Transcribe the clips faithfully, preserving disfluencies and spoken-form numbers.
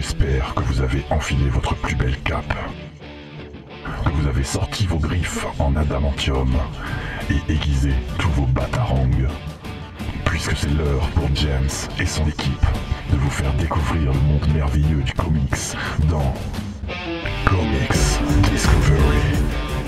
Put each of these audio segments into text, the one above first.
J'espère que vous avez enfilé votre plus belle cape, que vous avez sorti vos griffes en adamantium et aiguisé tous vos batarangs, puisque c'est l'heure pour James et son équipe de vous faire découvrir le monde merveilleux du comics dans Comics Discovery.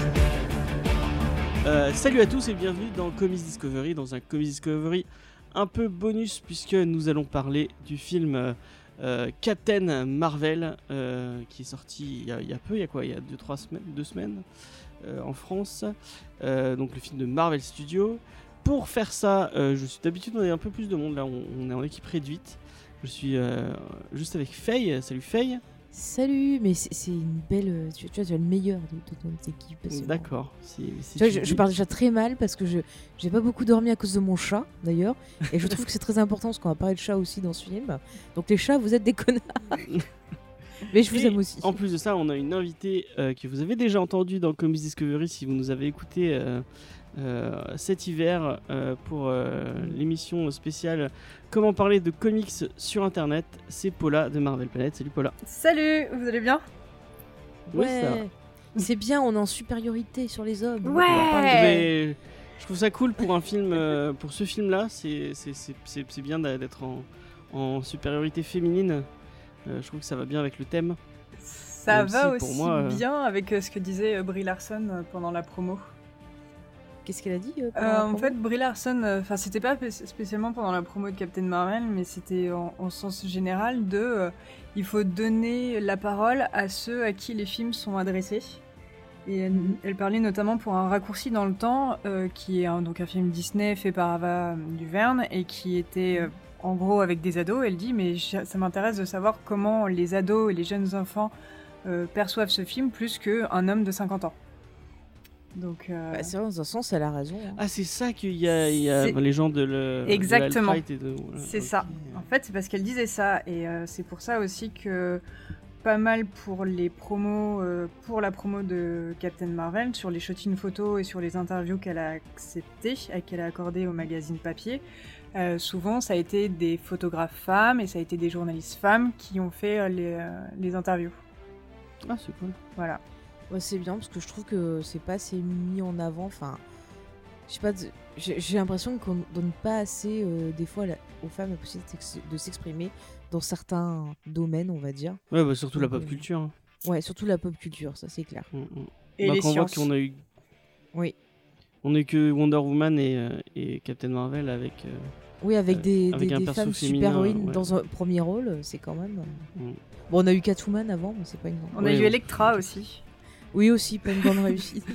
Euh, salut à tous et bienvenue dans Comics Discovery, dans un Comics Discovery un peu bonus puisque nous allons parler du film euh, euh, Captain Marvel euh, qui est sorti il y, a, il y a peu, il y a quoi, il y a deux trois semaines, deux semaines euh, en France, euh, donc le film de Marvel Studios. Pour faire ça, euh, je suis d'habitude on est un peu plus de monde là, on, on est en équipe réduite. Je suis euh, juste avec Faye. Salut Faye. Salut, mais c'est, c'est une belle. Tu, tu vois, tu as le meilleur de, de notre équipe. D'accord. Si, si tu vois, tu je, je parle déjà très mal parce que je j'ai pas beaucoup dormi à cause de mon chat d'ailleurs, et je trouve que c'est très important parce qu'on va parler de chat aussi dans ce film. Donc les chats, vous êtes des connards. Mais je vous et aime aussi. En plus de ça, on a une invitée euh, que vous avez déjà entendue dans Comics Discovery si vous nous avez écouté euh, euh, cet hiver euh, pour euh, l'émission spéciale Comment parler de comics sur internet. C'est Paula de Marvel Planet. Salut Paula. Salut, vous allez bien? Oui, Ouais. ça va. C'est bien, on est en supériorité sur les hommes. Ouais. Mais je trouve ça cool pour un film, euh, pour ce film-là. C'est, c'est, c'est, c'est, c'est bien d'être en, en supériorité féminine. Euh, je trouve que ça va bien avec le thème. Ça Même va si, aussi pour moi, euh, bien avec euh, ce que disait euh, Brie Larson euh, pendant la promo. Qu'est-ce qu'elle a dit euh, pendant Euh, la en promo fait, Brie Larson, enfin, euh, c'était pas p- spécialement pendant la promo de Captain Marvel, mais c'était en, en sens général de euh, il faut donner la parole à ceux à qui les films sont adressés. Et elle, Mhm. elle parlait notamment pour un raccourci dans le temps, euh, qui est un, donc un film Disney fait par Ava DuVerne et qui était euh, en gros avec des ados. Elle dit mais j- ça m'intéresse de savoir comment les ados et les jeunes enfants euh, perçoivent ce film plus qu'un homme de cinquante ans. Donc, euh, Bah, c'est vrai, dans un sens, elle a raison. hein. Ah, c'est ça qu'il y a, il y a C'est- les gens de le. Exactement. De l'alt-right et de- voilà, c'est ok. ça. En fait, c'est parce qu'elle disait ça, et euh, c'est pour ça aussi que pas mal pour les promos, euh, pour la promo de Captain Marvel, sur les shootings photos et sur les interviews qu'elle a acceptées, euh, qu'elle a accordées au magazine papier, euh, souvent ça a été des photographes femmes et ça a été des journalistes femmes qui ont fait euh, les, euh, les interviews. Ah, c'est cool. Voilà. Ouais, c'est bien parce que je trouve que c'est pas assez mis en avant. Enfin, je sais pas, de- j'ai, j'ai l'impression qu'on donne pas assez euh, des fois la- aux femmes la possibilité d'ex- de s'exprimer dans certains domaines, on va dire. Ouais, bah surtout la Donc, pop euh, culture. hein. Ouais, surtout la pop culture, ça c'est clair. Mm, mm. Et Bah, les quand on voit sciences. qu'on a eu, Oui, on a eu que Wonder Woman et, euh, et Captain Marvel avec. euh, oui, avec Euh, des, avec des, un des perso femmes féminin, super-héroïnes ouais. dans un premier rôle, c'est quand même. euh, Mm. Bon, on a eu Catwoman avant, mais c'est pas une. On a Ouais, eu ouais. Electra aussi. Oui, aussi, pas une grande réussite.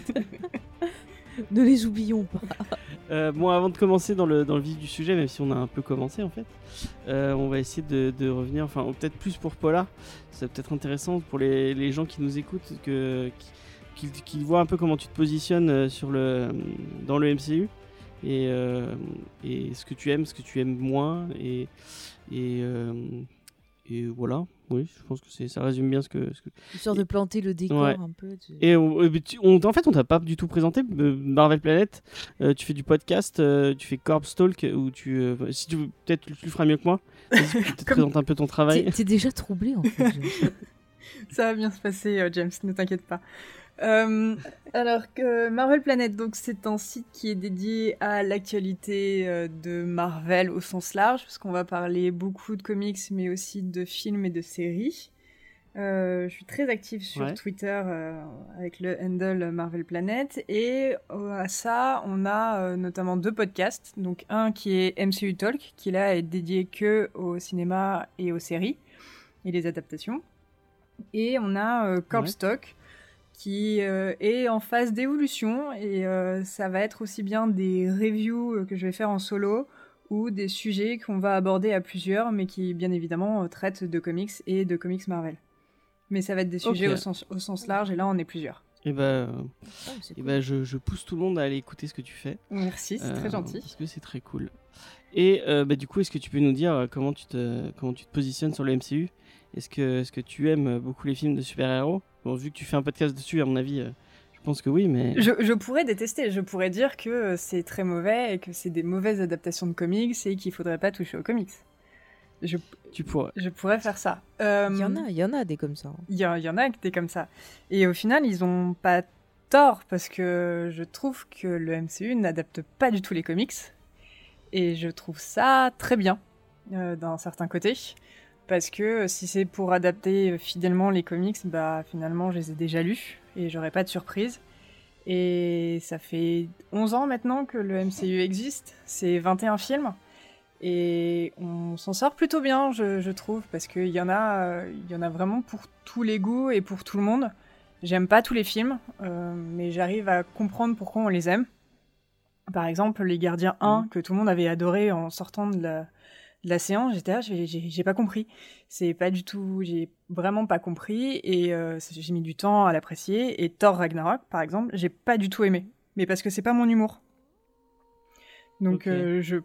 Ne les oublions pas. Euh, bon, avant de commencer dans le, dans le vif du sujet, même si on a un peu commencé en fait, euh, on va essayer de, de revenir, enfin ou peut-être plus pour Paula, c'est peut-être intéressant pour les, les gens qui nous écoutent, que, qui, qui, qui voient un peu comment tu te positionnes euh, sur le, dans le M C U, et, euh, et ce que tu aimes, ce que tu aimes moins, et, et, euh, et voilà, oui, je pense que c'est, ça résume bien ce que... Ce que... Histoire de planter le décor Ouais. un peu. de- Et on, euh, tu- on- en fait, on t'a pas du tout présenté. euh, Marvel Planet, euh, tu fais du podcast, euh, tu fais Corpse Talk, où tu, euh, si tu veux, peut-être tu le feras mieux que moi. Vas-y, peut-être Comme- présente un peu ton travail. T'es, t'es déjà troublé en fait. je- Ça va bien se passer, euh, James, ne t'inquiète pas. Euh, alors que Marvel Planet, donc c'est un site qui est dédié à l'actualité euh, de Marvel au sens large, parce qu'on va parler beaucoup de comics, mais aussi de films et de séries. Euh, je suis très active sur Ouais. Twitter euh, avec le handle Marvel Planet, et euh, à ça, on a euh, notamment deux podcasts. Donc un qui est M C U Talk, qui là est dédié que au cinéma et aux séries et les adaptations. Et on a euh, Corpse Ouais. Talk, qui euh, est en phase d'évolution, et euh, ça va être aussi bien des reviews euh, que je vais faire en solo ou des sujets qu'on va aborder à plusieurs, mais qui bien évidemment euh, traitent de comics et de comics Marvel. Mais ça va être des sujets Ok. au, sens, au sens large, et là on est plusieurs. Et ben, Ah, mais c'est et cool. ben, je, je pousse tout le monde à aller écouter ce que tu fais. Merci, c'est Euh, très gentil. Parce que c'est très cool. Et euh, bah, du coup, est-ce que tu peux nous dire euh, comment tu te, comment tu te positionnes sur le M C U? Est-ce que, est-ce que tu aimes beaucoup les films de super-héros? Bon, vu que tu fais un podcast dessus, à mon avis, euh, je pense que oui, mais... Je, je pourrais détester, je pourrais dire que euh, c'est très mauvais et que c'est des mauvaises adaptations de comics et qu'il faudrait pas toucher aux comics. Je, Tu pourrais. je pourrais faire ça. Euh, Il y en a, il y en a des comme ça. Il y, y en a qui étaient comme ça. Et au final, ils ont pas tort parce que je trouve que le M C U n'adapte pas du tout les comics. Et je trouve ça très bien, euh, d'un certain côté. Parce que si c'est pour adapter fidèlement les comics, bah finalement, je les ai déjà lus et j'aurais pas de surprise. Et ça fait onze ans maintenant que le M C U existe. C'est vingt et un films. Et on s'en sort plutôt bien, je, je trouve, parce qu'il y en a, euh, il y en a vraiment pour tous les goûts et pour tout le monde. J'aime pas tous les films, euh, mais j'arrive à comprendre pourquoi on les aime. Par exemple, Les Gardiens un, que tout le monde avait adoré en sortant de la, de la séance, j'étais là, j'ai, j'ai, j'ai pas compris. C'est pas du tout, j'ai vraiment pas compris, et euh, j'ai mis du temps à l'apprécier. Et Thor Ragnarok, par exemple, j'ai pas du tout aimé, mais parce que c'est pas mon humour. Donc Ok. euh, je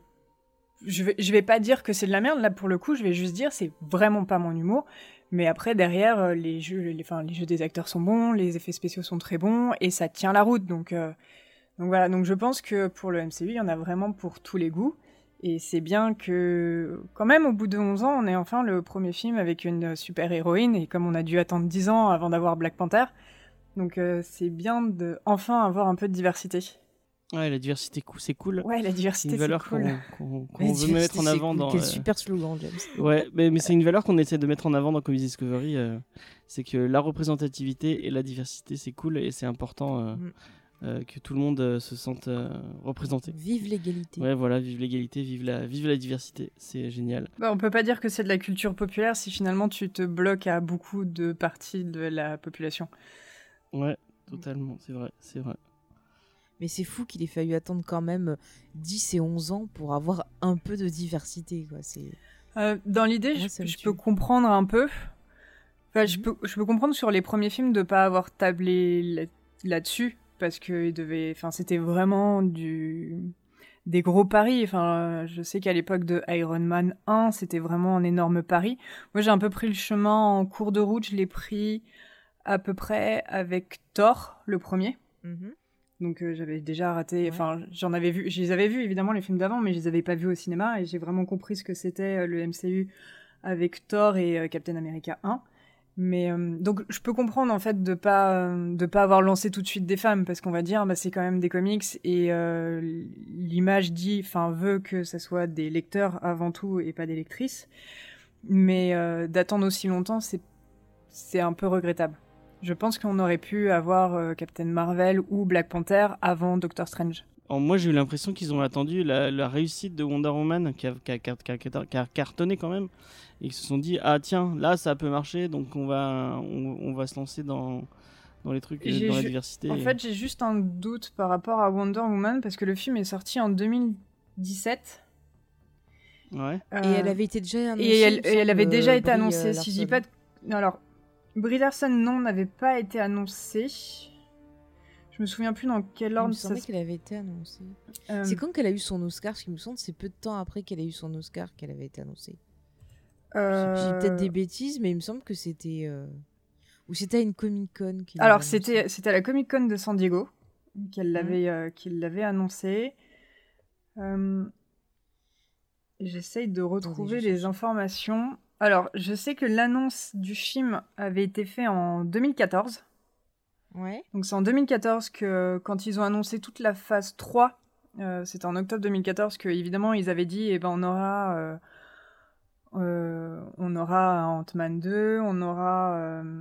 Je vais, je vais pas dire que c'est de la merde, là pour le coup, je vais juste dire c'est vraiment pas mon humour. Mais après, derrière, euh, les jeux, les, enfin, les jeux des acteurs sont bons, les effets spéciaux sont très bons, et ça tient la route. Donc, euh, donc voilà, donc je pense que pour le M C U, il y en a vraiment pour tous les goûts. Et c'est bien que, quand même, au bout de onze ans, on ait enfin le premier film avec une super-héroïne, et comme on a dû attendre dix ans avant d'avoir Black Panther, donc euh, c'est bien de enfin avoir un peu de diversité. Ouais, la diversité, cou- c'est cool. Ouais, la C'est diversité, une c'est valeur cool. qu'on, qu'on- qu'on La veut mettre en diversité, avant c'est dans. cool. Quel euh, super slogan, James. Ouais, mais, mais c'est une valeur qu'on essaie de mettre en avant dans Comics Discovery. euh, c'est que la représentativité et la diversité, c'est cool et c'est important euh, Mm. euh, que tout le monde euh, se sente euh, représenté. Vive l'égalité. Ouais, voilà, vive l'égalité, vive la, vive la diversité, c'est génial. Bah, on peut pas dire que c'est de la culture populaire si finalement tu te bloques à beaucoup de parties de la population. Ouais, totalement, c'est vrai, c'est vrai. Mais c'est fou qu'il ait fallu attendre quand même dix et onze ans pour avoir un peu de diversité, quoi. C'est... Euh, dans l'idée, Moi, je, ça me je tue. peux comprendre un peu. Enfin, je, Mhm. peux, je peux comprendre sur les premiers films de pas avoir tablé là- là-dessus parce que il devait, enfin, c'était vraiment du des gros paris. Enfin, je sais qu'à l'époque de Iron Man un, c'était vraiment un énorme pari. Moi, j'ai un peu pris le chemin en cours de route. Je l'ai pris à peu près avec Thor, le premier. Mhm. Donc euh, j'avais déjà raté, Ouais. enfin j'en avais vu, je les avais vus évidemment les films d'avant, mais je les avais pas vus au cinéma et j'ai vraiment compris ce que c'était euh, le M C U avec Thor et euh, Captain America un. Mais euh, donc je peux comprendre en fait de pas euh, de pas avoir lancé tout de suite des femmes parce qu'on va dire bah c'est quand même des comics et euh, l'image dit, enfin veut que ça soit des lecteurs avant tout et pas des lectrices. Mais euh, d'attendre aussi longtemps c'est c'est un peu regrettable. Je pense qu'on aurait pu avoir euh, Captain Marvel ou Black Panther avant Doctor Strange. Alors, moi, j'ai eu l'impression qu'ils ont attendu la, la réussite de Wonder Woman, qui a, qui, a, qui, a, qui a- qui a cartonné quand même, et ils se sont dit ah tiens, là ça peut marcher, donc on va, on, on va se lancer dans, dans les trucs, euh, J'ai dans la ju- diversité. En fait, j'ai juste un doute par rapport à Wonder Woman parce que le film est sorti en deux mille dix-sept. Ouais. Euh, Et elle avait été déjà annoncée. et elle, il me et elle semble, avait déjà euh, été Brie, annoncée. euh, si je dis Larson. pas de... Alors, Brie Larson, non, n'avait pas été annoncée. Je me souviens plus dans quel Il me ordre ça semblait se... qu'elle avait été annoncée. euh, C'est quand qu'elle a eu son Oscar? Parce qu'il me semble que c'est peu de temps après qu'elle a eu son Oscar qu'elle avait été annoncée. euh, J'ai peut-être des bêtises, mais il me semble que c'était... euh, Ou c'était à une Comic-Con qu'il Alors, l'avait c'était annoncé. c'était à la Comic Con de San Diego qu'elle Mhm. l'avait euh, qu'il l'avait annoncé. Euh, J'essaye de retrouver je les cherche. informations. Alors, je sais que l'annonce du film avait été faite en deux mille quatorze. Ouais. Donc, c'est en deux mille quatorze que, quand ils ont annoncé toute la phase trois, euh, c'était en octobre deux mille quatorze que, évidemment, ils avaient dit eh ben, on aura. Euh, euh, on aura Ant-Man deux, on aura. euh,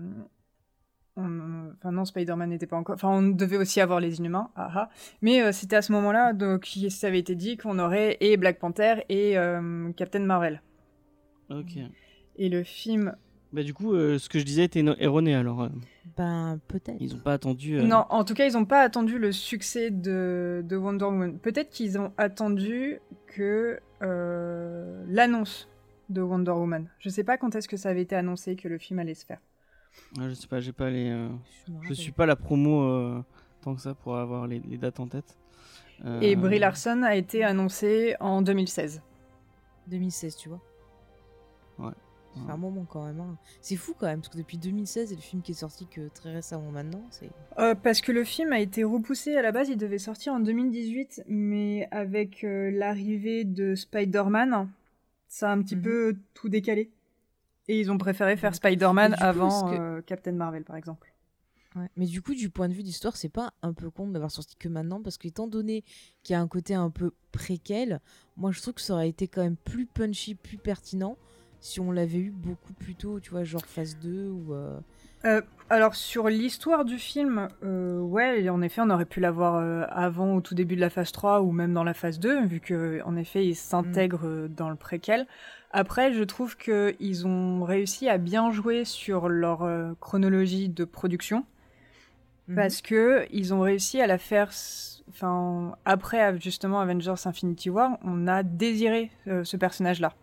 on- Enfin non, Spider-Man n'était pas encore... Enfin, on devait aussi avoir les Inhumains, ah, ah. Mais euh, c'était à ce moment-là, donc ça avait été dit qu'on aurait et Black Panther et euh, Captain Marvel. Ok. Et le film... Bah du coup, euh, ce que je disais était no- erroné alors. euh, Ben, peut-être. ils ont pas attendu. euh, Non, en tout cas, ils n'ont pas attendu le succès de, de Wonder Woman. Peut-être qu'ils ont attendu que euh, l'annonce de Wonder Woman. Je sais pas quand est-ce que ça avait été annoncé que le film allait se faire. ouais, je sais pas, j'ai pas les. euh, me Je rappelle. suis pas la promo euh, tant que ça pour avoir les, les dates en tête. Euh, Et Brie Larson a été annoncée en deux mille seize. deux mille seize, tu vois. Ouais. Ça fait un moment quand même. hein. C'est fou quand même, parce que depuis deux mille seize, et le film qui est sorti que très récemment maintenant, c'est... Euh, parce que le film a été repoussé à la base, il devait sortir en deux mille dix-huit, mais avec euh, l'arrivée de Spider-Man, ça a un petit Mhm. peu tout décalé. Et ils ont préféré faire Ouais. Spider-Man Et du coup, avant est-ce que- euh, Captain Marvel, par exemple. Ouais. Mais du coup, du point de vue d'histoire, c'est pas un peu con d'avoir sorti que maintenant, parce qu'étant donné qu'il y a un côté un peu préquel, moi je trouve que ça aurait été quand même plus punchy, plus pertinent si on l'avait eu beaucoup plus tôt, tu vois, genre phase deux ou. euh, Euh, alors, sur l'histoire du film, euh, ouais, en effet, on aurait pu l'avoir euh, avant, au tout début de la phase trois, ou même dans la phase deux, vu qu'en effet, il s'intègre euh, dans le préquel. Après, je trouve qu'ils ont réussi à bien jouer sur leur euh, chronologie de production, Mhm. parce que ils ont réussi à la faire... s- Enfin, après, justement, Avengers Infinity War, on a désiré euh, ce personnage-là.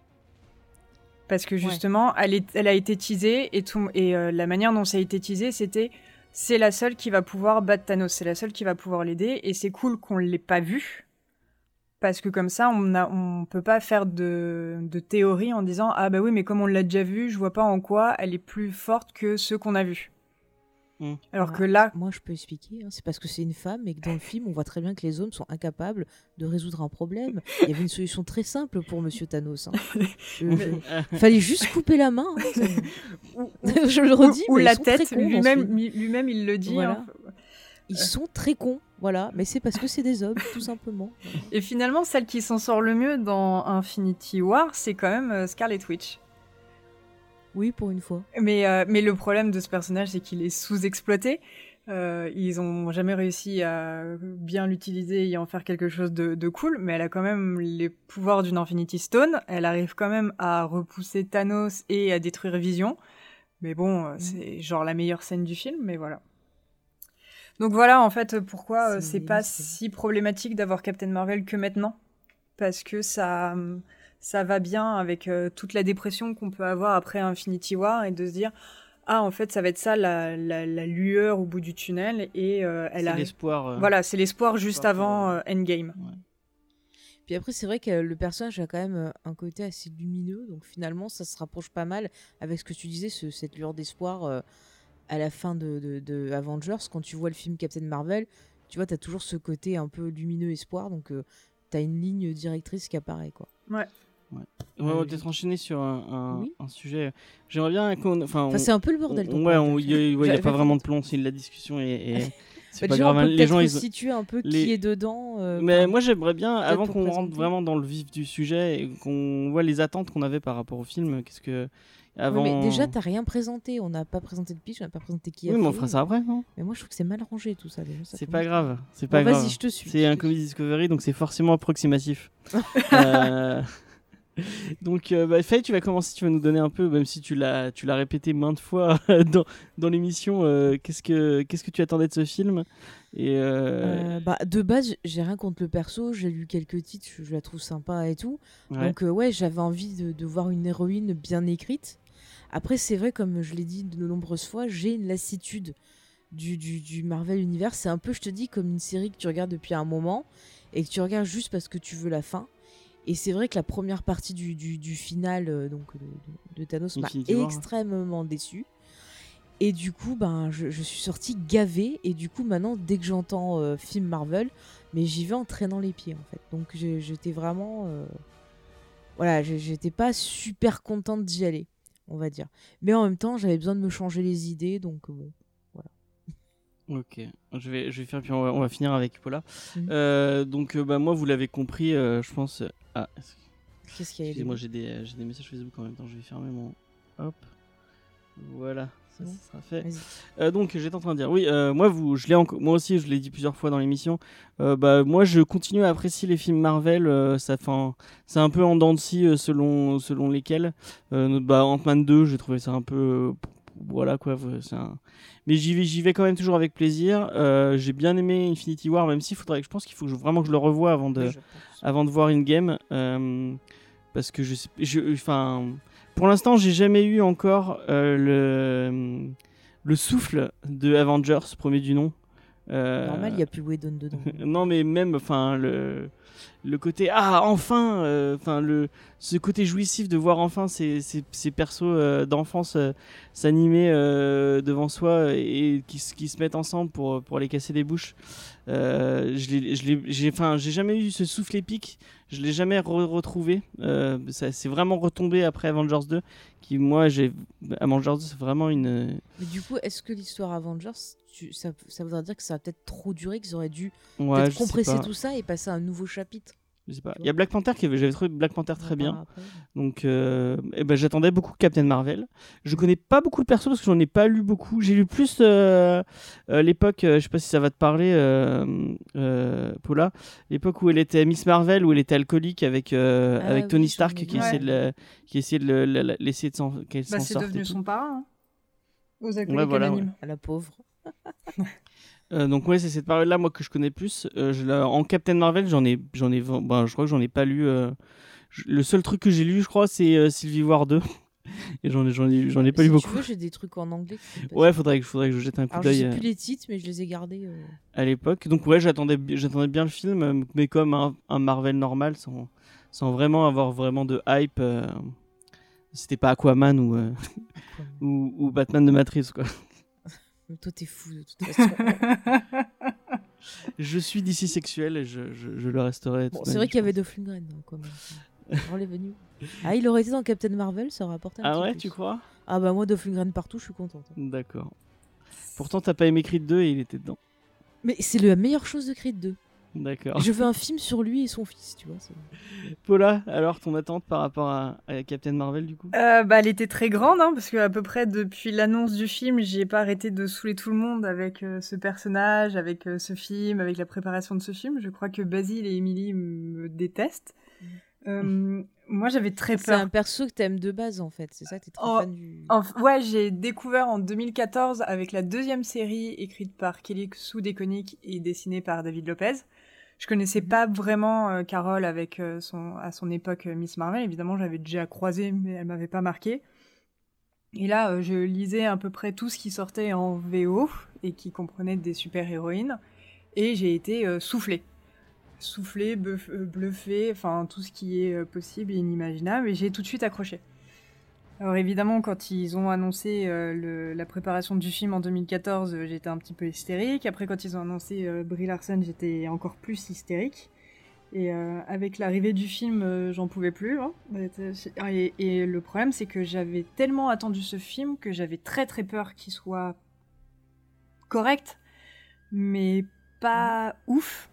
Parce que justement, elle, est, elle a été teasée et, tout, et euh, la manière dont ça a été teasé, c'était c'est la seule qui va pouvoir battre Thanos, c'est la seule qui va pouvoir l'aider, et c'est cool qu'on ne l'ait pas vue, parce que comme ça, on ne on peut pas faire de, de théorie en disant ah bah oui, mais comme on l'a déjà vue, je vois pas en quoi elle est plus forte que ceux qu'on a vus. Mm. Alors Alors, que là, moi je peux expliquer, hein, c'est parce que c'est une femme et que dans le film, on voit très bien que les hommes sont incapables de résoudre un problème. Il y avait une solution très simple pour Monsieur Thanos. Hein. Je- je- Fallait juste couper la main. hein, ça- ou, je le redis, ou mais la ils sont très tête, cons dans ce lui-même, film. lui- lui-même il le dit. Voilà. hein. Ils sont très cons, voilà, mais c'est parce que c'est des hommes, tout simplement. Et finalement, celle qui s'en sort le mieux dans Infinity War, c'est quand même euh, Scarlet Witch. Oui, pour une fois. Mais, euh, mais le problème de ce personnage, c'est qu'il est sous-exploité. Euh, ils ont jamais réussi à bien l'utiliser et en faire quelque chose de, de cool, mais elle a quand même les pouvoirs d'une Infinity Stone. Elle arrive quand même à repousser Thanos et à détruire Vision. Mais bon, euh, Mm. c'est genre la meilleure scène du film, mais voilà. Donc voilà, en fait, pourquoi euh, C'est- c'est pas c'est- si problématique d'avoir Captain Marvel que maintenant. Parce que ça, ça va bien avec euh, toute la dépression qu'on peut avoir après Infinity War et de se dire ah, en fait, ça va être ça la, la, la lueur au bout du tunnel et euh, elle C'est arrive. l'espoir. euh, Voilà, c'est l'espoir juste l'espoir pour, avant euh, euh, Endgame. Puis après, c'est vrai que le personnage a quand même euh, un côté assez lumineux, donc finalement, ça se rapproche pas mal avec ce que tu disais, ce- cette lueur d'espoir euh, à la fin de, de, de Avengers. Quand tu vois le film Captain Marvel, tu vois, t'as toujours ce côté un peu lumineux espoir, donc euh, t'as une ligne directrice qui apparaît, quoi. Ouais. On va Euh, peut-être enchaîner sur un, un, Oui. un sujet. J'aimerais bien qu'on. Enfin, Enfin, on- c'est un peu le bordel. on- ton ouais, problème, on- tu il y a, vois. ouais, il y a J'avais pas vraiment fait- de plan, c'est la discussion et, et c'est Bah, pas déjà, grave. on hein, peut Les peut-être gens, ils... situer un peu les- qui est dedans. euh, Mais par- moi, j'aimerais bien, avant pour qu'on rentre présenter. vraiment dans le vif du sujet et qu'on voit les attentes qu'on avait par rapport au film, qu'est-ce que. Ouais, Avant... mais déjà, t'as rien présenté. On n'a pas présenté de pitch, on n'a pas présenté qui a Oui, mais on fait. fera ça après, non? Mais moi, je trouve que c'est mal rangé tout ça. déjà, ça C'est commence. pas grave. C'est Bon, pas grave. vas-y, je te suis. C'est je un te Comedy Discovery, donc c'est forcément approximatif. Euh, Donc, euh, bah, Faye, tu vas commencer, tu vas nous donner un peu, même si tu l'as, tu l'as répété maintes fois dans, dans l'émission, euh, qu'est-ce que, qu'est-ce que tu attendais de ce film? Et euh, Euh, bah, de base, j'ai rien contre le perso, j'ai lu quelques titres, je, je la trouve sympa et tout. ouais. Donc, euh, ouais, j'avais envie de, de voir une héroïne bien écrite. Après, c'est vrai, comme je l'ai dit de nombreuses fois, j'ai une lassitude du, du, du Marvel Universe. C'est un peu, je te dis, comme une série que tu regardes depuis un moment et que tu regardes juste parce que tu veux la fin. Et c'est vrai que la première partie du, du, du final euh, donc de, de- de Thanos m'a Infinity War. extrêmement déçu. Et du coup, ben, je, je suis sortie gavée. Et du coup, maintenant, dès que j'entends euh, film Marvel, mais j'y vais en traînant les pieds, en fait. Donc, j'ai- j'étais vraiment... euh, Voilà, j'ai- j'étais pas super contente d'y aller, on va dire. Mais en même temps, j'avais besoin de me changer les idées, donc euh, bon. Ok, je vais, je vais faire, puis on va, on va finir avec Paula. Mhm. Euh, donc, euh, bah, moi, vous l'avez compris, euh, je pense. euh, Ah, Qu'est-ce qu'il y a excusez-moi, j'ai des, euh, j'ai des messages Facebook en même temps. Je vais fermer mon. Hop. Voilà, ça, Bon. ça sera fait. Vas-y. Euh, donc, j'étais en train de dire, oui, euh, moi, vous, je l'ai enco- moi aussi, je l'ai dit plusieurs fois dans l'émission. euh, bah, moi, je continue à apprécier les films Marvel. euh, ça, fin, c'est un peu en dents de scie euh, selon, selon lesquels. Euh, bah, Ant-Man deux, j'ai trouvé ça un peu. euh, voilà quoi. C'est un... Mais j'y vais, j'y vais quand même toujours avec plaisir. Euh, j'ai bien aimé Infinity War, même s'il faudrait, je pense qu'il faut que je, vraiment que je le revoie avant de, Oui, je pense. avant de voir Endgame, euh, parce que je, sais- je, enfin, pour l'instant, j'ai jamais eu encore euh, le, le souffle de Avengers, premier du nom. Euh, Normal, il n'y a plus Whedon dedans. non, mais même, enfin, le, le côté ah enfin, enfin le, ce côté jouissif de voir enfin ces, ces, ces persos euh, d'enfance euh, s'animer euh, devant soi et qui, s- qui se mettent ensemble pour pour les casser les bouches. Euh, je l'ai, je l'ai, j'ai, enfin, j'ai jamais eu ce souffle épique. Je l'ai jamais re- retrouvé. Euh, ça, c'est vraiment retombé après Avengers deux. Qui, moi, j'ai Avengers deux, c'est vraiment une. Mais du coup, est-ce que l'histoire Avengers, tu, ça, ça voudrait dire que ça a peut-être trop duré, qu'ils auraient dû Ouais, peut-être je sais compresser pas. tout ça et passer à un nouveau chapitre. Je sais pas. Tu Il y a Black Panther qui avait, j'avais trouvé Black Panther très On en bien. parlera après. Donc, euh, eh ben, j'attendais beaucoup Captain Marvel. Je connais pas beaucoup le perso parce que j'en ai pas lu beaucoup. J'ai lu plus euh, euh, l'époque, euh, je sais pas si ça va te parler, euh, euh, Paula, l'époque où elle était Miss Marvel, où elle était alcoolique avec, euh, Ah avec oui, Tony j'en ai Stark lu. qui essayait de, le- qui essayait de le- le- le- laisser de s'en, qu'elle Bah, s'en c'est sorte. devenu et tout. son parrain. Hein. Aux acolytes Ouais, voilà, anonymes. À la pauvre. Euh, donc ouais, c'est cette période-là moi que je connais plus. Euh, je l'ai- en Captain Marvel, j'en ai, j'en ai, ben, je crois que j'en ai pas lu. euh, je- Le seul truc que j'ai lu, je crois, c'est euh, Civil War deux. Et j'en ai, j'en ai, j'en ai pas si lu beaucoup. tu veux, j'ai des trucs en anglais. qui sont Ouais, passés. faudrait que, faudrait que je jette un coup Alors, je d'œil sais euh, plus les titres, mais je les ai gardés. euh. à l'époque. Donc ouais, j'attendais, bi- j'attendais bien le film, euh, mais comme un, un Marvel normal, sans, sans vraiment avoir vraiment de hype. euh, C'était pas Aquaman ou, euh, ou, ou Batman de Matrix, quoi. Mais toi, t'es fou de toute façon. Je suis d'ici sexuel et je, je, je le resterai. Bon, toute c'est ma vrai vie, qu'il y je avait pense. Dolph Lundgren. hein, quand même. On l'est venu. Ah, il aurait été dans Captain Marvel, ça aurait apporté un Ah petit ouais, plus. tu crois? Ah bah moi, Dolph Lundgren partout, je suis contente. hein. D'accord. Pourtant, t'as pas aimé Creed deux et il était dedans. Mais c'est la meilleure chose de Creed deux. D'accord. Je veux un film sur lui et son fils, tu vois. c'est- Paula, alors ton attente par rapport à, à Captain Marvel du coup? Euh, bah, elle était très grande, hein, parce que à peu près depuis l'annonce du film, j'ai pas arrêté de saouler tout le monde avec euh, ce personnage, avec euh, ce film, avec la préparation de ce film. Je crois que Basile et Emily me détestent. Euh, moi, j'avais très C'est peur. un perso que t'aimes de base, en fait. C'est ça, t'es très Oh, fan du... En f- ouais, j'ai découvert en deux mille quatorze avec la deuxième série écrite par Kelly Sue DeConnick et dessinée par David Lopez. Je connaissais pas vraiment euh, Carol avec euh, son à son époque euh, Miss Marvel. Évidemment, j'avais déjà croisé, mais elle m'avait pas marqué. Et là, euh, je lisais à peu près tout ce qui sortait en V O et qui comprenait des super-héroïnes. Et j'ai été euh, soufflée. Soufflée, beuf- euh, bluffée, enfin tout ce qui est euh, possible et inimaginable. Et j'ai tout de suite accroché. Alors évidemment, quand ils ont annoncé euh, le- la préparation du film en deux mille quatorze, euh, j'étais un petit peu hystérique. Après, quand ils ont annoncé euh, Brie Larson, j'étais encore plus hystérique. Et euh, avec l'arrivée du film, euh, j'en pouvais plus. Hein. Et, et le problème, c'est que j'avais tellement attendu ce film que j'avais très très peur qu'il soit correct, mais pas ouf.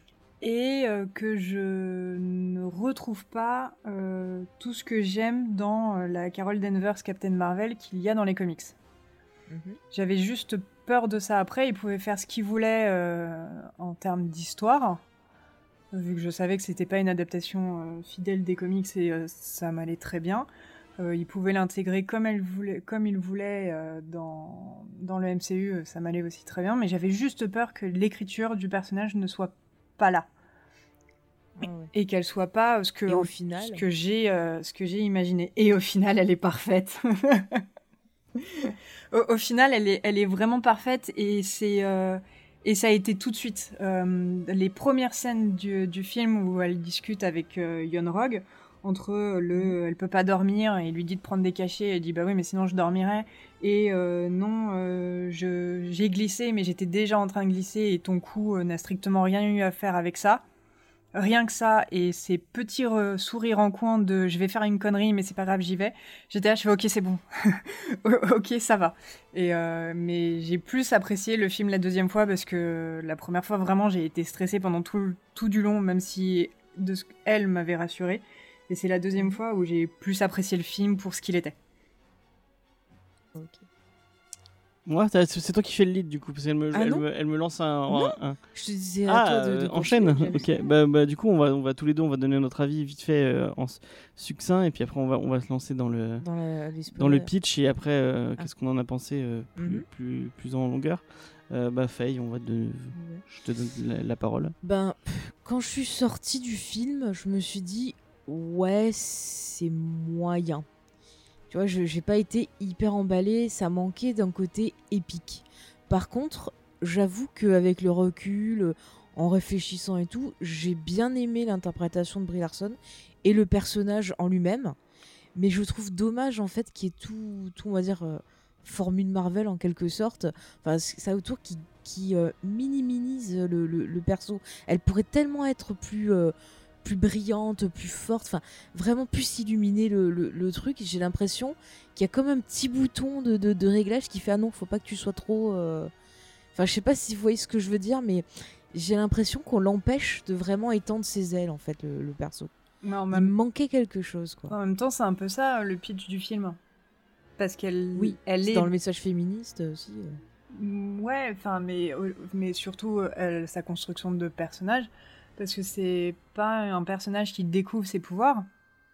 Et euh, que je ne retrouve pas euh, tout ce que j'aime dans euh, la Carol Danvers Captain Marvel qu'il y a dans les comics. Mhm. J'avais juste peur de ça après. Ils pouvaient faire ce qu'ils voulaient euh, en termes d'histoire, vu que je savais que c'était pas une adaptation euh, fidèle des comics et euh, ça m'allait très bien. Euh, ils pouvaient l'intégrer comme, elle voulait, comme ils voulaient euh, dans, dans le M C U, ça m'allait aussi très bien. Mais j'avais juste peur que l'écriture du personnage ne soit pas là. Ah ouais. Et qu'elle soit pas ce que, Et au final ce que j'ai euh, ce que j'ai imaginé. Et au final, elle est parfaite. au, au final, elle est, elle est vraiment parfaite et c'est euh, et ça a été tout de suite. Euh, les premières scènes du, du film où elle discute avec euh, Yon Rog, entre le elle peut pas dormir et il lui dit de prendre des cachets, elle dit bah oui mais sinon je dormirais et euh, non euh, je j'ai glissé mais j'étais déjà en train de glisser et ton cou euh, n'a strictement rien eu à faire avec ça. Rien que ça, et ces petits re- sourires en coin de je vais faire une connerie, mais c'est pas grave, j'y vais. J'étais là, je fais ok, c'est bon. Ok, ça va. Et euh, mais j'ai plus apprécié le film la deuxième fois parce que la première fois, vraiment, j'ai été stressée pendant tout, tout du long, même si de ce qu'elle m'avait rassurée. Et c'est la deuxième fois où j'ai plus apprécié le film pour ce qu'il était. Ok. Moi, t'as- c'est toi qui fais le lead du coup, parce qu'elle me, Ah elle non. me, elle me lance un. Non. un- un- Je te disais à Ah, toi de, de euh, continuer, enchaîne. j'avais- Ok. Bah, bah, du coup, on va, on va tous les deux, on va donner notre avis vite fait euh, en s- succinct, et puis après, on va, on va se lancer dans le, Dans, la, les dans le spoilers. pitch, et après, euh, Ah. qu'est-ce qu'on en a pensé euh, plus, Mhm. plus, plus en longueur. Euh, bah, Faye, on va te, Ouais. je te donne la, la parole. Ben, pff, quand je suis sortie du film, je me suis dit, ouais, c'est moyen. Tu vois, je j'ai pas été hyper emballée, ça manquait d'un côté épique. Par contre, j'avoue qu'avec le recul, en réfléchissant et tout, j'ai bien aimé l'interprétation de Brie Larson et le personnage en lui-même. Mais je trouve dommage, en fait, qu'il y ait tout, tout on va dire... euh, formule Marvel en quelque sorte. Enfin, c'est ça autour qui, qui euh, minimise le, le, le perso. Elle pourrait tellement être plus, euh, plus brillante, plus forte, enfin vraiment plus illuminer le, le, le truc. J'ai l'impression qu'il y a comme un petit bouton de, de, de réglage qui fait ah non, faut pas que tu sois trop. Euh... Enfin, je sais pas si vous voyez ce que je veux dire, mais j'ai l'impression qu'on l'empêche de vraiment étendre ses ailes en fait, le, le perso. Mais en Il même... manquait quelque chose, quoi. En même temps, c'est un peu ça le pitch du film. Parce qu'elle oui, elle c'est est dans le message féministe aussi. Ouais, enfin, mais, mais surtout elle, sa construction de personnage. Parce que c'est pas un personnage qui découvre ses pouvoirs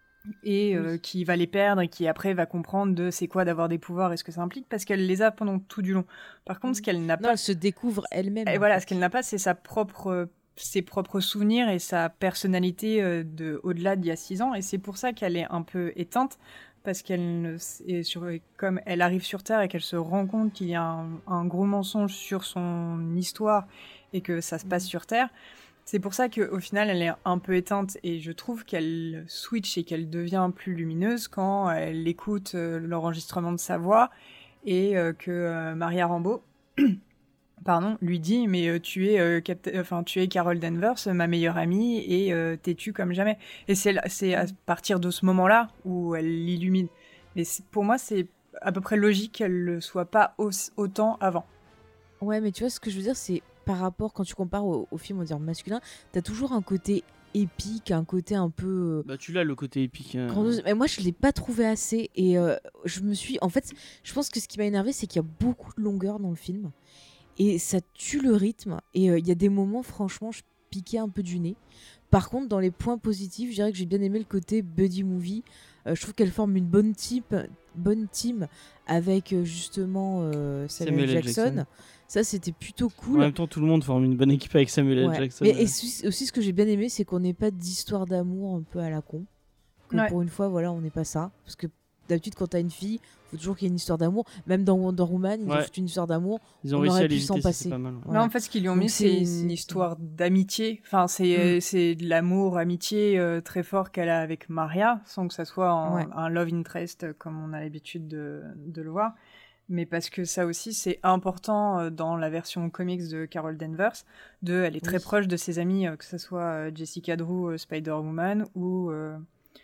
et oui. euh, qui va les perdre et qui après va comprendre de c'est quoi d'avoir des pouvoirs et ce que ça implique. Parce qu'elle les a pendant tout du long. Par contre, ce qu'elle n'a non, pas. Elle se découvre elle-même. Et voilà, fait. Ce qu'elle n'a pas, c'est sa propre. ses propres souvenirs et sa personnalité euh, de au-delà d'il y a six ans, et c'est pour ça qu'elle est un peu éteinte, parce qu'elle est sur, comme elle arrive sur Terre et qu'elle se rend compte qu'il y a un, un gros mensonge sur son histoire et que ça se passe mmh. sur Terre. C'est pour ça qu'au final elle est un peu éteinte, et je trouve qu'elle switch et qu'elle devient plus lumineuse quand elle écoute euh, l'enregistrement de sa voix et euh, que euh, Maria Rambeau pardon, lui dit mais euh, tu es euh, Capta- enfin tu es Carol Danvers, ma meilleure amie, et euh, têtue comme jamais. Et c'est c'est à partir de ce moment-là où elle l'illumine. Mais pour moi c'est à peu près logique qu'elle le soit pas au- autant avant. Ouais, mais tu vois ce que je veux dire, c'est par rapport quand tu compares au, au film on va dire masculin, t'as toujours un côté épique, un côté un peu. Bah tu l'as le côté épique. Hein. Grandiose. Mais moi je l'ai pas trouvé assez, et euh, je me suis, en fait, je pense que ce qui m'a énervé c'est qu'il y a beaucoup de longueur dans le film. Et ça tue le rythme. Et il euh, y a des moments, franchement, je piquais un peu du nez. Par contre, dans les points positifs, je dirais que j'ai bien aimé le côté buddy movie. Euh, je trouve qu'elle forme une bonne, type, bonne team avec euh, justement euh, Samuel, Samuel Jackson. Jackson. Ça, c'était plutôt cool. En même temps, tout le monde forme une bonne équipe avec Samuel ouais. Jackson. Mais, et aussi, ce que j'ai bien aimé, c'est qu'on n'ait pas d'histoire d'amour un peu à la con. Que ouais. Pour une fois, voilà, on n'est pas ça. Parce que d'habitude, quand t'as une fille, faut toujours qu'il y ait une histoire d'amour. Même dans Wonder Woman, ils ouais. ont fait une histoire d'amour. Ils ont on réussi aurait à pu s'en passer. Pas mal. Voilà. Non, en fait, ce qu'ils lui ont Donc mis, c'est, c'est une c'est... histoire d'amitié. Enfin, c'est, mm. c'est de l'amour, amitié euh, très fort qu'elle a avec Maria, sans que ça soit en, ouais. un love interest comme on a l'habitude de, de le voir. Mais parce que ça aussi, c'est important dans la version comics de Carol Danvers. De, elle est très oui. proche de ses amis, que ce soit Jessica Drew, Spider-Woman, ou... Euh,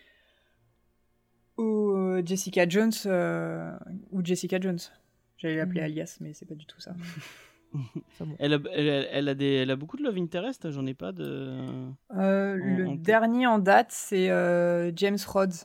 ou Jessica Jones euh, ou Jessica Jones. J'allais l'appeler mmh. Alias, mais c'est pas du tout ça. bon. elle, a, elle, elle, a des, elle a beaucoup de love interest, j'en ai pas de... Euh, en, le en dernier en date, c'est euh, James Rhodes.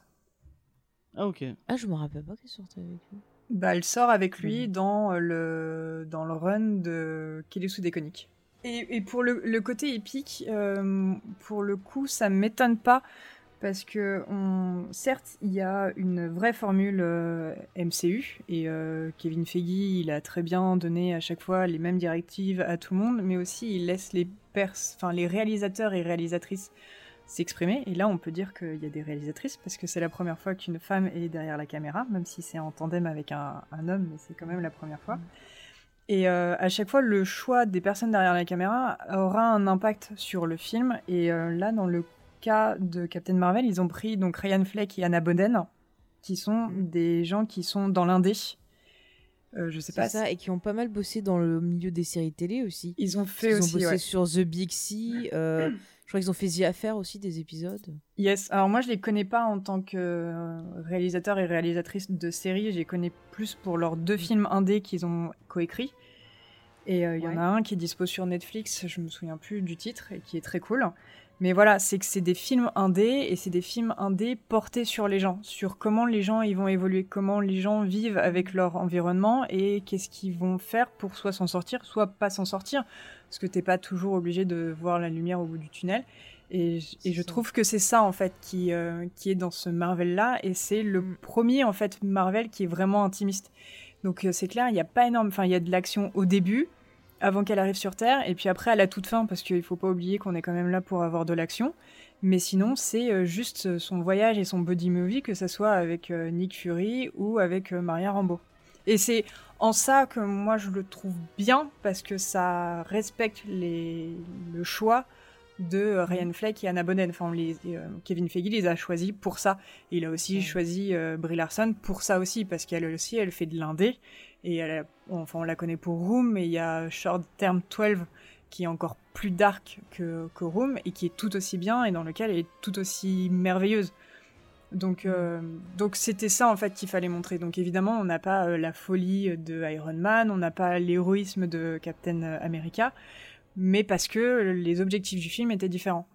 Ah ok. Ah, je me rappelle pas qu'elle sortait avec lui. Bah, elle sort avec lui mmh. dans, le, dans le run de Kelly Deconic. Et, et pour le, le côté épique, euh, pour le coup, ça m'étonne pas. Parce que, on... certes, il y a une vraie formule euh, M C U, et euh, Kevin Feige, il a très bien donné à chaque fois les mêmes directives à tout le monde, mais aussi il laisse les, pers... enfin, les réalisateurs et réalisatrices s'exprimer. Et là, on peut dire qu'il y a des réalisatrices, parce que c'est la première fois qu'une femme est derrière la caméra, même si c'est en tandem avec un, un homme, mais c'est quand même la première fois. Et euh, à chaque fois, le choix des personnes derrière la caméra aura un impact sur le film, et euh, là, dans le cas de Captain Marvel, ils ont pris donc Ryan Fleck et Anna Boden, qui sont des gens qui sont dans l'indé. Euh, je sais c'est pas. Ça, et qui ont pas mal bossé dans le milieu des séries télé aussi. Ils ont fait ils aussi. Ils ont bossé ouais. sur The Big C. Euh, je crois qu'ils ont fait The Affair aussi, des épisodes. Yes. Alors moi, je les connais pas en tant que réalisateur et réalisatrice de séries. Je les connais plus pour leurs deux films indés qu'ils ont coécrits. Et il euh, y ouais. en a un qui est dispo sur Netflix. Je me souviens plus du titre, et qui est très cool. Mais voilà, c'est que c'est des films indés, et c'est des films indés portés sur les gens, sur comment les gens ils vont évoluer, comment les gens vivent avec leur environnement, et qu'est-ce qu'ils vont faire pour soit s'en sortir, soit pas s'en sortir, parce que t'es pas toujours obligé de voir la lumière au bout du tunnel. Et, et je ça. trouve que c'est ça en fait qui, euh, qui est dans ce Marvel-là, et c'est le mm. premier en fait Marvel qui est vraiment intimiste. Donc euh, c'est clair, il y a pas énorme, enfin il y a de l'action au début, avant qu'elle arrive sur Terre, et puis après à la toute fin, parce qu'il faut pas oublier qu'on est quand même là pour avoir de l'action. Mais sinon, c'est juste son voyage et son body movie, que ça soit avec Nick Fury ou avec Maria Rambeau. Et c'est en ça que moi je le trouve bien, parce que ça respecte les... le choix de euh, Ryan Fleck et Anna Boden. Enfin, on les, euh, Kevin Feige les a choisis pour ça. Et il a aussi Ouais. choisi euh, Brie Larson pour ça aussi, parce qu'elle aussi, elle fait de l'indé. Et elle a- enfin, on la connaît pour Room, mais il y a Short Term douze qui est encore plus dark que, que Room et qui est tout aussi bien et dans lequel elle est tout aussi merveilleuse. Donc, euh, donc c'était ça en fait qu'il fallait montrer. Donc évidemment, on n'a pas euh, la folie de Iron Man, on n'a pas l'héroïsme de Captain America, mais parce que les objectifs du film étaient différents.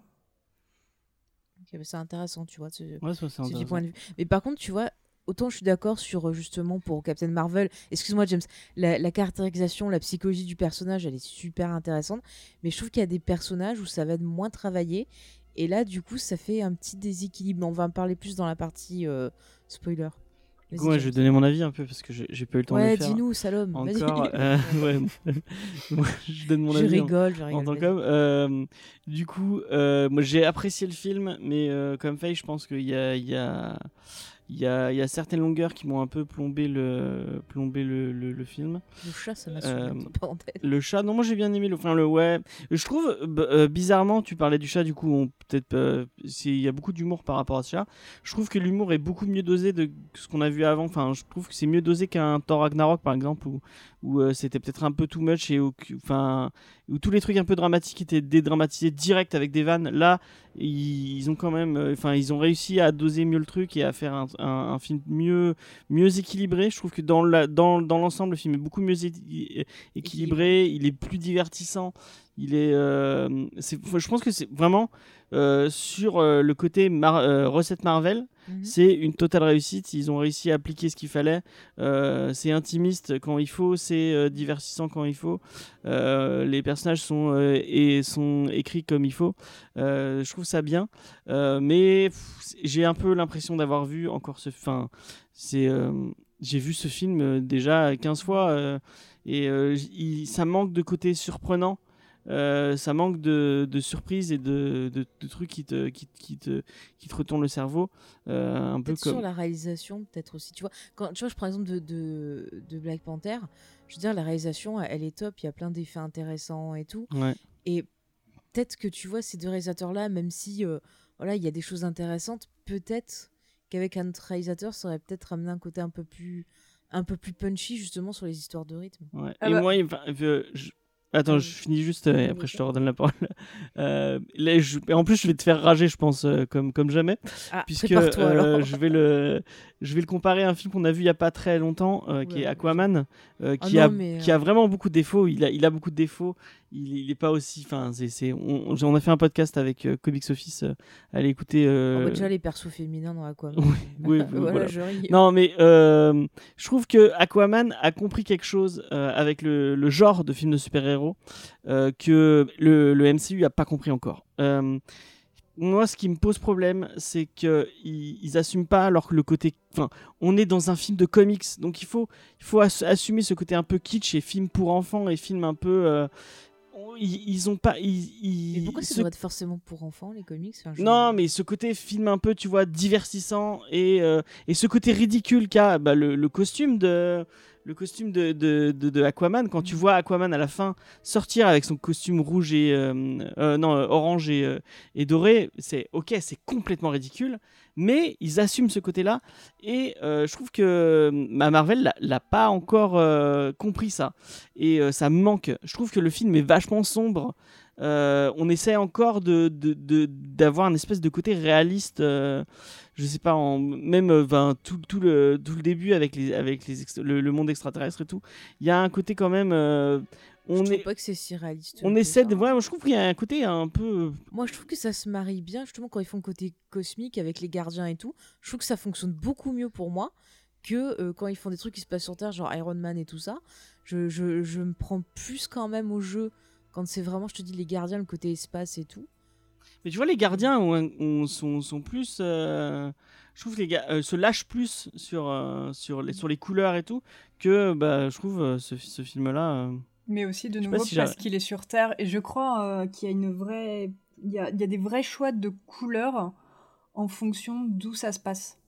Ok, mais c'est intéressant, tu vois, ce, Ouais, ça, c'est ce petit intéressant. point de vue. Mais par contre, tu vois, autant je suis d'accord sur euh, justement pour Captain Marvel, excuse-moi James, la, la caractérisation, la psychologie du personnage, elle est super intéressante, mais je trouve qu'il y a des personnages où ça va être moins travaillé, et là, du coup, ça fait un petit déséquilibre. On va en parler plus dans la partie euh, spoiler. Vas-y, Ouais, je vais James. donner mon avis un peu parce que j'ai, j'ai pas eu le temps de Ouais, le faire. dis-nous, Salom. Vas-y. Encore, euh, ouais, moi, je donne mon je avis. en- rigole, je En rigole. tant vas-y. qu'homme, euh, du coup, euh, moi j'ai apprécié le film, mais euh, comme Faye, je pense qu'il y a, il y, a, il y, a, il y a certaines longueurs qui m'ont un peu plombé le, plombé le, le, le film. Le chat, ça m'a Euh, saoulé, entre parenthèses. Le chat, non, moi j'ai bien aimé le. Enfin, le ouais. Je trouve, b- euh, bizarrement, tu parlais du chat, du coup, on, peut-être. euh, c'est- Il y a beaucoup d'humour par rapport à ce chat. Je trouve que l'humour est beaucoup mieux dosé de ce qu'on a vu avant. Enfin, je trouve que c'est mieux dosé qu'un Thor Ragnarok, par exemple, où, où euh, c'était peut-être un peu too much et où, enfin, où tous les trucs un peu dramatiques étaient dédramatisés direct avec des vannes. Là, ils, ils ont quand même. Enfin, ils ont réussi à doser mieux le truc et à faire un, un, un film mieux, mieux équilibré. Je trouve que dans, la, dans, dans l'ensemble, le film est beaucoup mieux é- équilibré, il est plus divertissant, il est, euh, c'est, je pense que c'est vraiment euh, sur euh, le côté mar- euh, recette Marvel, Mhm. c'est une totale réussite. Ils ont réussi à appliquer ce qu'il fallait. Euh, c'est intimiste quand il faut, c'est euh, divertissant quand il faut. Euh, les personnages sont euh, et sont écrits comme il faut. Euh, je trouve ça bien, Euh, mais pff, j'ai un peu l'impression d'avoir vu encore ce, fin, c'est euh, j'ai vu ce film euh, déjà quinze fois euh, et euh, il- ça manque de côté surprenant. Euh, ça manque de, de surprises et de, de, de trucs qui te, qui, qui, te, qui te retournent le cerveau. Euh, un peu Peut-être comme. sur la réalisation, peut-être aussi. Tu vois, quand, tu vois, je prends l'exemple de, de, de Black Panther. Je veux dire, la réalisation, elle est top. Il y a plein d'effets intéressants et tout. Ouais. Et peut-être que tu vois, ces deux réalisateurs-là, même si euh, voilà, il y a des choses intéressantes, peut-être qu'avec un autre réalisateur, ça aurait peut-être amené un côté un peu plus, un peu plus punchy, justement, sur les histoires de rythme. Ouais. Ah et bah- moi, enfin, euh, je- attends, Ah je oui. finis juste euh, et Oui, après oui, je te redonne la parole. Euh, là, je- et en plus, je vais te faire rager, je pense, euh, comme, comme jamais. Ah, Puisque prépare-toi euh, alors. je, vais le, je vais le comparer à un film qu'on a vu il n'y a pas très longtemps, euh, qui Oula, est Aquaman, euh, Ah qui, non, a, mais, qui a euh, vraiment beaucoup de défauts. Il a, il a beaucoup de défauts. Il, il est pas aussi. Enfin, c'est, c'est, on, on a fait un podcast avec euh, Comics Office. Euh, allez écouter. euh, Oh, bah, déjà, les persos féminins dans Aquaman. Oui, oui, voilà, voilà. je ris. Non, mais euh, je trouve que Aquaman a compris quelque chose euh, avec le, le genre de film de super-héros euh, que le, le M C U a pas compris encore. Euh, moi, ce qui me pose problème, c'est qu'ils ils assument pas, alors que le côté. Enfin, on est dans un film de comics, donc il faut, il faut ass- assumer ce côté un peu kitsch et film pour enfants et film un peu. euh, on- ils, ils ont pas. Ils, ils- Mais pourquoi ça ce- devrait être forcément pour enfants, les comics? Enfin, je- non, mais ce côté film un peu, tu vois, divertissant et, euh, et ce côté ridicule qu'a bah, le, le costume de le costume de, de, de, de Aquaman. Quand tu vois Aquaman à la fin sortir avec son costume rouge et euh, euh, non euh, orange et, euh, et doré, c'est ok, c'est complètement ridicule, mais ils assument ce côté-là et euh, je trouve que ma Marvel l'a, l'a pas encore euh, compris ça et euh, ça me manque. Je trouve que le film est vachement sombre. Euh, on essaie encore de, de, de- d'avoir un espèce de côté réaliste, euh, je sais pas, en, même euh, ben, tout, tout, le, tout le début avec, les, avec les ex- le, le monde extraterrestre et tout. Il y a un côté quand même. euh, je on trouve est, pas que c'est si réaliste. on que essaie ça. de. Ouais, moi, je trouve qu'il y a un côté un peu. Moi, je trouve que ça se marie bien, justement, quand ils font le côté cosmique avec les gardiens et tout. Je trouve que ça fonctionne beaucoup mieux pour moi que euh, quand ils font des trucs qui se passent sur Terre, genre Iron Man et tout ça. Je, je, je me prends plus quand même au jeu quand c'est vraiment, je te dis, les gardiens, le côté espace et tout. Mais tu vois, les gardiens ont, ont- sont, sont plus. euh, je trouve que les gars euh, se lâchent plus sur, euh, sur, les, sur les couleurs et tout que bah, je trouve euh, ce, ce film-là. euh, Mais aussi, de Je sais pas nouveau, si parce j'arrive. qu'il est sur Terre. Et je crois euh, qu'il y a une vraie... Il y a, il y a des vrais choix de couleurs en fonction d'où ça se passe.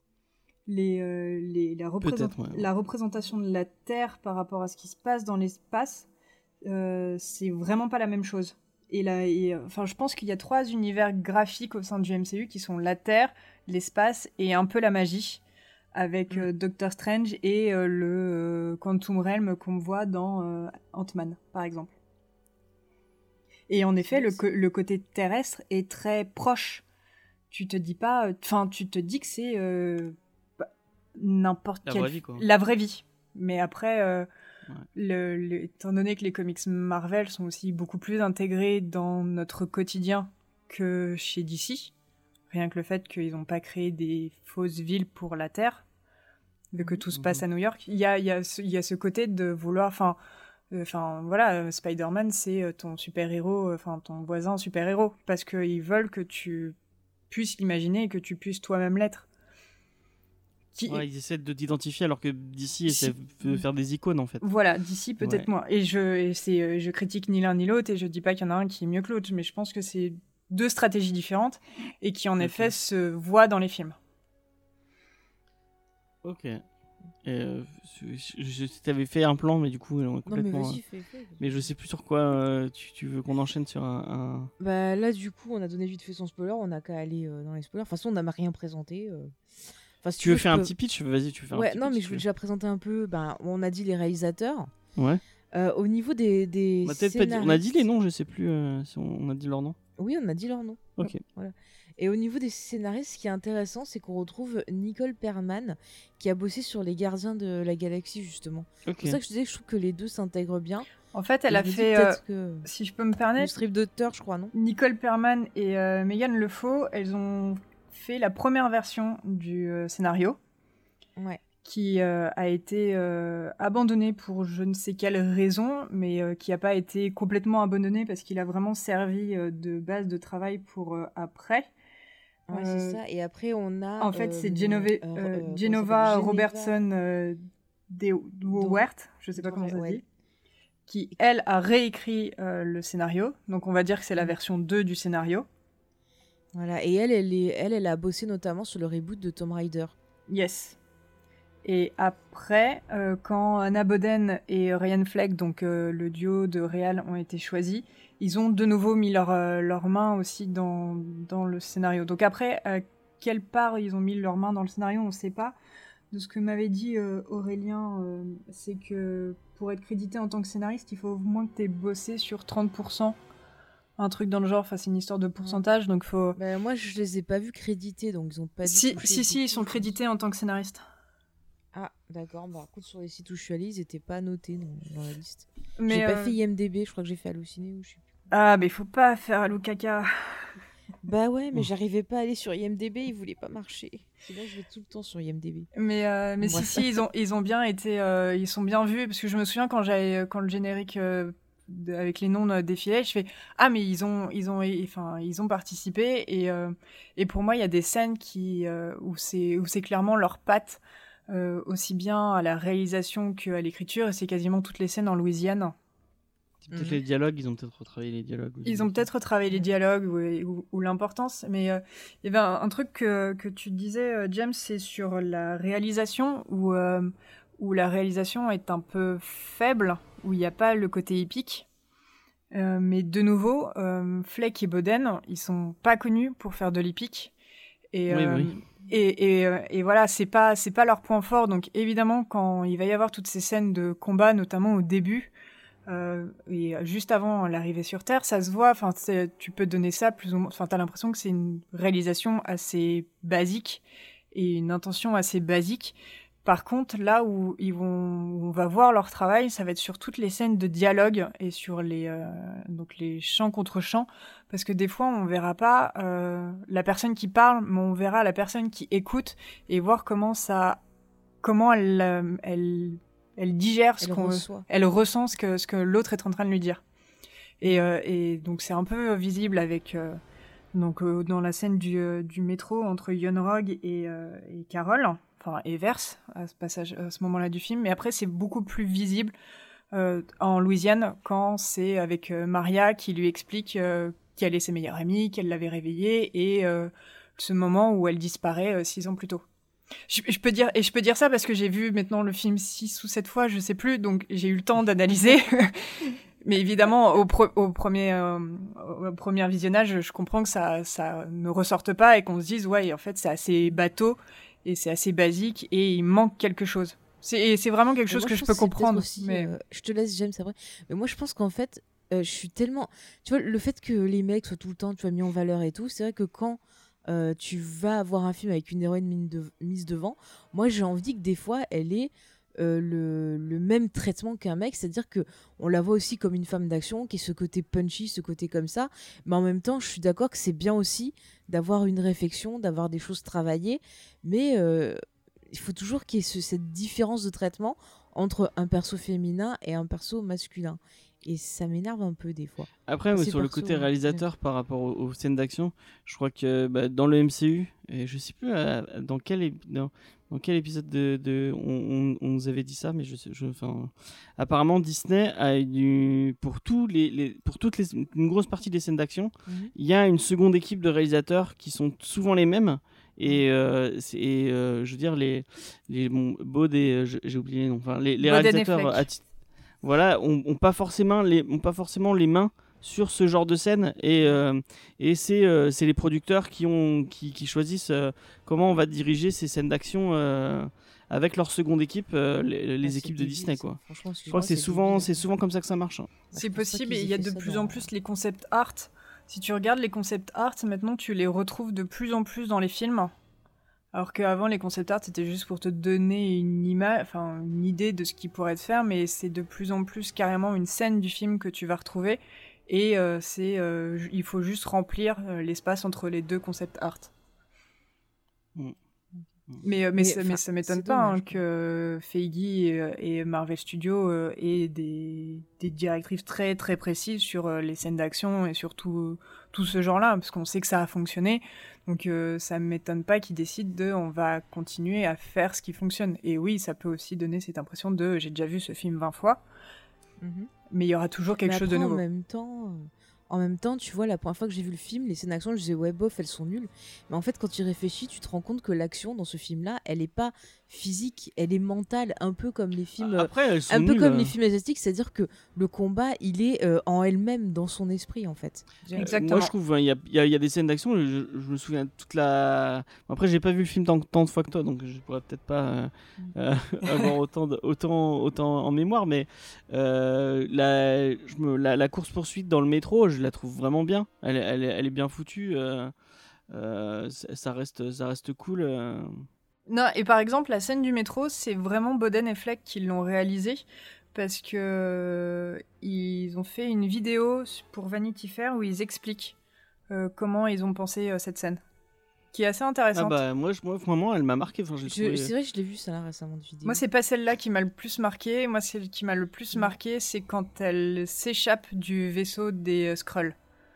Les, euh, les, la, représent- Peut-être, ouais. la représentation de la Terre par rapport à ce qui se passe dans l'espace, euh, c'est vraiment pas la même chose. et là, et, enfin, je pense qu'il y a trois univers graphiques au sein du M C U qui sont la Terre, l'espace et un peu la magie, avec Mm. euh, Doctor Strange et euh, le euh, Quantum Realm qu'on voit dans euh, Ant-Man, par exemple. Et en effet, le, co- le côté terrestre est très proche. Tu te dis pas, enfin, tu te dis que c'est euh, bah, n'importe La quelle vraie vie, quoi. la vraie vie. Mais après, euh, Ouais. le, le- étant donné que les comics Marvel sont aussi beaucoup plus intégrés dans notre quotidien que chez D C, rien que le fait qu'ils n'ont pas créé des fausses villes pour la Terre, vu que tout se passe Mhm. à New York, il y a, il y a ce- il y a ce côté de vouloir, enfin, euh, enfin voilà, euh, Spider-Man c'est euh, ton super-héros, euh, enfin ton voisin super-héros, parce qu'ils veulent que tu puisses l'imaginer et que tu puisses toi-même l'être. Qui, Ouais, ils essaient de t'identifier alors que D C essaie Si- de faire des icônes en fait. Voilà, d'ici peut-être Ouais. moins. Et je, et c'est, euh, je critique ni l'un ni l'autre et je dis pas qu'il y en a un qui est mieux que l'autre, mais je pense que c'est deux stratégies différentes et qui en Ok. effet se voient dans les films. Ok. Et, euh, je, je, je t'avais fait un plan, mais du coup, on est Non, mais complètement. vas-y, euh, fais, fais. mais je sais plus sur quoi euh, tu, tu veux qu'on enchaîne sur un. un- Bah là, du coup, on a donné vite fait son spoiler, on a qu'à aller euh, dans les spoilers. De toute façon, on n'a rien présenté. euh. Enfin, si Tu veux je faire un peux- petit pitch? Vas-y, tu fais un Ouais, petit non, pitch, mais si je tu veux veux. déjà présenter un peu. Ben, on a dit les réalisateurs. Ouais. Euh, au niveau des, des On a peut-être pas dit. On a dit les scénaristes- noms, je sais plus euh, si on, on a dit leur nom. Oui, on a dit leur nom. Ok. Voilà. Et au niveau des scénaristes, ce qui est intéressant, c'est qu'on retrouve Nicole Perlman, qui a bossé sur Les Gardiens de la Galaxie, justement. Ok. C'est pour ça que je disais que je trouve que les deux s'intègrent bien. En fait, Et elle je a me dis fait, peut-être euh, que... si je peux me Le permettre, strip d'auteur, je crois, non Nicole Perlman et euh, Megan Lefaux, elles ont fait la première version du euh, scénario Ouais. qui euh, a été euh, abandonné pour je ne sais quelle raison, mais euh, qui n'a pas été complètement abandonné parce qu'il a vraiment servi euh, de base de travail pour euh, après. Ouais, Euh, c'est ça. Et après, on a... En fait, euh, c'est Genove- euh, euh, euh, comment ça Genova s'appelle Robertson euh, Dewart, je sais pas Dewar- comment ça se ouais. dit, qui, elle, a réécrit euh, le scénario. Donc, on va dire que c'est la Mm. version deux du scénario. Voilà. Et elle, elle, est... elle, elle a bossé notamment sur le reboot de Tomb Raider. Yes. Et après, euh, quand Anna Boden et Ryan Fleck, donc euh, le duo de réal, ont été choisis, ils ont de nouveau mis leurs euh, leurs mains aussi dans, dans le scénario. Donc après, à quelle part ils ont mis leurs mains dans le scénario, on ne sait pas. De ce que m'avait dit euh, Aurélien, euh, c'est que pour être crédité en tant que scénariste, il faut au moins que tu aies bossé sur trente pour cent. Un truc dans le genre, enfin c'est une histoire de pourcentage, donc faut... Bah, moi, je les ai pas vus crédités, donc ils ont pas dû Si, toucher si, si, ils beaucoup, sont je pense. crédités en tant que scénaristes. Ah, d'accord. Bah, écoute, sur les sites où je suis allée, ils étaient pas notés dans, dans la liste. Mais, J'ai pas euh, fait I M D B, je crois que j'ai fait Halluciné ou je sais plus. Ah, mais faut pas faire Alou Caca. Bah ouais, mais Oh. j'arrivais pas à aller sur I M D B, il voulait pas marcher. Sinon, je vais tout le temps sur I M D B. Mais, euh, mais si, Bref. si, ils ont, ils ont bien été, euh, ils sont bien vus, parce que je me souviens quand j'avais, quand le générique euh, de- avec les noms euh, défilait, je fais ah mais ils ont, ils ont, enfin ils ont participé et euh, et pour moi il y a des scènes qui euh, où c'est où c'est clairement leur patte euh, aussi bien à la réalisation qu'à l'écriture et c'est quasiment toutes les scènes en Louisiane. C'est peut-être Mhm. les dialogues, ils ont peut-être retravaillé les dialogues. aussi. Ils ont peut-être retravaillé les dialogues ou, ou- ou l'importance, mais euh, il y avait un, un truc que, que tu disais, euh, James, c'est sur la réalisation, où, euh, où la réalisation est un peu faible, où il n'y a pas le côté épique. Euh, mais de nouveau, euh, Fleck et Boden, ils sont pas connus pour faire de l'épique. Et, Oui, euh, oui. et, et, euh, et voilà, c'est pas, c'est pas leur point fort. Donc évidemment, quand il va y avoir toutes ces scènes de combat, notamment au début, euh, et juste avant l'arrivée sur Terre, ça se voit. Enfin, c'est- tu peux donner ça plus ou moins. Enfin, t'as l'impression que c'est une réalisation assez basique et une intention assez basique. Par contre, là où ils vont, où on va voir leur travail, ça va être sur toutes les scènes de dialogue et sur les euh, donc les chants contre chants, parce que des fois on verra pas euh, la personne qui parle, mais on verra la personne qui écoute et voir comment ça, comment elle euh, elle elle digère ce Elle qu'on reçoit. elle ressent ce que, ce que l'autre est en train de lui dire. Et, euh, et donc c'est un peu visible avec euh, donc euh, dans la scène du, euh, du métro entre Yon-Rogg et, euh, et Carol, enfin et Verse à ce passage, à ce moment-là du film. Mais après c'est beaucoup plus visible euh, en Louisiane quand c'est avec euh, Maria qui lui explique euh, qu'elle est ses meilleure amie, qu'elle l'avait réveillée et euh, ce moment où elle disparaît euh, six ans plus tôt. Je, je peux dire, et je peux dire ça parce que j'ai vu maintenant le film six ou sept fois, je sais plus, donc j'ai eu le temps d'analyser. mais évidemment, au, pro- au premier, euh, au premier visionnage, je comprends que ça, ça ne ressorte pas et qu'on se dise, ouais, en fait, c'est assez bateau et c'est assez basique et il manque quelque chose. C'est, et c'est vraiment quelque Mais chose moi, que je je pense peux que c'est peut-être comprendre. aussi, mais... euh, je te laisse, James, après. Mais moi, je pense qu'en fait, euh, je suis tellement. Tu vois, le fait que les mecs soient tout le temps, tu vois, mis en valeur et tout, c'est vrai que quand euh, tu vas avoir un film avec une héroïne mine de- mise devant, moi, j'ai envie que des fois, elle ait euh, le, le même traitement qu'un mec, c'est-à-dire que on la voit aussi comme une femme d'action, qui est ce côté punchy, ce côté comme ça, mais en même temps, je suis d'accord que c'est bien aussi d'avoir une réflexion, d'avoir des choses travaillées, mais euh, il faut toujours qu'il y ait ce- cette différence de traitement entre un perso féminin et un perso masculin. Et ça m'énerve un peu des fois. Après, Enfin, ouais, c'est sur le perso, côté hein. réalisateur par rapport aux, aux scènes d'action, je crois que bah, dans le M C U, et je sais plus euh, dans quel, ép- dans, dans quel épisode de, de- on, on- on nous avait dit ça, mais je sais, je, enfin, apparemment Disney a eu, pour tous les, les- pour toutes les, une grosse partie des scènes d'action, Mhm. il y a une seconde équipe de réalisateurs qui sont souvent les mêmes. Et, euh, c'est- et, euh, je veux dire, les, les bon, Baud et euh, je- j'ai oublié les noms. Enfin, les, les Boden et réalisateurs Fleck. atti- voilà, ont, ont pas forcément les, ont pas forcément les mains sur ce genre de scène. Et, euh, et c'est, euh, c'est les producteurs qui, ont, qui, qui choisissent euh, comment on va diriger ces scènes d'action euh, avec leur seconde équipe, euh, les, les Ah, c'est équipes de débile, Disney, ça. quoi. Franchement, Je crois que c'est souvent, débile. c'est souvent comme ça que ça marche. hein. Moi, je C'est pense pas possible, qu'ils et il aient y a fait de ça plus dans- en plus les concept art. Si tu regardes les concept art, maintenant tu les retrouves de plus en plus dans les films. Alors qu'avant, les concept art, c'était juste pour te donner une image, enfin une idée de ce qui pourrait te faire, mais c'est de plus en plus carrément une scène du film que tu vas retrouver. Et euh, c'est, euh, ju- il faut juste remplir euh, l'espace entre les deux concept art. Mm. Mais, euh, mais, Mais, ça, mais enfin, ça m'étonne c'est pas hein, dommage, quoi. que Feige et, et Marvel Studios euh, aient des, des directives très très précises sur euh, les scènes d'action et sur tout, tout ce genre-là, parce qu'on sait que ça a fonctionné. Donc euh, ça m'étonne pas qu'ils décident de on va continuer à faire ce qui fonctionne. Et oui, ça peut aussi donner cette impression de j'ai déjà vu ce film vingt fois, Mhm. mais il y aura toujours quelque Mais chose de après, nouveau. En même temps, euh, en même temps, tu vois, la première fois que j'ai vu le film, les scènes d'action, je disais ouais bof, elles sont nulles. Mais en fait, quand tu y réfléchis, tu te rends compte que l'action dans ce film-là, elle est pas physique, elle est mentale, un peu comme les films, euh, Après, elles sont un peu nulles, comme euh. les films asiatiques, c'est-à-dire que le combat, il est euh, en elle-même, dans son esprit, en fait. Euh, Exactement. Moi, je trouve il y, a, y a- y a des scènes d'action. Je, je me souviens de toute la. Bon, après, j'ai pas vu le film tant, tant de fois que toi, donc je pourrais peut-être pas euh, euh, avoir autant, de, autant, autant en mémoire. Mais euh, la, je me, la, la course poursuite dans le métro, je la trouve vraiment bien. Elle, est- elle, est- elle est bien foutue. euh, euh, ça ça reste, ça reste cool. euh. Non, et par exemple, la scène du métro, c'est vraiment Boden et Fleck qui l'ont réalisée parce que euh, ils ont fait une vidéo pour Vanity Fair où ils expliquent euh, comment ils ont pensé euh, cette scène, qui est assez Ah intéressante. bah moi, je, moi vraiment, elle m'a marqué. Enfin, j'ai Je- trouvé- C'est vrai, je l'ai vu ça là récemment de vidéo. Moi, c'est pas celle-là qui m'a le plus marqué. Moi, celle qui m'a le plus Mhm. marqué, c'est quand elle s'échappe du vaisseau des euh, Skrulls.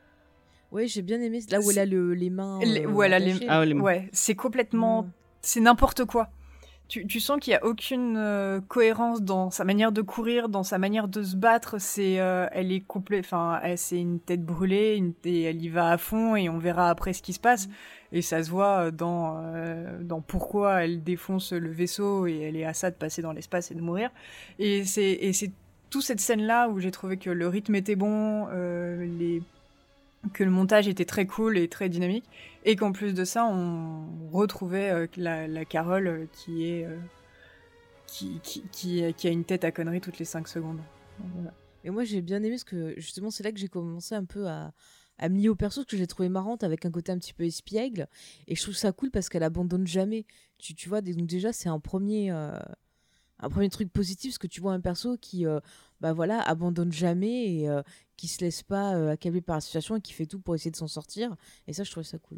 Ouais, j'ai bien aimé là où elle a le- les mains. Les- euh, où elle a les- attachées, Ah là. ouais, les- Ouais, c'est complètement Ouais. c'est n'importe quoi. Tu, tu sens qu'il n'y a aucune euh, cohérence dans sa manière de courir, dans sa manière de se battre. C'est, euh, elle est complète, enfin, elle- c'est une tête brûlée, une- et elle y va à fond, et on verra après ce qui se passe. Et ça se voit dans, euh, dans pourquoi elle défonce le vaisseau et elle est à ça de passer dans l'espace et de mourir. Et c'est, et c'est toute cette scène-là où j'ai trouvé que le rythme était bon, euh, les que le montage était très cool et très dynamique, et qu'en plus de ça, on retrouvait euh, la, la Carole euh, qui est euh, qui, qui, qui, qui a une tête à conneries toutes les cinq secondes. Voilà. Et moi, j'ai bien aimé parce que justement, c'est là que j'ai commencé un peu à, à me lier au perso, parce que j'ai trouvé marrante avec un côté un petit peu espiègle. Et je trouve ça cool parce qu'elle abandonne jamais. Tu, tu vois, des- donc déjà, c'est un premier, euh, un premier truc positif, parce que tu vois un perso qui euh, bah voilà, abandonne jamais et euh, qui se laisse pas euh, accabler par la situation et qui fait tout pour essayer de s'en sortir. Et ça, je trouvais ça cool.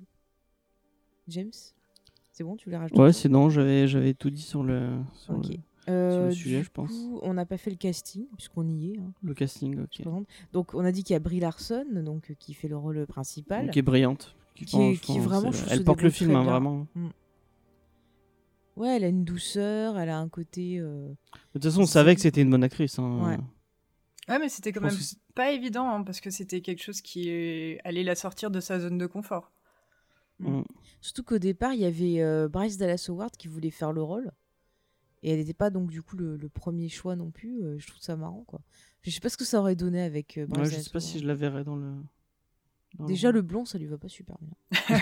James, c'est bon, tu voulais rajouter Ouais, quelque chose c'est non, j'avais, j'avais tout dit sur le, sur Ok. le, Euh, sur le sujet, du je pense. coup, on n'a pas fait le casting, puisqu'on y est. hein. le casting. Ok. Je présente. Donc, on a dit qu'il y a Brie Larson, donc, euh, qui fait le rôle principal. Qui est brillante. Qui, Qui est- pense- qui pense, vraiment, elle- je trouve, elle se porte le débrouille film, très hein, bien. vraiment. Ouais, elle a une douceur, elle a un côté. euh, De toute façon, on C'est- savait que c'était une bonne actrice. Hein. Ouais. Ouais, mais c'était quand Je pense même que c'est- pas évident, hein, parce que c'était quelque chose qui est- allait la sortir de sa zone de confort. Mm. Surtout qu'au départ, il y avait euh, Bryce Dallas Howard qui voulait faire le rôle. Et elle n'était pas donc du coup le, le premier choix non plus. Euh, je trouve ça marrant, quoi. Je sais pas ce que ça aurait donné avec. Euh, Ouais, je sais pas si je la verrais dans le. dans Déjà le blond, ça lui va pas super bien.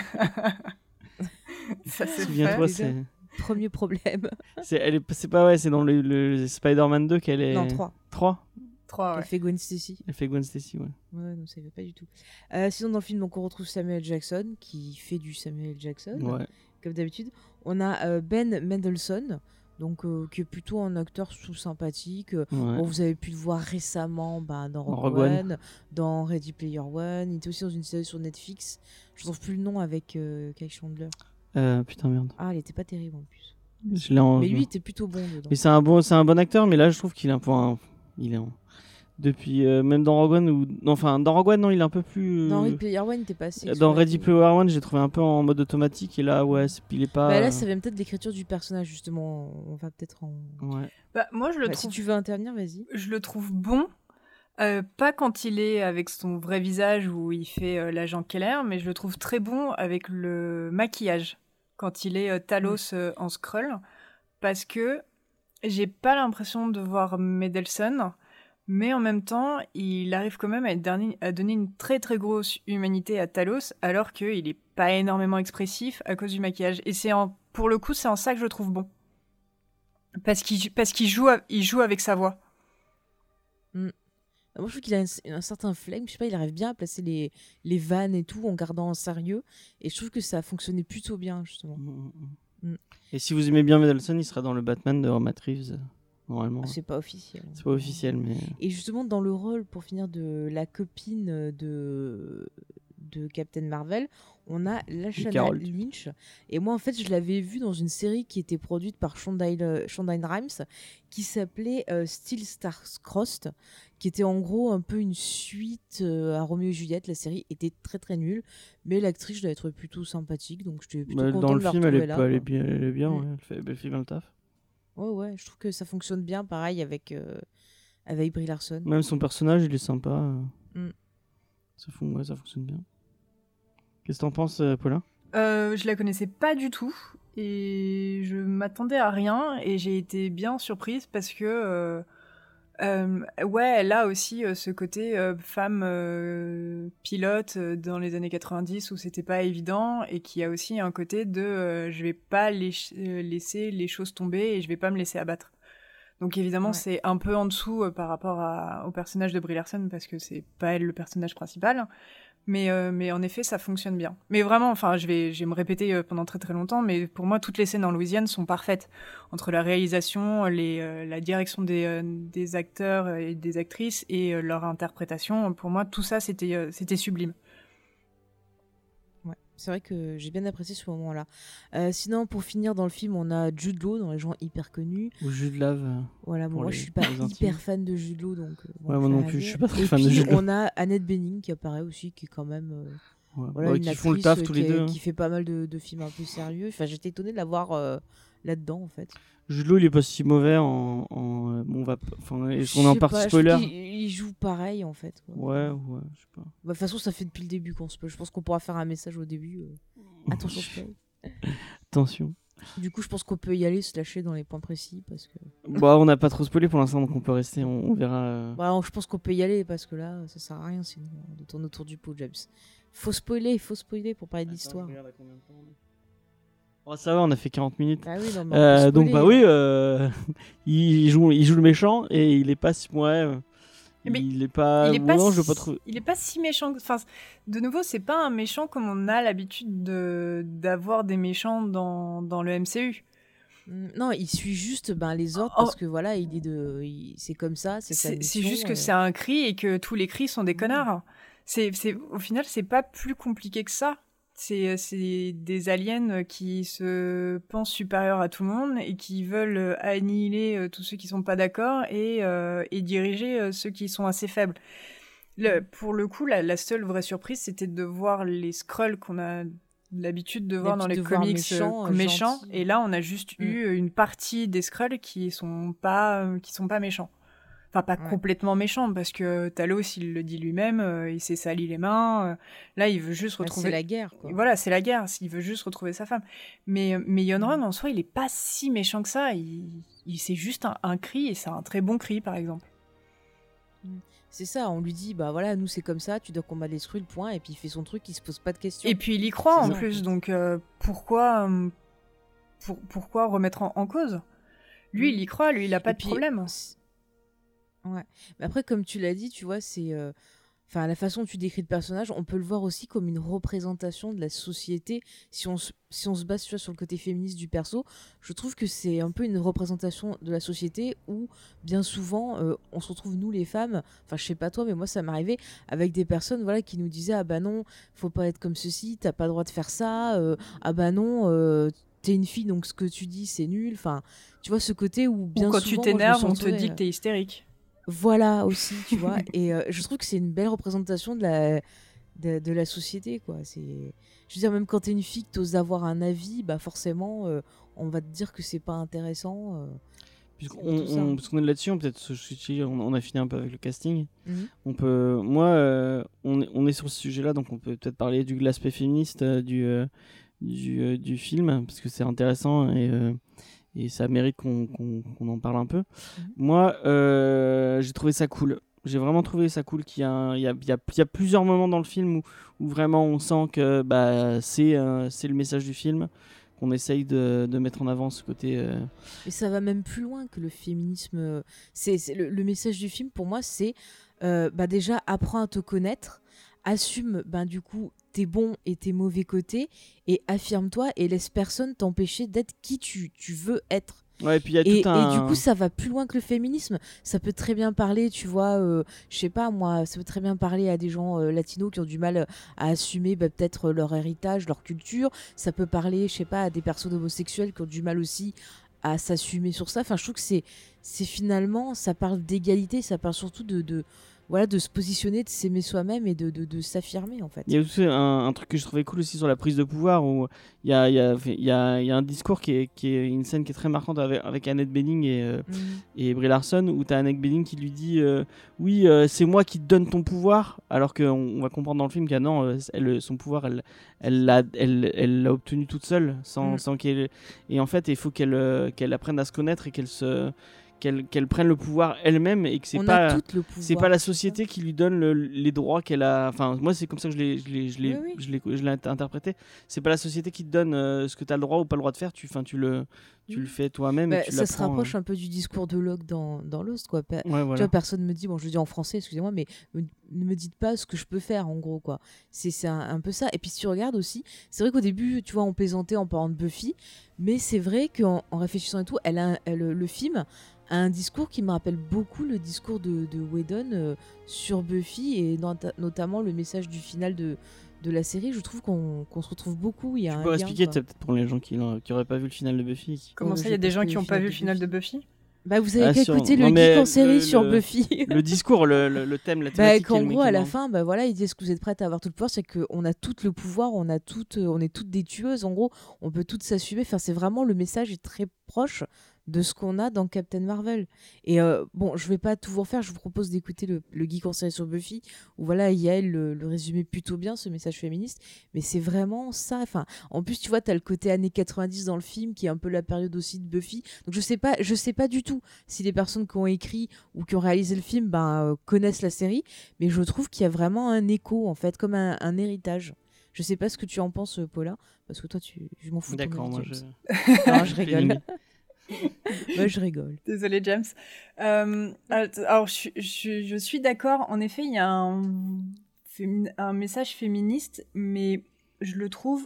Ça c'est Souviens-toi, Déjà. c'est. Premier problème. C'est, elle est, c'est pas ouais, c'est dans le, le Spider-Man deux qu'elle est. Non, trois. trois trois, Elle ouais. fait Gwen Stacy. Elle fait Gwen Stacy, ouais. Ouais, non, ça y va pas du tout. Euh, sinon, dans le film, donc, on retrouve Samuel Jackson, qui fait du Samuel Jackson, Ouais. comme d'habitude. On a euh, Ben Mendelsohn, donc, euh, qui est plutôt un acteur sous sympathique. ouais. Bon, vous avez pu le voir récemment bah, dans Rogue, Rogue One. One, dans Ready Player One. Il était aussi dans une série sur Netflix. Je ne trouve plus le nom avec euh, Kyle Chandler. Euh, putain, merde. Ah, elle était pas terrible en plus. Je l'ai en... Mais lui, il était plutôt bon dedans. Mais c'est un bon, c'est un bon acteur, mais là, je trouve qu'il est un peu. Un... Il est en... Depuis. Euh, même dans Rogue One, ou. Non, enfin, dans Rogue One, non, il est un peu plus. Dans Ready Player One, il était pas assez. Dans Ready Player One, j'ai trouvé un peu en mode automatique, et là, ouais, c'est... il est pas. Bah là, ça vient peut-être de l'écriture du personnage, justement. On va peut-être en. Ouais. Bah, moi, je le Bah, trouve. Si tu veux intervenir, vas-y. Je le trouve bon. Euh, pas quand il est avec son vrai visage où il fait euh, l'agent Keller, mais je le trouve très bon avec le maquillage quand il est euh, Talos euh, en Skrull, parce que j'ai pas l'impression de voir Mendelsohn, mais en même temps, il arrive quand même à, être dernier, à donner une très très grosse humanité à Talos, alors qu'il est pas énormément expressif à cause du maquillage. Et c'est en, pour le coup, c'est en ça que je le trouve bon, parce qu'il parce qu'il joue, à, il joue avec sa voix. Moi, je trouve qu'il a un, un certain flegme. Je sais pas, il arrive bien à placer les, les vannes et tout en gardant en sérieux. Et je trouve que ça a fonctionné plutôt bien, justement. Mm. Mm. Et si vous aimez bien Mendelsohn, il sera dans le Batman de Matt Reeves, euh, normalement. Ah, c'est pas officiel. C'est pas officiel, mais. Et justement, dans le rôle, pour finir, de la copine de, de Captain Marvel, on a Lashana Carol. Lynch. Et moi, en fait, je l'avais vue dans une série qui était produite par Shonda, Shonda Rhimes, qui s'appelait euh, Steel Stars Crossed, qui était en gros un peu une suite euh, à Roméo et Juliette. La série était très très nulle, mais l'actrice, je l'avais trouvée plutôt sympathique, donc j'étais plutôt Bah, contente dans de le la film, elle retrouver est, là. pas, elle est quoi. bien, elle est bien, Mm. ouais, elle, fait, elle fait bien le taf. Ouais, ouais, je trouve que ça fonctionne bien, pareil, avec, euh, avec Brie Larson. Même son personnage, il est sympa. euh. Mm. Ça, fon- ouais, ça fonctionne bien. Qu'est-ce que t'en penses, euh, Paula? Euh, je la connaissais pas du tout et je m'attendais à rien et j'ai été bien surprise parce que euh, euh, ouais, elle a aussi euh, ce côté euh, femme euh, pilote euh, dans les années quatre-vingt-dix où c'était pas évident et qui a aussi un côté de euh, je vais pas laiss- euh, laisser les choses tomber et je vais pas me laisser abattre. Donc évidemment, Ouais. c'est un peu en dessous euh, par rapport à- au personnage de Brie Larson parce que c'est pas elle le personnage principal. Mais, euh, mais en effet, ça fonctionne bien. Mais vraiment, enfin, je vais, je vais me répéter euh, pendant très très longtemps, mais pour moi, toutes les scènes en Louisiane sont parfaites. Entre la réalisation, les, euh, la direction des, euh, des acteurs et des actrices et euh, leur interprétation, pour moi, tout ça, c'était, euh, c'était sublime. Ouais, c'est vrai que j'ai bien apprécié ce moment-là. Euh, sinon, pour finir dans le film, on a Jude Law, dans les gens hyper connus. Ou Jude Lave. euh. Voilà, bon, Pour moi les- je suis pas pour les intimes. hyper fan de Jude Law, donc. euh, bon, Ouais, moi je non vais plus, je rien suis dire. pas très Et fan de puis, Jude Law. on a Annette Bening qui apparaît aussi, qui est quand même. euh, Ouais. voilà, Ouais, une qui font le actrice, taf euh, tous qui, les deux. hein. qui fait pas mal de, de films un peu sérieux. Enfin, j'étais étonnée de la voir euh, là-dedans, en fait. Jude Law, il est pas si mauvais en. en euh, bon, on va. p- Enfin, est-ce qu'on Je est en sais partie pas, je trouve spoiler? qu'il- Il, joue pareil, en fait. quoi. Ouais, ouais, je sais pas. Bah, De toute façon, ça fait depuis le début qu'on se peut. Je pense qu'on pourra faire un message au début. euh, Attention, spoil. Attention. Du coup, je pense qu'on peut y aller, se lâcher dans les points précis, parce que. Bon, on n'a pas trop spoilé pour l'instant, donc on peut rester, on, on verra. euh. Bah, je pense qu'on peut y aller, parce que là, ça sert à rien sinon de tourner autour du pot, James. Faut spoiler, faut spoiler pour parler de l'histoire. Oh, ça va, on a fait quarante minutes. Ah oui, non, mais on Euh, peut donc, spoiler, bah hein. oui, euh, il, joue, il joue le méchant et il est pas si. Ouais. euh, Mais il est pas. il est bon, pas non, si, je veux pas trouver. il est pas si méchant. que- Enfin, de nouveau, c'est pas un méchant comme on a l'habitude de d'avoir des méchants dans, dans le M C U. Mm, Non, il suit juste ben, les ordres Oh. parce que voilà, il est de, il- c'est comme ça, c'est sa C'est c'est mission, juste que euh. c'est un cri et que tous les cris sont des connards. C'est, c'est, au final, c'est pas plus compliqué que ça. C'est, c'est des aliens qui se pensent supérieurs à tout le monde et qui veulent annihiler euh, tous ceux qui sont pas d'accord et, euh, et diriger euh, ceux qui sont assez faibles. Le, pour le coup, la, la seule vraie surprise, c'était de voir les Skrulls qu'on a l'habitude de voir dans les L'habitude de voir comics méchants, euh, euh, méchants. gentils. Et là, on a juste Mm. eu une partie des Skrulls qui sont pas, qui sont pas méchants. Enfin, pas Ouais. complètement méchant, parce que Talos, il le dit lui-même, euh, il s'est sali les mains. euh, là, il veut juste Bah, retrouver... c'est la guerre, quoi. Voilà, c'est la guerre, il veut juste retrouver sa femme. Mais, mais Yonron, Mm. en soi, il est pas si méchant que ça. Il, il c'est juste un, un cri, et c'est un très bon cri, par exemple. C'est ça, on lui dit, bah voilà, nous c'est comme ça, tu dois combattre les Skrulls, le point, et puis il fait son truc, il se pose pas de questions. Et puis il y croit, C'est en ça, en plus, fait. donc euh, pourquoi, euh, pour, pourquoi remettre en, en cause? Lui, il y croit, lui, il a pas Et de puis, problème. c'est- Ouais. Mais après, comme tu l'as dit, tu vois, c'est. euh, Enfin, la façon dont tu décris le personnage, on peut le voir aussi comme une représentation de la société. Si on, se- si on se base tu vois, sur le côté féministe du perso, je trouve que c'est un peu une représentation de la société où, bien souvent, euh, on se retrouve, nous les femmes, enfin, je sais pas toi, mais moi, ça m'arrivait avec des personnes voilà, qui nous disaient: ah bah non, faut pas être comme ceci, t'as pas le droit de faire ça, euh, ah bah non, euh, t'es une fille, donc ce que tu dis, c'est nul. Enfin, tu vois, ce côté où, bien Ou quand souvent, tu moi, je me t'énerves, on te sentais, dit euh, que t'es hystérique. voilà aussi, tu vois. Et euh, je trouve que c'est une belle représentation de la, de, de la société, quoi. C'est, je veux dire, même quand t'es une fille, que t'oses avoir un avis, bah forcément, euh, on va te dire que c'est pas intéressant. euh. Puisqu'on C'est tout ça. on, parce qu'on est là-dessus, on peut peut-être se switcher, on, on a fini un peu avec le casting. Mhm. On peut, moi, euh, on, est- on est sur ce sujet-là, donc on peut peut-être parler du de l'aspect féministe euh, du, euh, du, euh, du film, parce que c'est intéressant et, euh, et ça mérite qu'on qu'on- qu'on en parle un peu. Mhm. Moi, euh, j'ai trouvé ça cool. J'ai vraiment trouvé ça cool qu'il y a, un- il y a, il y a- il y a plusieurs moments dans le film où, où vraiment on sent que bah, c'est euh, c'est le message du film, qu'on essaye de, de mettre en avant ce côté. euh, Et ça va même plus loin que le féminisme. euh, C'est, c'est le, le message du film, pour moi, c'est euh, bah déjà, apprends à te connaître, assume ben, du coup tes bons et tes mauvais côtés, et affirme-toi et laisse personne t'empêcher d'être qui tu, tu veux être. Ouais, et puis il y a Et, tout et un. du coup, ça va plus loin que le féminisme. Ça peut très bien parler, tu vois, euh, je sais pas moi, ça peut très bien parler à des gens euh, latinos qui ont du mal à assumer bah, peut-être leur héritage, leur culture. Ça peut parler, je sais pas, à des personnes homosexuelles qui ont du mal aussi à s'assumer sur ça. Enfin, je trouve que c'est, c'est finalement, ça parle d'égalité, ça parle surtout de, de, voilà, de se positionner, de s'aimer soi-même et de, de, de s'affirmer en fait. Il y a aussi un, un truc que je trouvais cool aussi sur la prise de pouvoir où il y a, il y a, il y a, il y a un discours qui est, qui est une scène qui est très marquante avec, avec Annette Bening et, euh, Mhm. et Brie Larson où tu as Annette Bening qui lui dit euh, oui euh, c'est moi qui te donne ton pouvoir alors qu'on on va comprendre dans le film qu'elle non euh, elle, son pouvoir elle elle l'a elle, elle l'a obtenu toute seule sans, Mm. sans qu'elle et en fait il faut qu'elle euh, qu'elle apprenne à se connaître et qu'elle se qu'elle qu'elle prenne le pouvoir elle-même et que c'est On pas a toutes le pouvoir. c'est pas la société qui lui donne le- les droits qu'elle a. Enfin, moi, c'est comme ça que je l'ai, je l'ai, je l'ai, Oui, oui. je l'ai, je l'ai int- interprété. C'est pas la société qui te donne euh, ce que tu as le droit ou pas le droit de faire. Tu, enfin, tu le, tu Mm. le fais toi-même. Bah, et tu ça se l'apprends, rapproche un peu du discours de Locke dans, dans Lost, quoi. Pa- euh. Ouais, Tu voilà. vois, personne me dit, bon, je le dis en français, excusez-moi, mais me- ne me dites pas ce que je peux faire, en gros, quoi. C'est c'est un, un peu ça. Et puis, si tu regardes aussi, c'est vrai qu'au début, tu vois, on plaisantait en parlant de Buffy, mais c'est vrai qu'en en réfléchissant et tout, elle a un- elle- le film a un discours qui me rappelle beaucoup le discours de, de Whedon euh, sur Buffy, et nota- notamment le message du final de, de la série. Je trouve qu'on qu'on se retrouve beaucoup. Il y a Tu un peux lien, expliquer quoi. peut-être pour les gens qui n'auraient pas vu le final de Buffy. qui- Comment Oh, ça, il y j'ai a des pas gens fait qui le n'ont pas vu le final final de de Buffy? Bah, vous avez Ah, qu'à sur- écouter non, le mais geek en série le- sur le- Buffy. Le discours, le, le, le thème, la Bah, thématique. qu'en et le gros, à la mec qui fin, bah voilà, ils disent est-ce que vous êtes prêtes à avoir tout le pouvoir, c'est qu'on a tout le pouvoir, on a toutes, on est toutes des tueuses, en gros, on peut toutes s'assumer. Enfin, c'est vraiment, le message est très proche de ce qu'on a dans Captain Marvel. Et euh, bon, je vais pas tout vous refaire, je vous propose d'écouter le, le geek en série sur Buffy, où voilà, Yael le, le résumait plutôt bien, ce message féministe, mais c'est vraiment ça. Enfin, en plus, tu vois, t'as le côté années quatre-vingt-dix dans le film, qui est un peu la période aussi de Buffy. Donc je sais pas, je sais pas du tout si les personnes qui ont écrit ou qui ont réalisé le film ben, euh, connaissent la série, mais je trouve qu'il y a vraiment un écho, en fait, comme un, un héritage. Je sais pas ce que tu en penses, euh, Paula, parce que toi, tu... je m'en fous de ton D'accord, avis, moi je. James. Non, je rigole. Féminin. Moi, je rigole. Désolée, James. Euh, alors, je, je, je suis d'accord. En effet, il y a un, fémin- un message féministe, mais je le trouve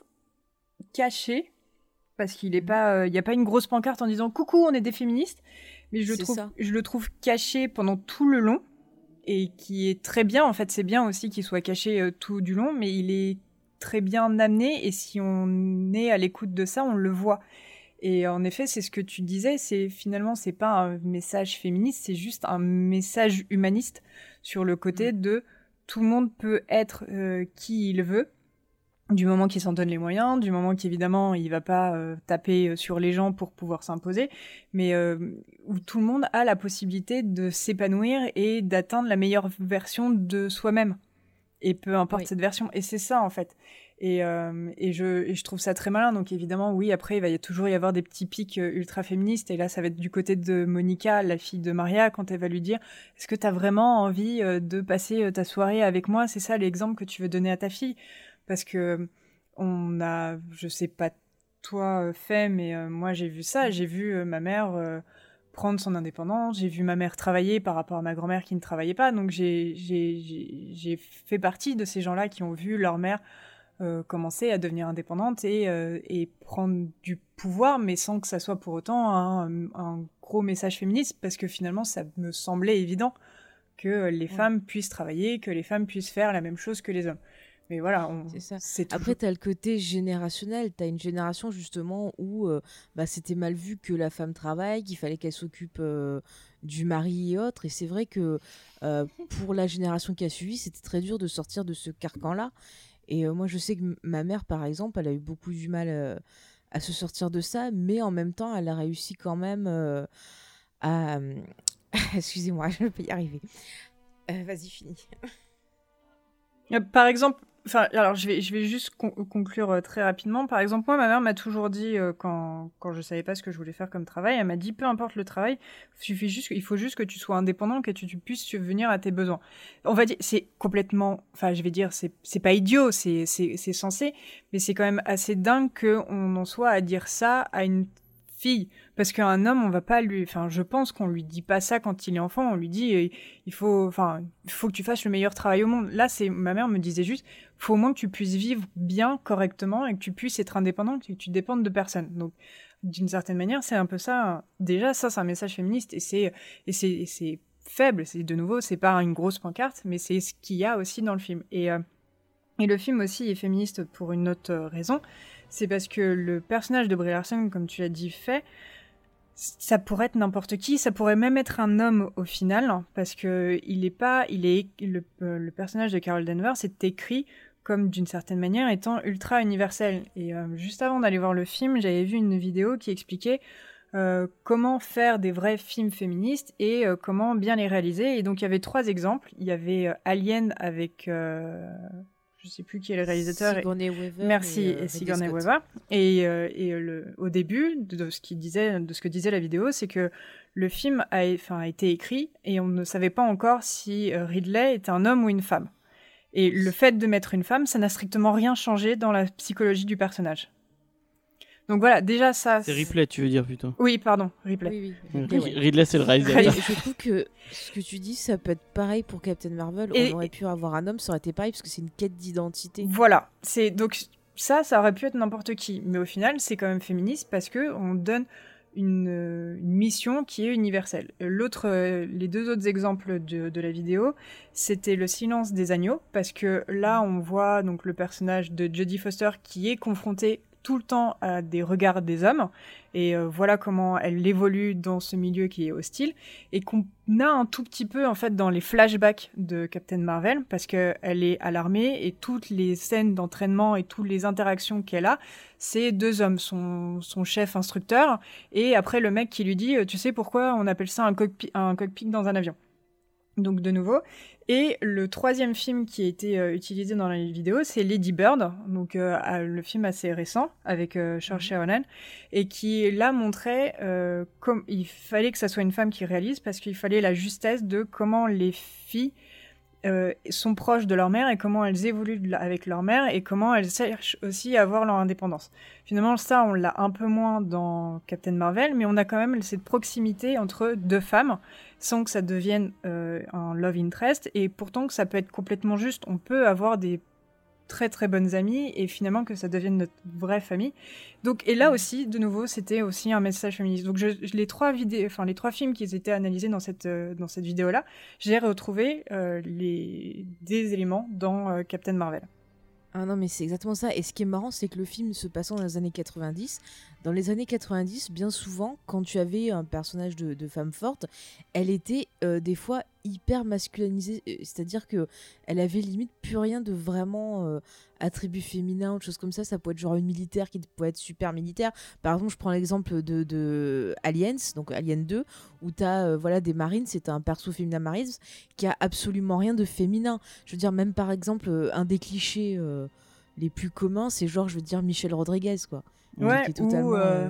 caché parce qu'il est pas, il n'y a pas une grosse pancarte en disant coucou, on est des féministes, mais je le C'est trouve, ça. je le trouve caché pendant tout le long et qui est très bien. En fait, c'est bien aussi qu'il soit caché euh, tout du long, mais il est très bien amené et si on est à l'écoute de ça, on le voit. Et en effet, c'est ce que tu disais, c'est finalement, c'est pas un message féministe, c'est juste un message humaniste sur le côté de tout le monde peut être euh, qui il veut. du moment qu'il s'en donne les moyens, du moment qu'évidemment il va pas euh, taper sur les gens pour pouvoir s'imposer, mais euh, où tout le monde a la possibilité de s'épanouir et d'atteindre la meilleure version de soi-même. Et peu importe oui. cette version. Et c'est ça, en fait. Et, euh, et, je, et je trouve ça très malin. Donc, évidemment, oui, après, il va y a toujours y avoir des petits pics ultra féministes. Et là, ça va être du côté de Monica, la fille de Maria, quand elle va lui dire « Est-ce que tu as vraiment envie de passer ta soirée avec moi ? C'est ça l'exemple que tu veux donner à ta fille ?» Parce que on a, je sais pas toi fait, mais euh, moi, j'ai vu ça. J'ai vu euh, ma mère... Euh, prendre son indépendance, j'ai vu ma mère travailler par rapport à ma grand-mère qui ne travaillait pas, donc j'ai, j'ai, j'ai, j'ai fait partie de ces gens-là qui ont vu leur mère euh, commencer à devenir indépendante et, euh, et prendre du pouvoir, mais sans que ça soit pour autant un, un gros message féministe, parce que finalement ça me semblait évident que les ouais. femmes puissent travailler, que les femmes puissent faire la même chose que les hommes. Mais voilà, on... c'est ça. C'est Après, tu as le côté générationnel. Tu as une génération justement où euh, bah, c'était mal vu que la femme travaille, qu'il fallait qu'elle s'occupe euh, du mari et autres. Et c'est vrai que euh, pour la génération qui a suivi, c'était très dur de sortir de ce carcan-là. Et euh, moi, je sais que m- ma mère, par exemple, elle a eu beaucoup du mal euh, à se sortir de ça, mais en même temps, elle a réussi quand même euh, à... Excusez-moi, je ne peux y arriver. Euh, vas-y, finis. Par exemple, enfin, alors je vais, je vais juste con- conclure euh, très rapidement. Par exemple, moi, ma mère m'a toujours dit, euh, quand, quand je savais pas ce que je voulais faire comme travail, elle m'a dit, peu importe le travail, suffit juste, il faut juste que tu sois indépendant, que tu, tu puisses subvenir à tes besoins. On va dire, c'est complètement, enfin, je vais dire, c'est, c'est pas idiot, c'est, c'est, c'est sensé, mais c'est quand même assez dingue qu'on en soit à dire ça à une fille, parce qu'un homme, on va pas lui, enfin, je pense qu'on lui dit pas ça quand il est enfant, on lui dit, il faut, enfin, il faut que tu fasses le meilleur travail au monde. Là, c'est, ma mère me disait juste, faut au moins que tu puisses vivre bien, correctement, et que tu puisses être indépendant, que tu dépendes de personne. Donc, d'une certaine manière, c'est un peu ça. Déjà, ça, c'est un message féministe, et c'est, et c'est, et c'est faible. C'est de nouveau, c'est pas une grosse pancarte, mais c'est ce qu'il y a aussi dans le film. Et euh, Et le film aussi est féministe pour une autre raison, c'est parce que le personnage de Brie Larson, comme tu l'as dit, fait, ça pourrait être n'importe qui, ça pourrait même être un homme au final, parce que il est pas, il est le, le personnage de Carol Danvers est écrit comme d'une certaine manière étant ultra universel. Et euh, juste avant d'aller voir le film, j'avais vu une vidéo qui expliquait euh, comment faire des vrais films féministes et euh, comment bien les réaliser. Et donc il y avait trois exemples. Il y avait euh, Alien avec euh, je sais plus qui est le réalisateur. Sigourney Weaver. Merci, et, euh, et Sigourney Weaver. Et, euh, et le, au début de, de ce qu'il disait, de ce que disait la vidéo, c'est que le film a, enfin, a été écrit et on ne savait pas encore si Ridley était un homme ou une femme. Et le fait de mettre une femme, ça n'a strictement rien changé dans la psychologie du personnage. Donc voilà, déjà ça... C'est Ripley, tu veux dire plutôt. Oui, pardon, Ripley. Oui, oui. Ripley, ouais. Ridley, c'est le réalisateur. Je trouve que ce que tu dis, ça peut être pareil pour Captain Marvel. Et... On aurait pu avoir un homme, ça aurait été pareil, parce que c'est une quête d'identité. Voilà, c'est donc ça, ça aurait pu être n'importe qui. Mais au final, c'est quand même féministe, parce qu'on donne une, une mission qui est universelle. L'autre, les deux autres exemples de, de la vidéo, c'était Le silence des agneaux, parce que là, on voit donc le personnage de Jodie Foster qui est confronté tout le temps à des regards des hommes, et euh, voilà comment elle évolue dans ce milieu qui est hostile, et qu'on a un tout petit peu en fait dans les flashbacks de Captain Marvel, parce qu'elle est à l'armée, et toutes les scènes d'entraînement et toutes les interactions qu'elle a, c'est deux hommes, son, son chef instructeur, et après le mec qui lui dit « Tu sais pourquoi on appelle ça un cockpit, un cockpit dans un avion ?» Donc de nouveau. Et le troisième film qui a été euh, utilisé dans la vidéo, c'est Lady Bird, donc euh, le film assez récent avec euh, Saoirse Ronan, et qui là montrait euh, comme il fallait que ça soit une femme qui réalise, parce qu'il fallait la justesse de comment les filles euh, sont proches de leur mère et comment elles évoluent avec leur mère et comment elles cherchent aussi à avoir leur indépendance. Finalement, ça, on l'a un peu moins dans Captain Marvel, mais on a quand même cette proximité entre deux femmes, sans que ça devienne euh, un love interest, et pourtant que ça peut être complètement juste. On peut avoir des très très bonnes amies, et finalement que ça devienne notre vraie famille. Donc, et là aussi, de nouveau, c'était aussi un message féministe. Donc je, je, les, trois vidéos, enfin, les trois films qui étaient analysés dans cette, euh, dans cette vidéo-là, j'ai retrouvé euh, les, des éléments dans euh, Captain Marvel. Ah non, mais c'est exactement ça. Et ce qui est marrant, c'est que le film se passant dans les années quatre-vingt-dix, dans les années quatre-vingt-dix, bien souvent, quand tu avais un personnage de, de femme forte, elle était euh, des fois hyper masculinisée, c'est-à-dire que elle avait limite plus rien de vraiment euh, attribut féminin ou de choses comme ça. Ça peut être genre une militaire qui peut être super militaire. Par exemple, je prends l'exemple de, de Aliens, donc Alien deux, où t'as euh, voilà des Marines, c'est un perso féminin Marines qui a absolument rien de féminin. Je veux dire, même par exemple, euh, un des clichés euh, les plus communs, c'est genre, je veux dire, Michelle Rodriguez, quoi. Ouais, qui est totalement, ou, euh, euh,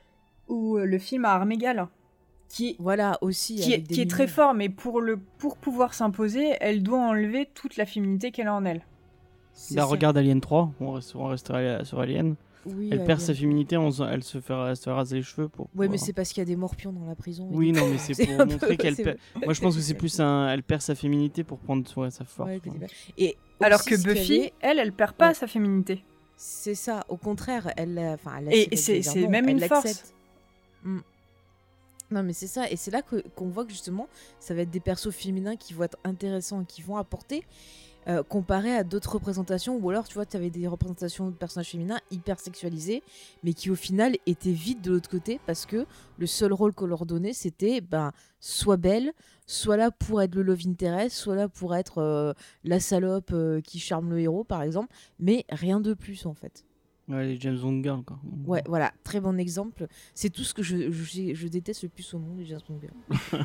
ou euh, le film à armes égales, qui, voilà, aussi. qui, est, avec des qui est très mineurs. fort, mais pour, le, pour pouvoir s'imposer, elle doit enlever toute la féminité qu'elle a en elle. C'est Là, ça. regarde Alien trois, on, reste, on restera sur Alien. Oui, Elle Alien. perd sa féminité, on, elle, se fait, elle se fait raser les cheveux pour. Ouais, pouvoir- mais c'est parce qu'il y a des morpions dans la prison. et Oui, du non, coup, mais c'est c'est pour un montrer peu- qu'elle c'est- perd. Moi, je pense que c'est plus un. Elle perd sa féminité pour prendre ouais, sa force. Ouais, que quoi. des- Et Alors aussi, que ce qu'il y Buffy, avait, elle, elle perd pas Ouais. sa féminité. c'est ça. Au contraire, elle, l'a- enfin, elle Et l'accepte, c'est- je veux dire, c'est non, même elle une force. l'accepte. Mm. Non, mais c'est ça. Et c'est là que, qu'on voit que justement, ça va être des persos féminins qui vont être intéressants et qui vont apporter, euh, comparé à d'autres représentations, ou alors, tu vois, tu avais des représentations de personnages féminins hyper sexualisés, mais qui au final étaient vides de l'autre côté, parce que le seul rôle qu'on leur donnait, c'était ben, soit belle, soit là pour être le love interest, soit là pour être euh, la salope euh, qui charme le héros, par exemple, mais rien de plus en fait. Ouais, les James Bond girls, quoi. Ouais, voilà, très bon exemple. C'est tout ce que je, je, je déteste le plus au monde, les James Bond girls.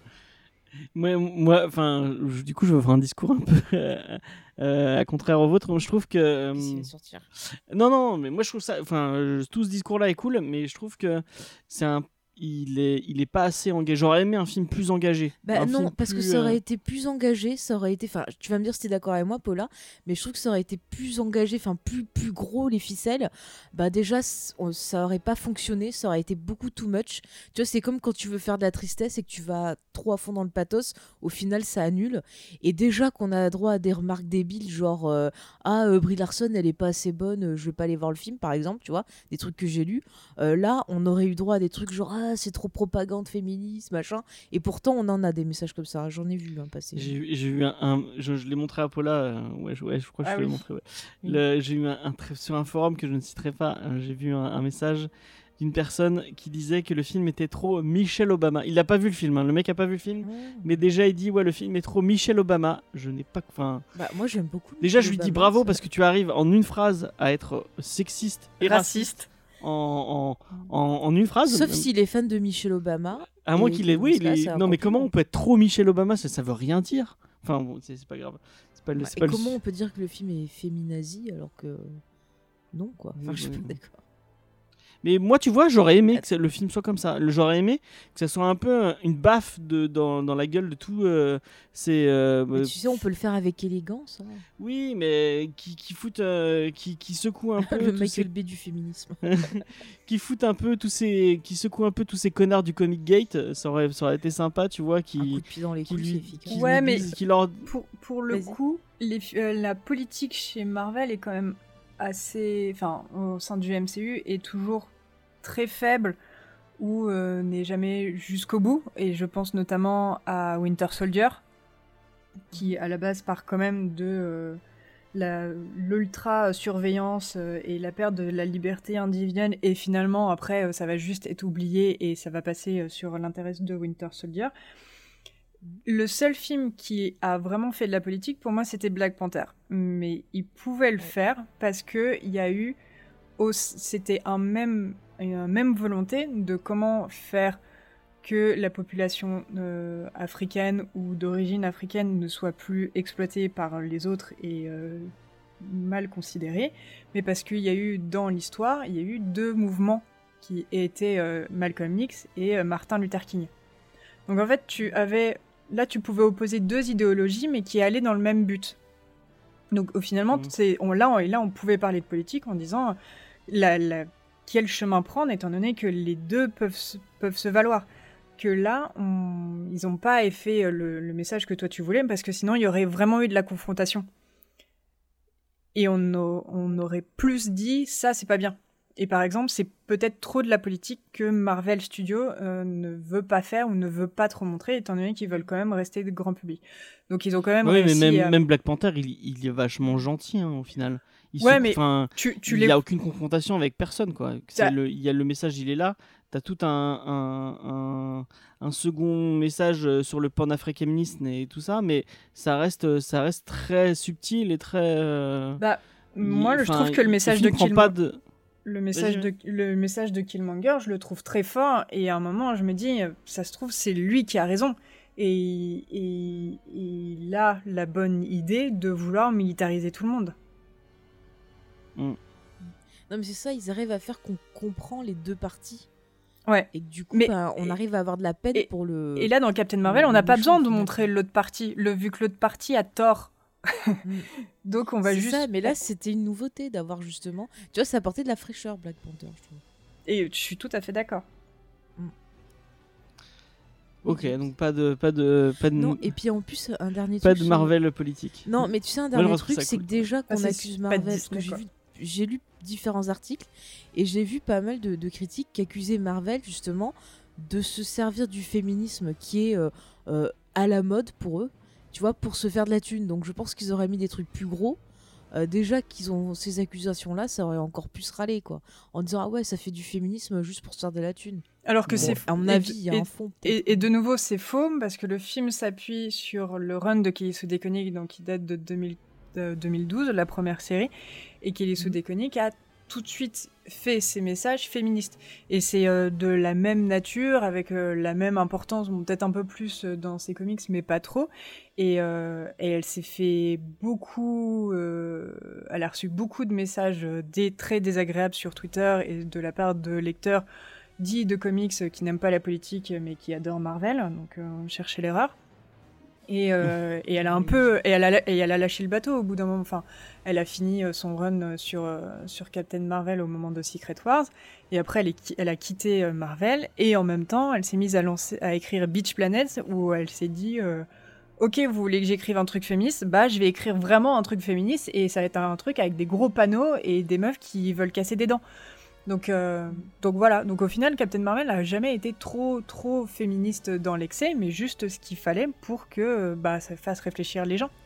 Moi, moi, enfin, je- du coup, je vais faire un discours un peu euh, à contraire au vôtre. Je trouve que. euh, Qu'est-ce qui va sortir ? Non, non, mais moi, je trouve ça. Enfin, euh, tout ce discours-là est cool, mais je trouve que c'est un. Il est, il est pas assez engagé. J'aurais aimé un film plus engagé. Bah Un non, film parce que plus, ça aurait euh, été plus engagé, ça aurait été... Enfin, tu vas me dire si t'es d'accord avec moi, Paula, mais je trouve que ça aurait été plus engagé, enfin, plus, plus gros, les ficelles. Bah déjà, c- on- ça aurait pas fonctionné, ça aurait été beaucoup too much. Tu vois, c'est comme quand tu veux faire de la tristesse et que tu vas trop à fond dans le pathos, au final, ça annule. Et déjà qu'on a droit à des remarques débiles, genre euh, ah, euh, Brie Larson, elle est pas assez bonne, euh, je vais pas aller voir le film, par exemple, tu vois, des trucs que j'ai lus. Euh, là, on aurait eu droit à des trucs genre ah, c'est trop propagande féministe, machin. Et pourtant, on en a des messages comme ça. J'en ai vu un passer. J'ai j'ai eu un, un- je, je l'ai montré à Paula, euh, ouais, je, ouais, je crois que Ah je te l'ai oui. montré. Ouais. Oui. Le- J'ai eu un, un tr- sur un forum que je ne citerai pas, euh, j'ai vu un, un message d'une personne qui disait que le film était trop Michelle Obama. Il n'a pas vu le film, hein, le mec a pas vu le film, Ouais. mais déjà il dit ouais le film est trop Michelle Obama. Je n'ai pas, enfin, Bah, moi, j'aime beaucoup. déjà Michelle je lui dis Obama, bravo ça. parce que tu arrives en une phrase à être sexiste et raciste, Raciste. en, en, en, en une phrase. Sauf s'il est fan de Michelle Obama. À moins Et qu'il ait. dans Oui, ce il cas, est- c'est non, encore mais plus comment bon. on peut être trop Michelle Obama, ça, ça veut rien dire. Enfin, bon, c'est c'est pas grave. C'est pas le. Bah, c'est et pas le- comment on peut dire que le film est féminazi alors que non quoi. Enfin, Oui, je suis oui. pas d'accord. Mais moi, tu vois, j'aurais aimé que ça- le film soit comme ça. Le- J'aurais aimé que ça soit un peu euh, une baffe de, dans, dans la gueule de tout. euh, ces, euh, Mais euh, tu sais, on peut le faire avec élégance. hein. oui, mais qui, qui foutent, euh, qui, qui secouent un peu, le tous Michael ces, Bay du féminisme. qui foutent un peu tous ces, qui secouent un peu tous ces connards du Comic Gate. Ça aurait, ça aurait été sympa, tu vois, Un coup qui, de pied dans les qui couilles, c'est lui, efficace. qui Ouais, lui mais- disent- qui leur, Pour, pour le Vas-y. coup, les, euh, la politique chez Marvel est quand même assez. Enfin, au sein du M C U, est toujours très faible ou euh, n'est jamais jusqu'au bout. Et je pense notamment à Winter Soldier, qui à la base part quand même de euh, la- l'ultra-surveillance euh, et la perte de la liberté individuelle. Et finalement, après, euh, ça va juste être oublié et ça va passer euh, sur l'intérêt de Winter Soldier. Le seul film qui a vraiment fait de la politique, pour moi, c'était Black Panther. Mais il pouvait le faire parce que il y a eu, au- c'était un même, une même volonté de comment faire que la population euh, africaine ou d'origine africaine ne soit plus exploitée par les autres et euh, mal considérée, mais parce qu'il y a eu dans l'histoire, il y a eu deux mouvements qui étaient euh, Malcolm X et euh, Martin Luther King. Donc en fait, tu avais là, tu pouvais opposer deux idéologies, mais qui allaient dans le même but. Donc au finalement, Mhm. c'est on là, on, là, on pouvait parler de politique en disant la, la- quel chemin prendre, étant donné que les deux peuvent, se- peuvent se valoir. Que là, on- ils n'ont pas fait le, le message que toi tu voulais, parce que sinon, il y aurait vraiment eu de la confrontation. Et on, a- on aurait plus dit, ça, c'est pas bien. Et par exemple, c'est peut-être trop de la politique que Marvel Studios euh, ne veut pas faire ou ne veut pas trop montrer, étant donné qu'ils veulent quand même rester de grand public. Donc ils ont quand même oui, mais réussi même, à... même Black Panther, il, il est vachement gentil hein, au final. Il Ouais, se- mais enfin, Tu, tu il les... n'y a aucune confrontation avec personne, quoi. C'est Ça- le, il y a le message, il est là. t'as tout un, un, un, un second message sur le panafricanisme et tout ça, mais ça reste, ça reste très subtil et très. Euh, bah, moi, il, je trouve que le message de Killmonger. De... Le message, de, le message de Killmonger, je le trouve très fort, et à un moment, je me dis, ça se trouve, c'est lui qui a raison. Et, et, et il a la bonne idée de vouloir militariser tout le monde. Mm. Non, mais c'est ça, ils arrivent à faire qu'on comprend les deux parties. Ouais. Et que du coup, mais, bah, on et, arrive à avoir de la peine et, pour le. Et là, dans Captain Marvel, on n'a pas besoin de montrer l'autre partie, le, vu que l'autre partie a tort. Donc on va c'est juste. Ça, mais là, c'était une nouveauté d'avoir justement. Tu vois, ça apportait de la fraîcheur, Black Panther, je trouve. Et je suis tout à fait d'accord. Ok, donc pas de, pas de, pas de. Non, et puis en plus, un dernier pas truc. de Marvel sur... politique. Non, mais tu sais, un dernier truc, c'est cool. que déjà qu'on ah, accuse Marvel, parce que j'ai, vu, j'ai lu différents articles, et j'ai vu pas mal de, de critiques qui accusaient Marvel, justement, de se servir du féminisme qui est euh, euh, à la mode pour eux, tu vois, pour se faire de la thune. Donc je pense qu'ils auraient mis des trucs plus gros. Euh, déjà qu'ils ont ces accusations-là, ça aurait encore pu se râler, quoi. En disant, ah ouais, ça fait du féminisme juste pour se faire de la thune. Alors que bon, c'est à mon avis, il y a un fond. Et, et de nouveau, c'est faux parce que le film s'appuie sur le run de Kelly Sue DeConnick, donc qui date de, deux mille, de deux mille douze, la première série, et Kelly Sue DeConnick a tout de suite fait ses messages féministes. Et c'est euh, de la même nature, avec euh, la même importance, bon, peut-être un peu plus euh, dans ses comics, mais pas trop. Et, euh, et elle s'est fait beaucoup... Euh, elle a reçu beaucoup de messages euh, des, très désagréables sur Twitter et de la part de lecteurs dits de comics qui n'aiment pas la politique, mais qui adorent Marvel, donc euh, cherchez l'erreur. Et, euh, et elle a un peu, et elle a, et elle a lâché le bateau au bout d'un moment. Enfin, elle a fini son run sur euh, sur Captain Marvel au moment de Secret Wars, et après elle, est, elle a quitté Marvel, et en même temps, elle s'est mise à lancer, à écrire Beach Planet, où elle s'est dit, euh, ok, vous voulez que j'écrive un truc féministe, bah je vais écrire vraiment un truc féministe, et ça va être un truc avec des gros panneaux et des meufs qui veulent casser des dents. Donc, euh, donc voilà, donc au final, Captain Marvel n'a jamais été trop, trop féministe dans l'excès, mais juste ce qu'il fallait pour que bah, ça fasse réfléchir les gens.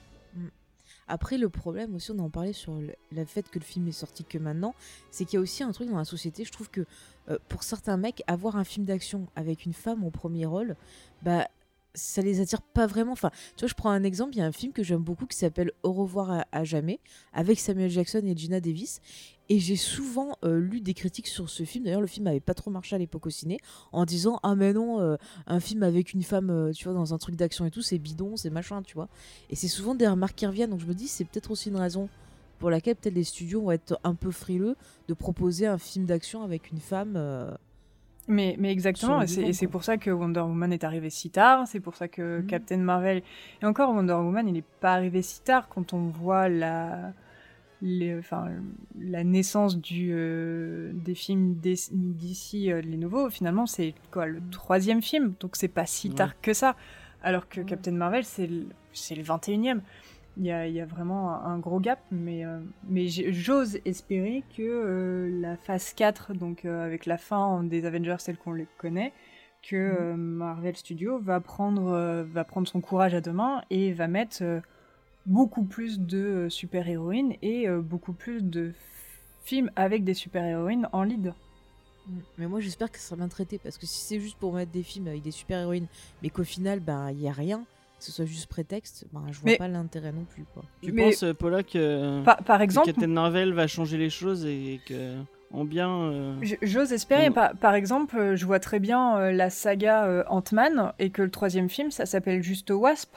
Après, le problème aussi, on en parlait sur le, le fait que le film est sorti que maintenant, c'est qu'il y a aussi un truc dans la société, je trouve que euh, pour certains mecs, avoir un film d'action avec une femme au premier rôle, bah ça les attire pas vraiment. Enfin, tu vois, je prends un exemple, il y a un film que j'aime beaucoup qui s'appelle Au revoir à, à jamais, avec Samuel Jackson et Gina Davis, et j'ai souvent euh, lu des critiques sur ce film. D'ailleurs, le film avait pas trop marché à l'époque au ciné, en disant ah mais non, euh, un film avec une femme, euh, tu vois, dans un truc d'action et tout, c'est bidon, c'est machin, tu vois. Et c'est souvent des remarques qui reviennent, donc je me dis c'est peut-être aussi une raison pour laquelle peut-être les studios vont être un peu frileux de proposer un film d'action avec une femme. Euh, Mais, mais exactement, et c'est, et c'est pour ça que Wonder Woman est arrivé si tard, c'est pour ça que mmh. Captain Marvel... Et encore, Wonder Woman, il n'est pas arrivé si tard quand on voit la, les, enfin, la naissance du, euh, des films d'ici, euh, les nouveaux. Finalement, c'est quoi, le troisième film, donc c'est pas si tard ouais. que ça. Alors que Captain Marvel, c'est le, c'est le vingt et unième. Il y a, il y a vraiment un gros gap, mais, euh, mais j'ose espérer que euh, la phase quatre, donc euh, avec la fin des Avengers telle qu'on les connaît, que euh, Marvel Studios va prendre, euh, va prendre son courage à deux mains et va mettre euh, beaucoup plus de euh, super-héroïnes et euh, beaucoup plus de films avec des super-héroïnes en lead. Mais moi j'espère que ça sera bien traité, parce que si c'est juste pour mettre des films avec des super-héroïnes, mais qu'au final, ben, il n'y a rien, que ce soit juste prétexte, ben, je vois mais, pas l'intérêt non plus, quoi. Tu mais, penses, Paula, que, par, par exemple, que Captain Marvel va changer les choses et que, en bien... Euh, j'ose espérer. On... Par, par exemple, je vois très bien euh, la saga euh, Ant-Man, et que le troisième film, ça s'appelle juste Wasp.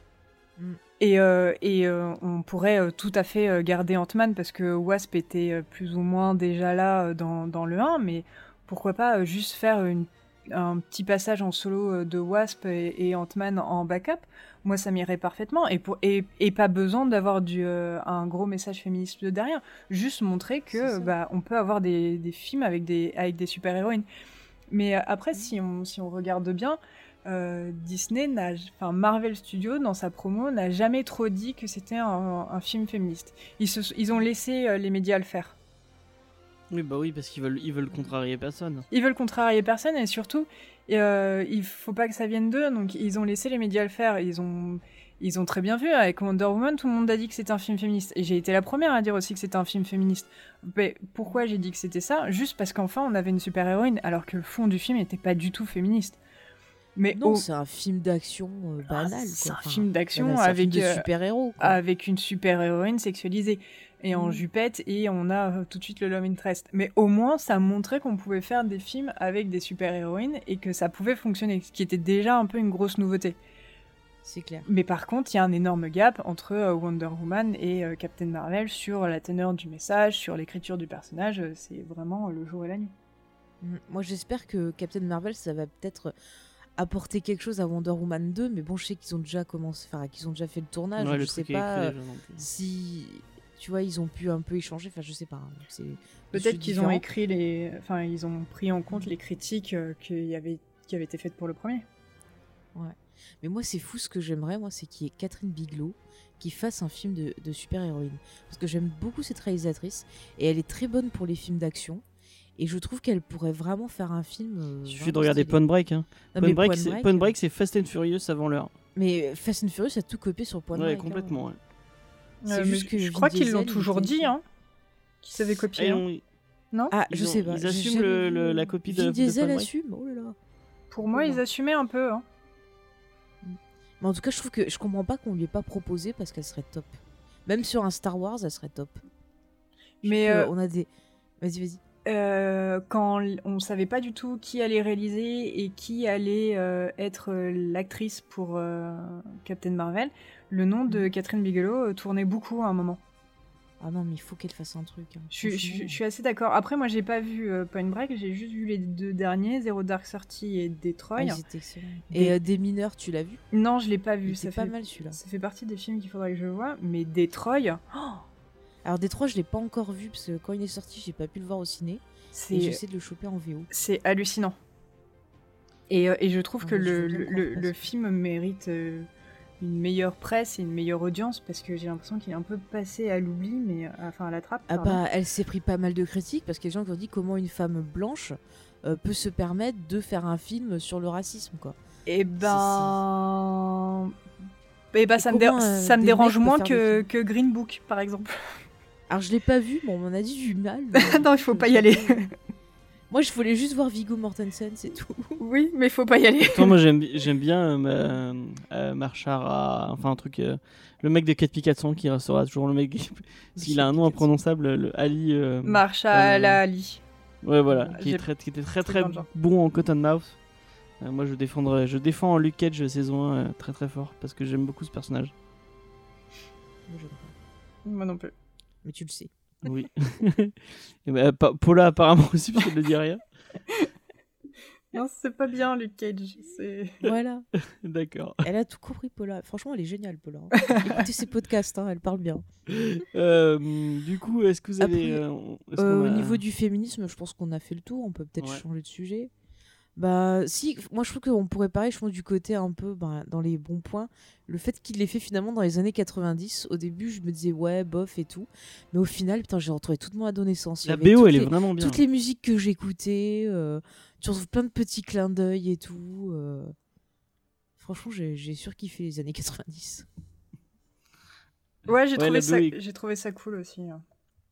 Mm. Et, euh, et euh, on pourrait euh, tout à fait euh, garder Ant-Man, parce que Wasp était euh, plus ou moins déjà là euh, dans, dans le un, mais pourquoi pas euh, juste faire une un petit passage en solo de Wasp et, et Ant-Man en backup, moi ça m'irait parfaitement, et, pour, et, et pas besoin d'avoir du, euh, un gros message féministe derrière, juste montrer que bah, on peut avoir des, des films avec des, avec des super-héroïnes. Mais après, mmh. si, on, si on regarde bien, euh, Disney, n'a, enfin Marvel Studios, dans sa promo, n'a jamais trop dit que c'était un, un film féministe. Ils, se, ils ont laissé euh, les médias le faire. Oui, bah oui, parce qu'ils veulent, ils veulent contrarier personne. Ils veulent contrarier personne, et surtout, euh, il faut pas que ça vienne d'eux, donc ils ont laissé les médias le faire. Ils ont, ils ont très bien vu avec Wonder Woman, tout le monde a dit que c'était un film féministe. Et j'ai été la première à dire aussi que c'était un film féministe. Mais pourquoi j'ai dit que c'était ça ? Juste parce qu'enfin, on avait une super-héroïne, alors que le fond du film n'était pas du tout féministe. Mais non, au... c'est un film d'action euh, banal. Ah, c'est quoi. un Enfin, film d'action banal, avec, un film de euh, super-héros. Quoi. avec une super-héroïne sexualisée. Et en Mm. jupette, et on a euh, tout de suite le love interest. Mais au moins, ça montrait qu'on pouvait faire des films avec des super-héroïnes et que ça pouvait fonctionner, ce qui était déjà un peu une grosse nouveauté. C'est clair. Mais par contre, il y a un énorme gap entre euh, Wonder Woman et euh, Captain Marvel sur la teneur du message, sur l'écriture du personnage. euh, C'est vraiment euh, le jour et la nuit. Mm. Moi, j'espère que Captain Marvel, ça va peut-être apporter quelque chose à Wonder Woman deux, mais bon, je sais qu'ils ont déjà commencé, enfin, qu'ils ont déjà fait le tournage. Ouais, je le sais truc est pas écrit euh, déjà, donc, euh. si, tu vois, ils ont pu un peu échanger. Enfin, je sais pas. hein. Donc, c'est Peut-être c'est qu'ils ont différent. écrit les, enfin, ils ont pris en compte les critiques euh, qui, y avait... qui avaient été faites pour le premier. Mais moi, c'est fou. Ce que j'aimerais, moi, c'est qu'il y ait Catherine Bigelow qui fasse un film de, de super-héroïne. Parce que j'aime beaucoup cette réalisatrice et elle est très bonne pour les films d'action. Et je trouve qu'elle pourrait vraiment faire un film. euh, Il suffit vraiment de regarder stylé. Point Break. Hein. Non, Point, mais Break, Point c'est... Break, Point euh, Break, c'est Fast and Furious avant l'heure. Mais Fast and Furious a tout copié sur Point Ouais, Break. complètement. hein. Ouais. C'est Euh, juste mais que je Vin crois qu'ils l'ont Diesel, il toujours était- dit, hein, qu'ils savaient Et copier. hein. on- Non Ah, ils je ont- sais pas. Ils j'ai assument jamais le- vu, le- la euh, copie de, Vin de Diesel Point Break. assume. Oh là là. Pour moi, ils assumaient un peu. Hein. Mais en tout cas, je trouve que je comprends pas qu'on lui ait pas proposé parce qu'elle serait top. Même sur un Star Wars, elle serait top. Je Mais, trouve que euh, on a des. Vas-y, vas-y. Euh, quand l- on savait pas du tout qui allait réaliser et qui allait euh, être euh, l'actrice pour euh, Captain Marvel, le nom de Catherine Bigelow euh, tournait beaucoup à un moment. Ah non, mais il faut qu'elle fasse un truc. hein. Je, suis- je, Franchement. suis- je suis assez d'accord. Après, moi, j'ai pas vu euh, Point Break, j'ai juste vu les deux derniers, Zero Dark Thirty et Detroit. Ah, ils étaient excellents. Des- Et euh, des mineurs, tu l'as vu? Non, je l'ai pas vu. Il Ça était pas fait, mal celui-là. ça fait partie des films qu'il faudrait que je voie. Mais Detroit, oh, Alors Détroit, je l'ai pas encore vu parce que quand il est sorti, j'ai pas pu le voir au ciné. Et c'est j'essaie de le choper en V O. c'est hallucinant. Et, euh, et je trouve Ah, que mais je le, veux bien le, qu'on le- refasse. le film mérite euh, une meilleure presse et une meilleure audience parce que j'ai l'impression qu'il est un peu passé à l'oubli, mais euh, enfin à la trappe. Ah pardon. bah, elle s'est pris pas mal de critiques parce qu'il y a des gens qui ont dit comment une femme blanche euh, peut se permettre de faire un film sur le racisme, quoi. Et ben. Et ben, Et ça me, dé- comment, euh, ça me des dérange mecs moins peuvent faire que, des que Green Book, par exemple. Alors je l'ai pas vu, bon, on m'en a dit du mal. Non, il faut pas y aller. Moi, je voulais juste voir Viggo Mortensen, c'est tout. Oui, mais il faut pas y aller. Pourtant, moi j'aime, bi- j'aime bien euh, ma- euh, Marshara, enfin un truc, euh, le mec de quatre P quatre cents qui restera toujours le mec. qui- S'il a un nom imprononçable, le Ali. euh, Marshall euh, Ali. Ouais, voilà, qui, J'ai est très, qui était très très très bien le genre. bon en Cottonmouth. Euh, moi je défendrais, je défends Luke Cage saison un euh, très très fort parce que j'aime beaucoup ce personnage. Moi, j'aime pas. Moi non plus. Mais tu le sais. Oui. Et bah, Pa- Paula apparemment aussi parce qu'elle ne dit rien. Non, c'est pas bien, Luke Cage. C'est... Voilà. D'accord. Elle a tout compris, Paula. Franchement, elle est géniale, Paula. hein. Écoutez ses podcasts, hein, elle parle bien. Euh, du coup, est-ce que vous avez. Après, euh, est-ce Euh, qu'on Au a- niveau du féminisme, je pense qu'on a fait le tour. On peut peut-être Ouais. changer de sujet. Bah, si, moi je trouve qu'on pourrait parler, je pense, du côté un peu bah, dans les bons points. Le fait qu'il l'ait fait finalement dans les années quatre-vingt-dix. Au début, je me disais ouais, bof et tout. Mais au final, putain, j'ai retrouvé toute mon adolescence. Il y La avait B O, toutes elle est les- vraiment bien. Toutes les musiques que j'écoutais, euh, tu retrouves plein de petits clins d'œil et tout. euh. Franchement, j'ai j'ai surkiffé les années quatre-vingt-dix. Ouais, j'ai, Ouais, trouvé la ça, B O est- j'ai trouvé ça cool aussi. hein.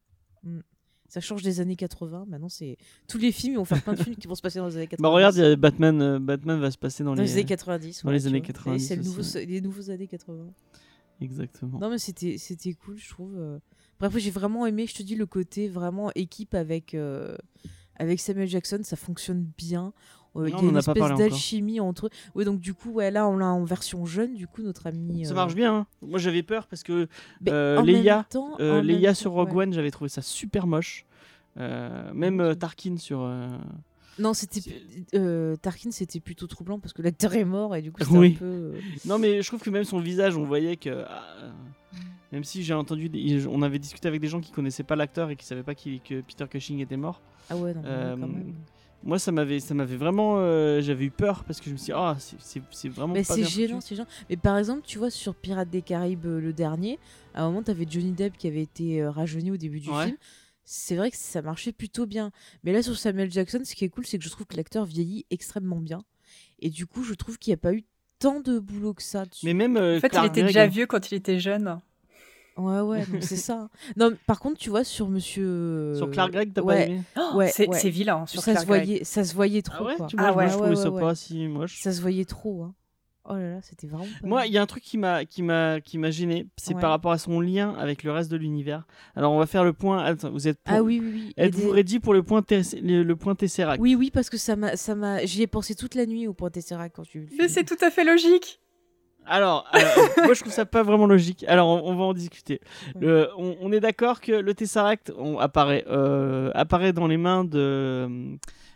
Ça change des années quatre-vingts. Maintenant, c'est tous les films, ils vont faire plein de films qui vont se passer dans les années quatre-vingt-dix. Bah regarde, il y a Batman, euh, Batman va se passer dans, Dans les les. années quatre-vingt-dix. dans ouais, les tu années vois. quatre-vingt-dix Et c'est le nouveau, aussi. les nouveaux années quatre-vingts. Exactement. Non, mais c'était, c'était cool, je trouve. euh. Bref, j'ai vraiment aimé, je te dis, le côté vraiment équipe avec, euh, avec Samuel Jackson, ça fonctionne bien. Euh, Il Non, y on a en une a pas espèce parlé encore. d'alchimie entre eux. Oui, donc du coup, ouais, là, on l'a en version jeune, du coup, notre ami. Ça euh, marche bien. Hein. Moi j'avais peur parce que mais euh, en Leia, même temps- euh, en Leia même sur temps, Rogue ouais. One, j'avais trouvé ça super moche. Euh, même euh, Tarkin sur. euh, Non, c'était euh, Tarkin, c'était plutôt troublant parce que l'acteur est mort et du coup, c'était Oui. un peu. euh, Non, mais je trouve que même son visage, on voyait que. ah, euh, même si j'ai entendu. Des... On avait discuté avec des gens qui connaissaient pas l'acteur et qui savaient pas qu'il- que Peter Cushing était mort. Ah ouais, non, mais Euh, quand même. Moi, ça m'avait, ça m'avait vraiment. euh, j'avais eu peur parce que je me suis dit, ah, c'est, c'est, c'est vraiment Mais pas c'est bien gênant, foutu. c'est gênant. Mais par exemple, tu vois, sur Pirates des Caraïbes, euh, le dernier, à un moment, t'avais Johnny Depp qui avait été euh, rajeuni au début du Ouais. film. C'est vrai que ça marchait plutôt bien. Mais là, sur Samuel Jackson, ce qui est cool, c'est que je trouve que l'acteur vieillit extrêmement bien. Et du coup, je trouve qu'il n'y a pas eu tant de boulot que ça dessus. Mais même. euh, En fait, il Clark était Gregg, déjà hein. vieux quand il était jeune. Ouais, ouais, donc c'est ça. Non, mais par contre, tu vois, sur Monsieur. Sur Clark Gregg, t'as ouais. pas aimé Oh, Ouais, c'est ouais. c'est vilain sur ça Clark se Gregg. voyait, ça se voyait trop Ah ouais quoi. tu vois, Ah moi, ouais. je Ouais, trouvais ouais, ça ouais. pas si moche. Ça se voyait trop. Hein. Oh là là, c'était vraiment pas Moi, mal. il y a un truc qui m'a qui m'a qui m'a gêné, c'est Ouais. par rapport à son lien avec le reste de l'univers. Alors, on va faire le point. Attends, vous êtes pour... Ah oui, oui, oui. Il y a Êtes-vous des- ready pour le point Tess- le, le point Tesseract? Oui, oui, parce que ça m'a, ça m'a, j'y ai pensé toute la nuit au point Tesseract quand tu. Mais c'est tout à fait logique. Alors, alors, moi je trouve ça pas vraiment logique. Alors, on, on va en discuter. Ouais. Le- on, on est d'accord que le Tesseract on, apparaît, euh, apparaît dans les mains de,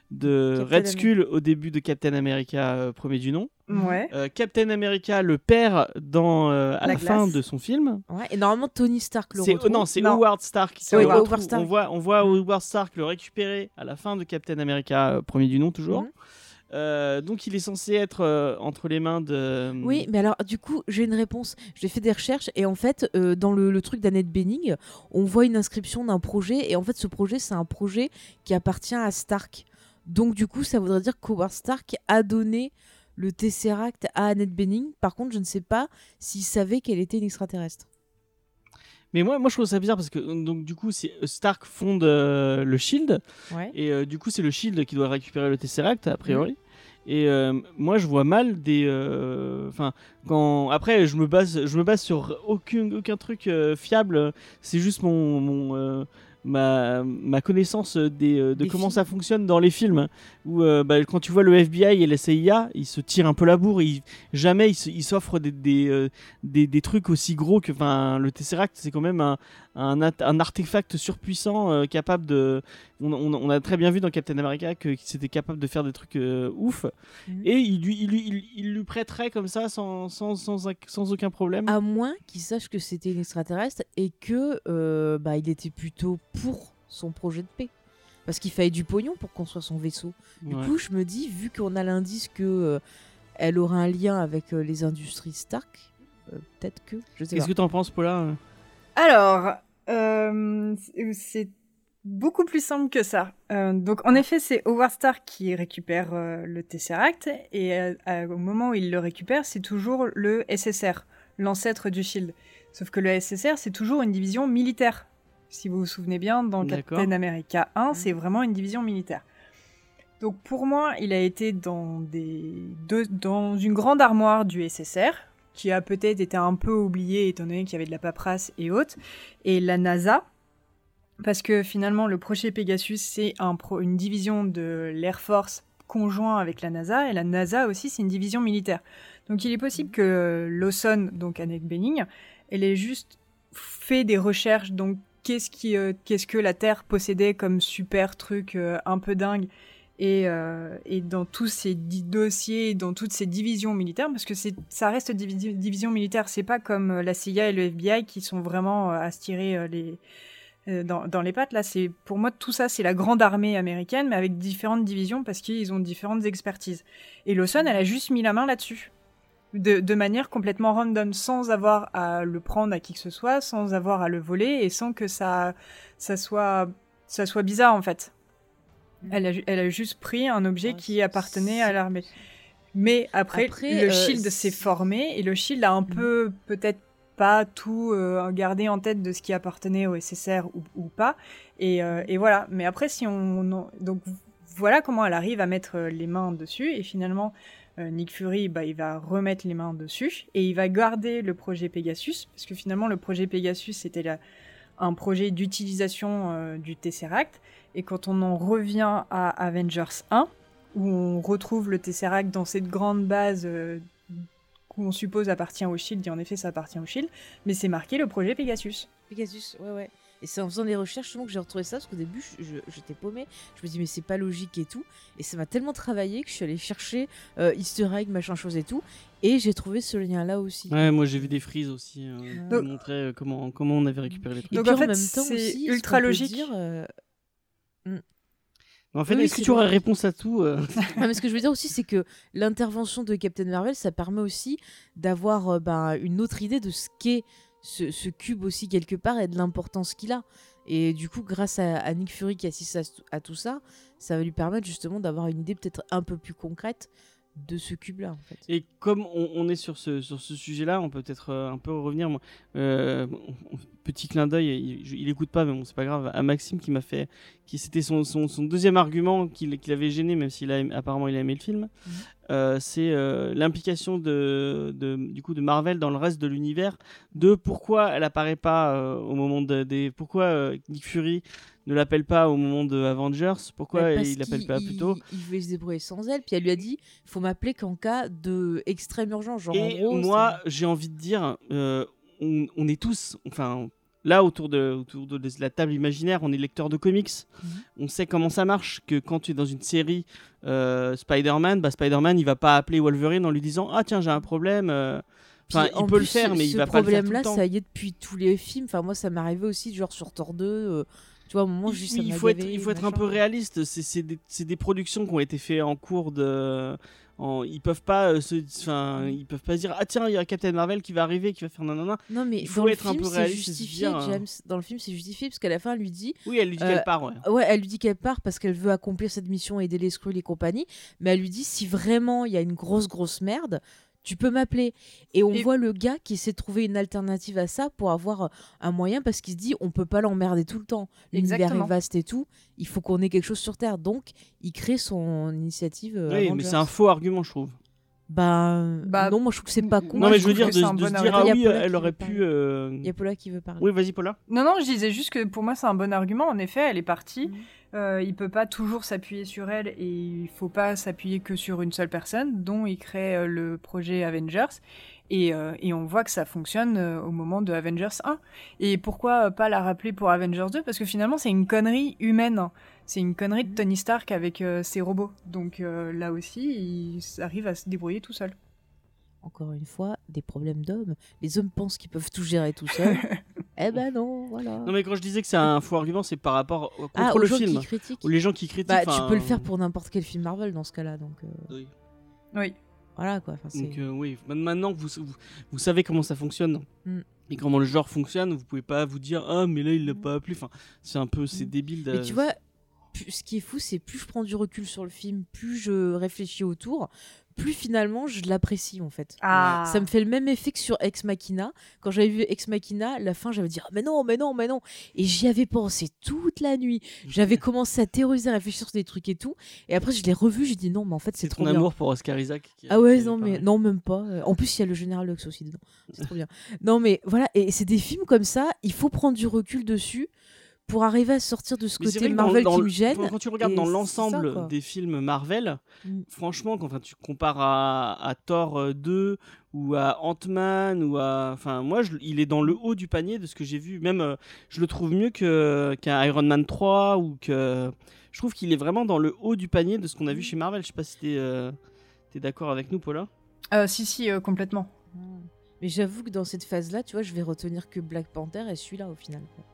de Captain Red Skull au début de Captain America euh, premier du nom. Ouais. Euh, Captain America le perd dans, euh, à La la fin glace. de son film. Ouais, et normalement Tony Stark le C'est, retrouve. non, c'est Non. Howard Stark. qui C'est le Howard retrouve. Stark. On voit, on voit Howard Stark le récupérer à la fin de Captain America euh, premier du nom toujours. Mhm. Euh, donc il est censé être euh, entre les mains de. Oui, mais alors du coup, j'ai une réponse. J'ai fait des recherches et en fait, euh, dans le, le truc d'Annette Bening, on voit une inscription d'un projet et en fait, ce projet, c'est un projet qui appartient à Stark. Donc du coup, ça voudrait dire qu'Howard Stark a donné le Tesseract à Annette Bening. Par contre, je ne sais pas s'il savait qu'elle était une extraterrestre. Mais moi, moi je trouve ça bizarre parce que donc du coup c'est Stark fonde euh, le Shield Ouais. et euh, du coup c'est le Shield qui doit récupérer le Tesseract a priori. Et euh, moi je vois mal des enfin quand après je me base je me base sur aucun aucun truc euh, fiable, c'est juste mon, mon euh, ma, ma connaissance des, euh, de Des comment films. ça fonctionne dans les films où euh, bah, quand tu vois le F B I et la C I A ils se tirent un peu la bourre, ils, jamais ils, se- ils s'offrent des, des, euh, des, des trucs aussi gros que enfin le Tesseract c'est quand même un, un, at- un artefact surpuissant euh, capable de on, on- on a très bien vu dans Captain America que qu'il c'était capable de faire des trucs euh, ouf Mhm. et il lui, il, lui, il, il lui prêterait comme ça sans, sans, sans, sans aucun problème. À moins qu'il sache que c'était une extraterrestre et que euh, bah, il était plutôt pour son projet de paix. Parce qu'il fallait du pognon pour construire son vaisseau. Du Ouais. coup, je me dis, vu qu'on a l'indice que euh, elle aura un lien avec euh, les industries Stark, euh, peut-être que. Je sais Qu'est-ce pas. que t'en penses, Paula? Alors, euh, c'est- c'est beaucoup plus simple que ça. Euh, donc, en effet, c'est Howard Stark qui récupère euh, le Tesseract, et euh, à- au moment où il le récupère, c'est toujours le S S R, l'ancêtre du Shield. Sauf que le S S R, c'est toujours une division militaire. Si vous vous souvenez bien, dans D'accord. Captain America un, Mhm. c'est vraiment une division militaire. Donc, pour moi, il a été dans, des, deux- dans une grande armoire du S S R, qui a peut-être été un peu oublié étant donné qu'il y avait de la paperasse et autres, et la NASA, parce que finalement le projet Pegasus c'est un pro- une division de l'Air Force conjoint avec la NASA, et la NASA aussi c'est une division militaire. Donc il est possible que Lawson, donc Annette Bening, elle ait juste fait des recherches, donc qu'est-ce, qui, euh, qu'est-ce que la Terre possédait comme super truc euh, un peu dingue, et, euh, et dans tous ces di- dossiers, dans toutes ces divisions militaires, parce que c'est, ça reste divi- division militaire, c'est pas comme euh, la C I A et le F B I qui sont vraiment euh, à se tirer euh, les, euh, dans, dans les pattes. Là, c'est, pour moi, tout ça, c'est la grande armée américaine, mais avec différentes divisions parce qu'ils ont différentes expertises. Et Lawson, elle a juste mis la main là-dessus. De, de manière complètement random, sans avoir à le prendre à qui que ce soit, sans avoir à le voler et sans que ça, ça, soit, ça soit bizarre en fait. Elle a, ju- elle a juste pris un objet Ouais, qui c'est- appartenait à l'armée. Mais après, Après, le euh, Shield c'est- s'est formé et le Shield a un peu, peut-être pas tout euh, gardé en tête de ce qui appartenait au S S R ou, ou pas. Et, euh, et voilà. Mais après, si on. on- Donc voilà comment elle arrive à mettre euh, les mains dessus. Et finalement, euh, Nick Fury, bah, il va remettre les mains dessus. Et il va garder le projet Pegasus. Parce que finalement, le projet Pegasus, c'était la- un projet d'utilisation euh, du Tesseract. Et quand on en revient à Avengers un, où on retrouve le Tesseract dans cette grande base euh, qu'on suppose appartient au Shield, et en effet ça appartient au Shield, mais c'est marqué le projet Pegasus. Pegasus, ouais, ouais. Et c'est en faisant des recherches justement que j'ai retrouvé ça, parce qu'au début, je- je- j'étais paumée. Je me dis, mais c'est pas logique et tout. Et ça m'a tellement travaillé que je suis allée chercher euh, Easter egg, machin chose et tout. Et j'ai trouvé ce lien-là aussi. Ouais, moi j'ai vu des frises aussi euh, qui Donc- montraient euh, comment, comment on avait récupéré les trucs. Et Donc, puis en en, fait, même temps c'est aussi, ultra ce qu'on peut logique. dire, euh, En fait, oui, est-ce que c'est tu aurais logique. réponse à tout euh Ah, mais ce que je veux dire aussi, c'est que l'intervention de Captain Marvel, ça permet aussi d'avoir euh, ben, une autre idée de ce qu'est ce, ce cube aussi quelque part et de l'importance qu'il a. Et du coup, grâce à, à Nick Fury qui assiste à, à tout ça, ça va lui permettre justement d'avoir une idée peut-être un peu plus concrète de ce cube-là, en fait. Et comme on, on est sur ce, sur ce sujet-là, on peut peut-être euh, un peu revenir. Moi, euh, on- petit clin d'œil, il, il écoute pas, mais bon, c'est pas grave. À Maxime qui m'a fait, qui c'était son, son, son deuxième argument qu'il qu'il avait gêné, même s'il a aimé- apparemment il a aimé le film. Mhm. Euh, c'est euh, l'implication de, de du coup de Marvel dans le reste de l'univers. De pourquoi elle apparaît pas euh, au moment de, des, pourquoi euh, Nick Fury ne l'appelle pas au moment de Avengers, pourquoi Ouais, parce il l'appelle qu'il- pas plus tôt. Il, il voulait se débrouiller sans elle, puis elle lui a dit il faut m'appeler qu'en cas de extrême urgence. Genre, en Et gros, moi, j'ai envie de dire, euh, on, on est tous, enfin, là autour de, autour de la table imaginaire, on est lecteurs de comics. Mhm. On sait comment ça marche. Que quand tu es dans une série euh, Spider-Man, bah, Spider-Man, il va pas appeler Wolverine en lui disant ah tiens j'ai un problème. euh, Puis, Enfin, en il peut le plus, faire, ce- mais il ce va pas le faire tout le problème-là, temps. ça y est depuis tous les films. Enfin, moi, ça m'est arrivé aussi, genre sur Thor deux. euh, tu vois, à un moment, Il, juste ça il m'a faut être, gavé, il faut être un machin. peu réaliste. C'est c'est des, c'est des productions qui ont été faites en cours de. En, ils peuvent pas euh, se, enfin, ils peuvent pas se dire ah tiens il y a Captain Marvel qui va arriver qui va faire nanana. Non, mais Il dans faut le être un film, peu c'est réaliste et se justifié, dire, euh, James. Dans le film, c'est justifié parce qu'à la fin, elle lui dit Oui, elle lui dit Euh, qu'elle part. Ouais. ouais, elle lui dit qu'elle part parce qu'elle veut accomplir cette mission, aider les Skrulls et compagnie. Mais elle lui dit si vraiment il y a une grosse, grosse merde, tu peux m'appeler. Et on Et- voit le gars qui essaie de trouver une alternative à ça pour avoir un moyen parce qu'il se dit on peut pas l'emmerder tout le temps. L'univers Exactement. est vaste et tout. Il faut qu'on ait quelque chose sur Terre. Donc, il crée son initiative. euh, Oui, mais Avengers. c'est un faux argument, je trouve. Bah, Bah, non, moi je trouve que c'est pas con. Non, Moi, mais je je veux trouve dire, que de, c'est un de bon se dire, argument. ah Il y a oui, Paula qui elle veut aurait parler. pu. euh, Il y a Paula qui veut parler. Oui, vas-y, Paula. Non, non, je disais juste que pour moi, c'est un bon argument. En effet, elle est partie. Mhm. Euh, il peut pas toujours s'appuyer sur elle et il faut pas s'appuyer que sur une seule personne, dont il crée euh, le projet Avengers. Et, euh, et on voit que ça fonctionne euh, au moment de Avengers un. Et pourquoi euh, pas la rappeler pour Avengers deux? Parce que finalement, c'est une connerie humaine. C'est une connerie de Tony Stark avec euh, ses robots. Donc euh, là aussi, il arrive à se débrouiller tout seul. Encore une fois, des problèmes d'hommes. Les hommes pensent qu'ils peuvent tout gérer tout seuls. Eh ben non, voilà. Non, mais quand je disais que c'est un faux argument, c'est par rapport au- contre ah, aux le gens film. qui critiquent. Ou les gens qui critiquent. Bah, tu enfin, peux le faire pour n'importe quel film Marvel dans ce cas-là. Donc euh, Oui. Oui. voilà quoi. Enfin, c'est- Donc, euh, oui, Ma- maintenant que vous, vous, vous savez comment ça fonctionne Mm. et comment le genre fonctionne, vous pouvez pas vous dire ah, mais là il l'a Mm. pas appelé. Enfin, c'est un peu, c'est Mm. débile. De... Mais tu vois, plus- ce qui est fou, c'est plus je prends du recul sur le film, plus je réfléchis autour, plus finalement je l'apprécie en fait. Ah. Ça me fait le même effet que sur Ex Machina. Quand j'avais vu Ex Machina, la fin, j'avais dit ah, mais non, mais non, mais non. Et j'y avais pensé toute la nuit. J'avais commencé à théoriser, à réfléchir sur des trucs et tout. Et après, je l'ai revu, j'ai dit non, mais en fait, c'est c'est trop ton bien. amour pour Oscar Isaac. Qui, Ah ouais, qui est non, mais pareil. non, même pas. Euh, En plus, il y a le Général Lux aussi dedans. C'est trop bien. Non, mais voilà, et c'est des films comme ça, il faut prendre du recul dessus pour arriver à sortir de ce Mais c'est côté vrai que dans- Marvel dans qui le- me gêne. Quand, quand tu regardes et dans c'est l'ensemble ça, quoi. des films Marvel, Mm. franchement, quand enfin, tu compares à, à Thor euh, deux ou à Ant-Man ou à, enfin, moi, je- il est dans le haut du panier de ce que j'ai vu. Même, euh, je le trouve mieux que qu'un Iron Man trois ou que. Je trouve qu'il est vraiment dans le haut du panier de ce qu'on a vu chez Marvel. Je sais pas si t'es euh, t'es d'accord avec nous, Paula. Euh, si, si, euh, complètement. Mm. Mais j'avoue que dans cette phase-là, tu vois, je vais retenir que Black Panther et celui-là au final. quoi.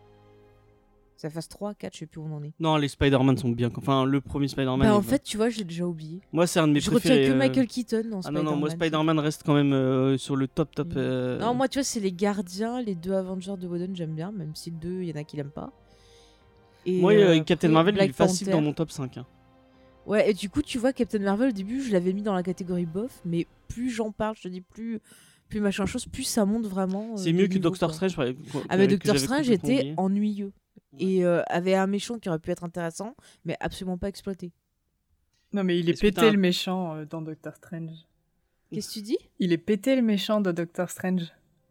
Ça phase trois, quatre, je sais plus où on en est. Non, les Spider-Man sont bien. Enfin, le premier Spider-Man. Bah, est en bon. fait, tu vois, je l'ai déjà oublié. moi, c'est un de mes Je préférés. retiens que euh, Michael Keaton dans Ah non, Spider-Man. non, moi, c'est Spider-Man reste quand même euh, sur le top, top. Mm. euh, Non, moi, tu vois, c'est les gardiens, les deux Avengers de Whedon, j'aime bien, même si le deux, il y en a qui l'aiment pas. Et, Moi, euh, euh, Captain après, Marvel, il Black est facile Panther. dans mon top cinq. hein. Ouais, et du coup, tu vois, Captain Marvel, au début, je l'avais mis dans la catégorie bof, mais plus j'en parle, je te dis, plus, plus machin chose, plus ça monte vraiment. euh, C'est de mieux que niveau, Doctor quoi. Strange. par- Ah, mais que- que Doctor j'avais Strange complètement était oublié. ennuyeux. Et euh, avait un méchant qui aurait pu être intéressant, mais absolument pas exploité. Non, mais il est Est-ce que pété t'as un- le méchant euh, dans Doctor Strange. Qu'est-ce que tu dis? Il est pété le méchant de Doctor Strange.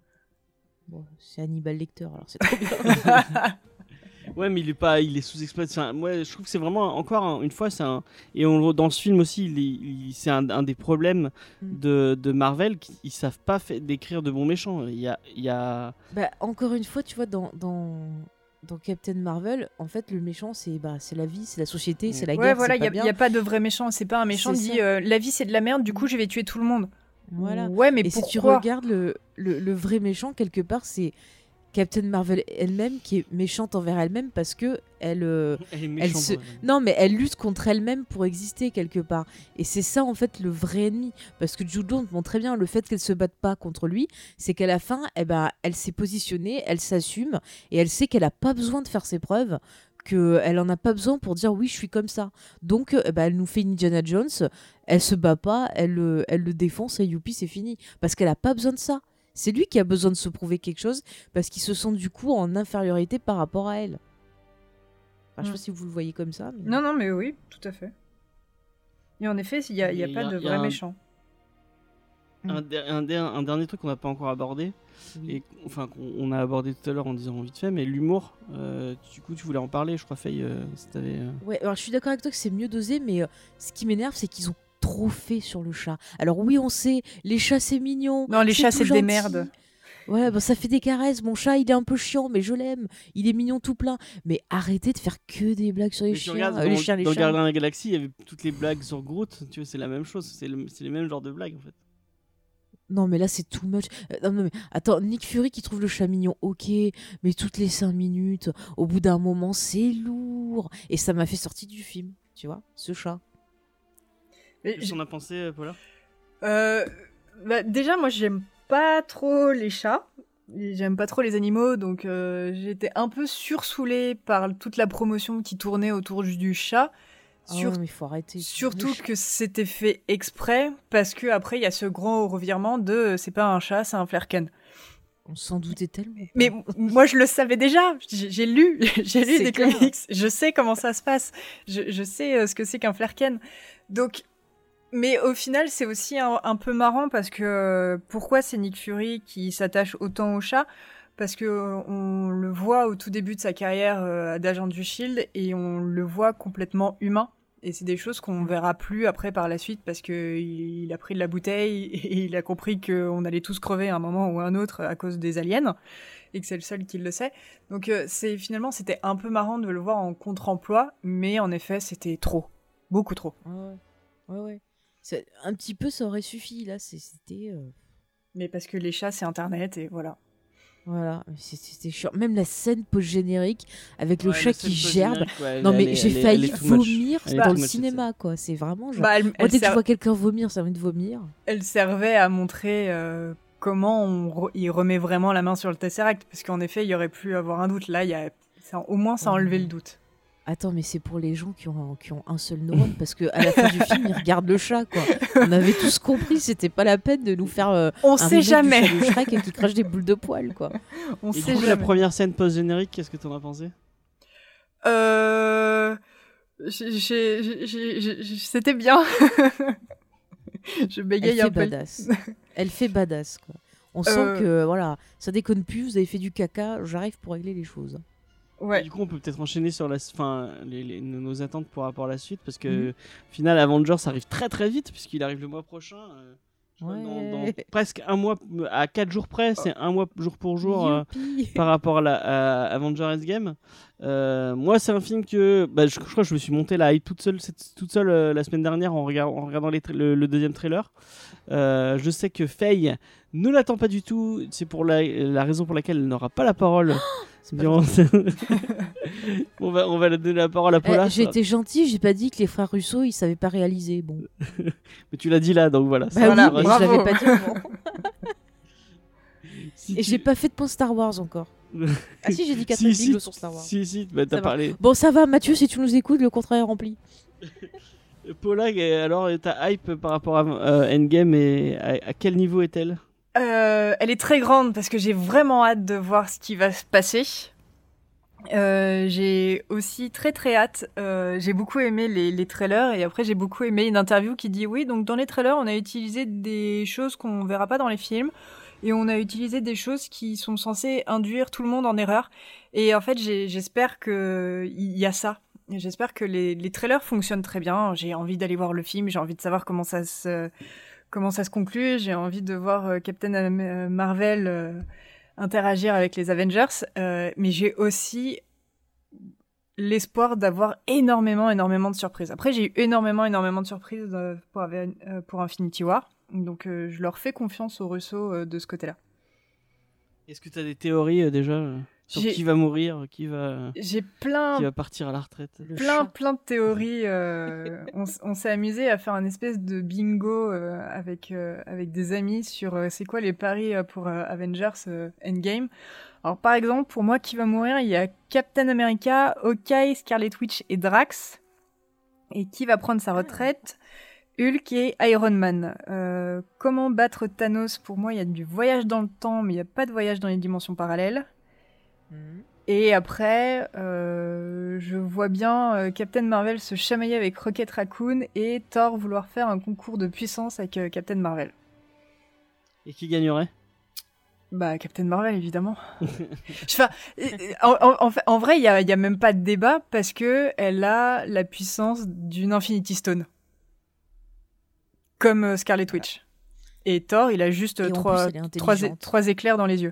Bon, c'est Hannibal Lecter, alors c'est trop bien. Ouais, mais il est pas, il est sous-exploité. Enfin, moi, je trouve que c'est vraiment encore un- une fois, c'est un et on, le- dans ce film aussi, il est- il- c'est un, un des problèmes Mm. de, de Marvel, qu'ils ils savent pas fait, d'écrire de bons méchants. Il y a, il y a... Bah, encore une fois, tu vois, dans, dans, dans Captain Marvel, en fait, le méchant, c'est bah, c'est la vie, c'est la société, c'est la Ouais, guerre. voilà, c'est il pas n'y a, bien. pas de vrai méchant. C'est pas un méchant C'est qui dit ça. euh, la vie c'est de la merde, du coup je vais tuer tout le monde. Voilà. Ouais, mais Et si tu pourquoi regardes le, le, le vrai méchant, quelque part, c'est Captain Marvel elle-même qui est méchante envers elle-même parce que elle, euh, Elle est elle méchante. se... ouais. non mais elle lutte contre elle-même pour exister quelque part. Et c'est ça en fait le vrai ennemi. Parce que Jude Law montre très bien le fait qu'elle se batte pas contre lui, c'est qu'à la fin, eh ben, elle s'est positionnée, elle s'assume et elle sait qu'elle a pas besoin de faire ses preuves, qu'elle en a pas besoin pour dire oui, je suis comme ça. Donc, euh, bah, elle nous fait Indiana Jones, elle se bat pas, elle, euh, elle le défonce et youpi, c'est fini. Parce qu'elle a pas besoin de ça. C'est lui qui a besoin de se prouver quelque chose parce qu'il se sent du coup en infériorité par rapport à elle. Enfin, je sais Mm. pas si vous le voyez comme ça. Mais... Non, non, mais oui, tout à fait. Et en effet, il n'y a, il y a Et pas y a- de y a vrai un- méchant. Un, der- un der- un dernier truc qu'on n'a pas encore abordé, Oui. et enfin qu'on on a abordé tout à l'heure en disant vite fait, mais l'humour, euh, du coup tu voulais en parler, je crois, Faye, euh, si t'avais, euh, Ouais, alors je suis d'accord avec toi que c'est mieux dosé, mais euh, ce qui m'énerve, c'est qu'ils ont trop fait sur le chat. Alors oui, on sait, les chats c'est mignon. Non, les chats, tout c'est des gentil. merdes. Ouais, bah ça fait des caresses. Mon chat, il est un peu chiant, mais je l'aime. Il est mignon tout plein. Mais arrêtez de faire que des blagues sur les mais si chiens. on regarde euh, dans, les chiens, les dans chats. Gardien de la Galaxie, il y avait toutes les blagues sur Groot, tu vois, c'est la même chose, c'est le- c'est les mêmes genres de blagues en fait. Non, mais là, c'est too much. Euh, non, non, mais attends, Nick Fury qui trouve le chat mignon, ok, mais toutes les cinq minutes, au bout d'un moment, c'est lourd. Et ça m'a fait sortir du film, tu vois, ce chat. Mais Qu'est-ce qu'on a pensé, euh, Paula? Euh, bah, déjà, moi, j'aime pas trop les chats. Et j'aime pas trop les animaux, donc euh, j'étais un peu sursoulée par toute la promotion qui tournait autour du, du chat. Ah Sur- ouais, mais il faut arrêter. Surtout Le chat- que c'était fait exprès, parce que après il y a ce grand revirement de euh, c'est pas un chat, c'est un flerken. On s'en doutait tellement. Mais m- moi je le savais déjà, j'ai j'ai lu, j'ai lu C'est des clair. comics, je sais comment ça se passe, je, je sais euh, ce que c'est qu'un flerken. Donc, mais au final c'est aussi un, un peu marrant parce que euh, pourquoi c'est Nick Fury qui s'attache autant au chat? Parce que euh, on le voit au tout début de sa carrière euh, d'agent du Shield et on le voit complètement humain. Et c'est des choses qu'on verra plus après par la suite parce que il, il a pris de la bouteille et il a compris qu'on allait tous crever à un moment ou à un autre à cause des aliens et que c'est le seul qui le sait. Donc euh, c'est finalement c'était un peu marrant de le voir en contre-emploi, mais en effet c'était trop, beaucoup trop. Ouais, ouais, ouais. C'est- Un petit peu, ça aurait suffi, là. c'est- C'était. euh, Mais parce que les chats c'est Internet et voilà. Voilà, c'est- c'était chiant. Même la scène post-générique avec le Ouais, chat la qui scène gerbe. post-générique, ouais, Non, elle mais est- j'ai elle est- failli elle est too much. vomir Elle est dans too le much, cette cinéma, quoi. C'est vraiment genre. Bah, elle, Moi, elle dès que je ser- vois quelqu'un vomir, ça a envie de vomir. elle servait à montrer euh, comment on re- il remet vraiment la main sur le Tesseract, parce qu'en effet, il y aurait pu avoir un doute. Là, il y a, ça- au moins, ça a Ouais. enlevé le doute. Attends, mais c'est pour les gens qui ont, qui ont un seul neurone, parce que à la fin du film, ils regardent le chat, quoi. On avait tous compris, c'était pas la peine de nous faire euh, On un sait remake jamais. du chat de Shrek et qui crache des boules de poils, quoi. On Et du sait coup, la jamais. première scène post-générique, qu'est-ce que t'en as pensé? Euh... j'ai- j'ai- j'ai- j'ai- j'ai- C'était bien. Je Elle bégaye fait un peu. badass. Elle fait badass, quoi. On sent Euh. que, voilà, ça déconne plus, vous avez fait du caca, j'arrive pour régler les choses. Ouais. Du coup, on peut peut-être enchaîner sur la, enfin, les, les- nos nos attentes pour rapport à la suite, parce que Mhm. au final, Avengers arrive très très vite, puisqu'il arrive le mois prochain. euh, je crois que dans, dans Ouais. presque un mois, à quatre jours près, c'est un mois jour pour jour euh, Youpi. par rapport à, la, à Avengers Endgame. Euh, moi, c'est un film que, bah, je, je crois que je me suis monté la hype toute seule, cette- toute seule euh, la semaine dernière en, regard- en regardant les tra- le, le deuxième trailer. Euh, je sais que Faye ne l'attend pas du tout. C'est pour la, la raison pour laquelle elle n'aura pas la parole. C'est pas durant gentil. ce- on va on va donner la parole à Eh, Paula. j'ai été gentil, j'ai pas dit que les frères Russo ils savaient pas réaliser. Bon. Mais tu l'as dit là, donc voilà. ça Bah Voilà, oui, mais bravo. je l'avais pas dit avant. Si Et tu- j'ai pas fait de point Star Wars encore. Ah si, j'ai dit quatre si, si, sur Star Wars. Si, si, bah, t'as Ça va. parlé. Bon, ça va, Mathieu, si tu nous écoutes, le contrat est rempli. Paula, euh, alors ta hype par rapport à euh, Endgame, et à, à quel niveau est-elle? Euh, elle est très grande parce que j'ai vraiment hâte de voir ce qui va se passer. Euh, j'ai aussi très très hâte. Euh, j'ai beaucoup aimé les, les trailers et après j'ai beaucoup aimé une interview qui dit oui, donc dans les trailers on a utilisé des choses qu'on verra pas dans les films et on a utilisé des choses qui sont censées induire tout le monde en erreur. Et en fait j'ai- j'espère que il y a ça. Et j'espère que les, les trailers fonctionnent très bien. J'ai envie d'aller voir le film, j'ai envie de savoir comment ça se comment ça se conclut. J'ai envie de voir euh, Captain euh, Marvel euh, interagir avec les Avengers, euh, mais j'ai aussi l'espoir d'avoir énormément, énormément de surprises. Après, j'ai eu énormément, énormément de surprises euh, pour, Aven- euh, pour Infinity War, donc euh, je leur fais confiance aux Russo euh, de ce côté-là. Est-ce que t'as des théories euh, déjà euh Sur J'ai- qui va mourir, qui va, J'ai plein, qui va partir à la retraite. Le plein, chat. plein de théories. euh, on s- on s'est amusé à faire un espèce de bingo euh, avec, euh, avec des amis sur euh, c'est quoi les paris euh, pour euh, Avengers euh, Endgame. Alors, par exemple, pour moi, qui va mourir, il y a Captain America, Hawkeye, Scarlet Witch et Drax. Et qui va prendre sa retraite? Hulk et Iron Man. Euh, comment battre Thanos? Pour moi, il y a du voyage dans le temps, mais il n'y a pas de voyage dans les dimensions parallèles. Mhm. Et après, euh, je vois bien euh, Captain Marvel se chamailler avec Rocket Raccoon et Thor vouloir faire un concours de puissance avec euh, Captain Marvel. Et qui gagnerait? Bah, Captain Marvel, évidemment. Enfin, euh, en, en- en fait- en vrai, il n'y a, il y a même pas de débat parce que elle a la puissance d'une Infinity Stone. Comme euh, Scarlet Witch. Et Thor, il a juste Et en trois, plus, elle est trois, é- intelligente. trois éclairs dans les yeux.